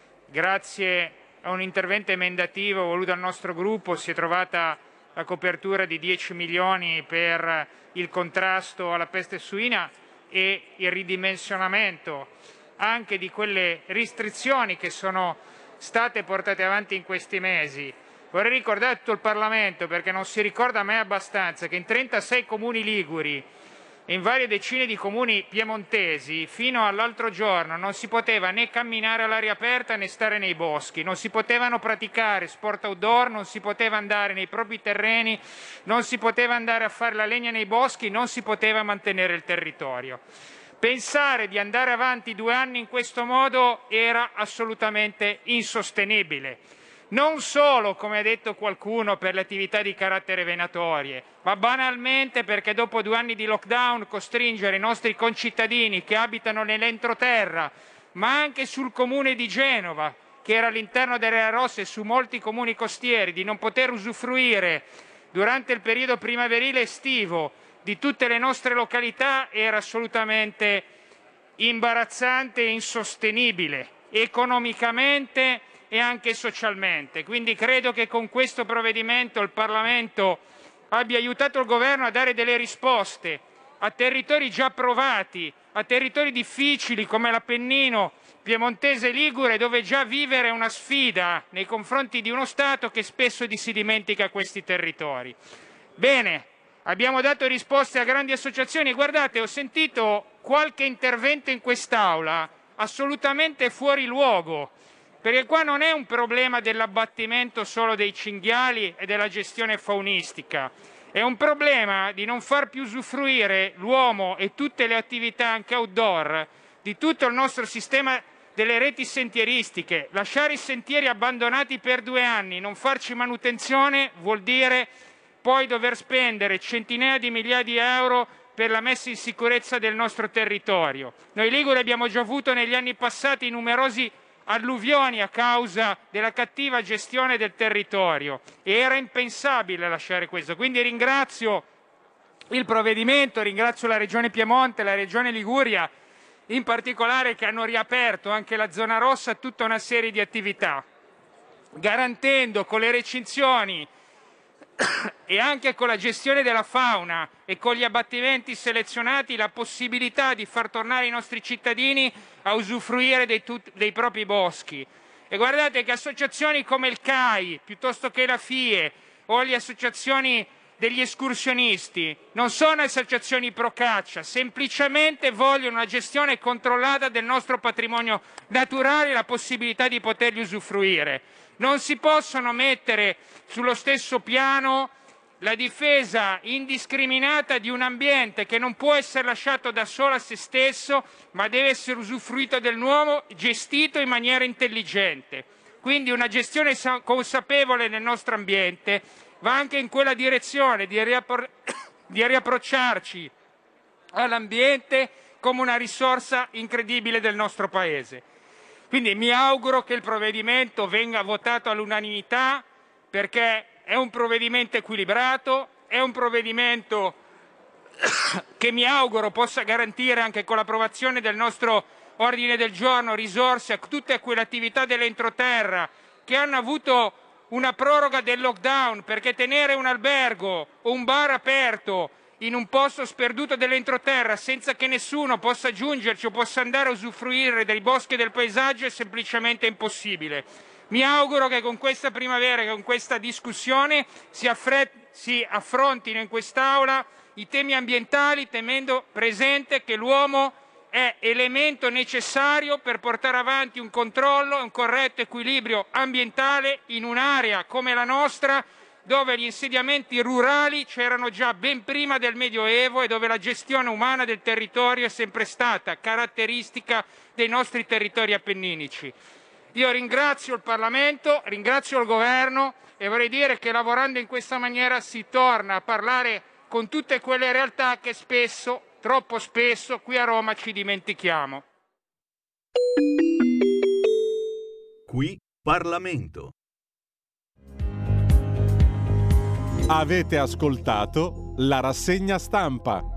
grazie a un intervento emendativo voluto dal nostro gruppo si è trovata la copertura di 10 milioni per il contrasto alla peste suina e il ridimensionamento anche di quelle restrizioni che sono state portate avanti in questi mesi. Vorrei ricordare a tutto il Parlamento, perché non si ricorda mai abbastanza, che in 36 comuni liguri e in varie decine di comuni piemontesi fino all'altro giorno non si poteva né camminare all'aria aperta né stare nei boschi, non si potevano praticare sport outdoor, non si poteva andare nei propri terreni, non si poteva andare a fare la legna nei boschi, non si poteva mantenere il territorio. Pensare di andare avanti 2 anni in questo modo era assolutamente insostenibile. Non solo, come ha detto qualcuno, per le attività di carattere venatorie, ma banalmente perché dopo 2 anni di lockdown costringere i nostri concittadini che abitano nell'entroterra, ma anche sul comune di Genova, che era all'interno delle rosse e su molti comuni costieri, di non poter usufruire durante il periodo primaverile estivo di tutte le nostre località era assolutamente imbarazzante e insostenibile economicamente e anche socialmente. Quindi credo che con questo provvedimento il Parlamento abbia aiutato il Governo a dare delle risposte a territori già provati, a territori difficili come l'Appennino piemontese e ligure, dove già vivere è una sfida nei confronti di uno Stato che spesso si dimentica questi territori. Bene. Abbiamo dato risposte a grandi associazioni. Guardate, ho sentito qualche intervento in quest'Aula assolutamente fuori luogo, perché qua non è un problema dell'abbattimento solo dei cinghiali e della gestione faunistica, è un problema di non far più usufruire l'uomo e tutte le attività anche outdoor di tutto il nostro sistema delle reti sentieristiche. Lasciare i sentieri abbandonati per 2 anni, non farci manutenzione, vuol dire poi dover spendere centinaia di migliaia di euro per la messa in sicurezza del nostro territorio. Noi liguri abbiamo già avuto negli anni passati numerosi alluvioni a causa della cattiva gestione del territorio e era impensabile lasciare questo. Quindi ringrazio il provvedimento, ringrazio la Regione Piemonte, la Regione Liguria in particolare, che hanno riaperto anche la zona rossa, tutta una serie di attività, garantendo con le recinzioni e anche con la gestione della fauna e con gli abbattimenti selezionati la possibilità di far tornare i nostri cittadini a usufruire dei propri boschi. E guardate che associazioni come il CAI, piuttosto che la FIE o le associazioni degli escursionisti non sono associazioni pro caccia, semplicemente vogliono una gestione controllata del nostro patrimonio naturale e la possibilità di poterli usufruire. Non si possono mettere sullo stesso piano la difesa indiscriminata di un ambiente che non può essere lasciato da solo a se stesso, ma deve essere usufruito del nuovo, gestito in maniera intelligente. Quindi una gestione consapevole del nostro ambiente va anche in quella direzione di riapprocciarci all'ambiente come una risorsa incredibile del nostro Paese. Quindi mi auguro che il provvedimento venga votato all'unanimità, perché è un provvedimento equilibrato, è un provvedimento che mi auguro possa garantire, anche con l'approvazione del nostro ordine del giorno, risorse a tutte quelle attività dell'entroterra che hanno avuto una proroga del lockdown, perché tenere un albergo o un bar aperto in un posto sperduto dell'entroterra senza che nessuno possa giungerci o possa andare a usufruire dei boschi e del paesaggio è semplicemente impossibile. Mi auguro che con questa primavera, con questa discussione, si affrontino in quest'Aula i temi ambientali, tenendo presente che l'uomo è elemento necessario per portare avanti un controllo e un corretto equilibrio ambientale in un'area come la nostra, dove gli insediamenti rurali c'erano già ben prima del Medioevo e dove la gestione umana del territorio è sempre stata caratteristica dei nostri territori appenninici. Io ringrazio il Parlamento, ringrazio il Governo e vorrei dire che lavorando in questa maniera si torna a parlare con tutte quelle realtà che spesso, troppo spesso, qui a Roma ci dimentichiamo. Qui Parlamento. Avete ascoltato la rassegna stampa.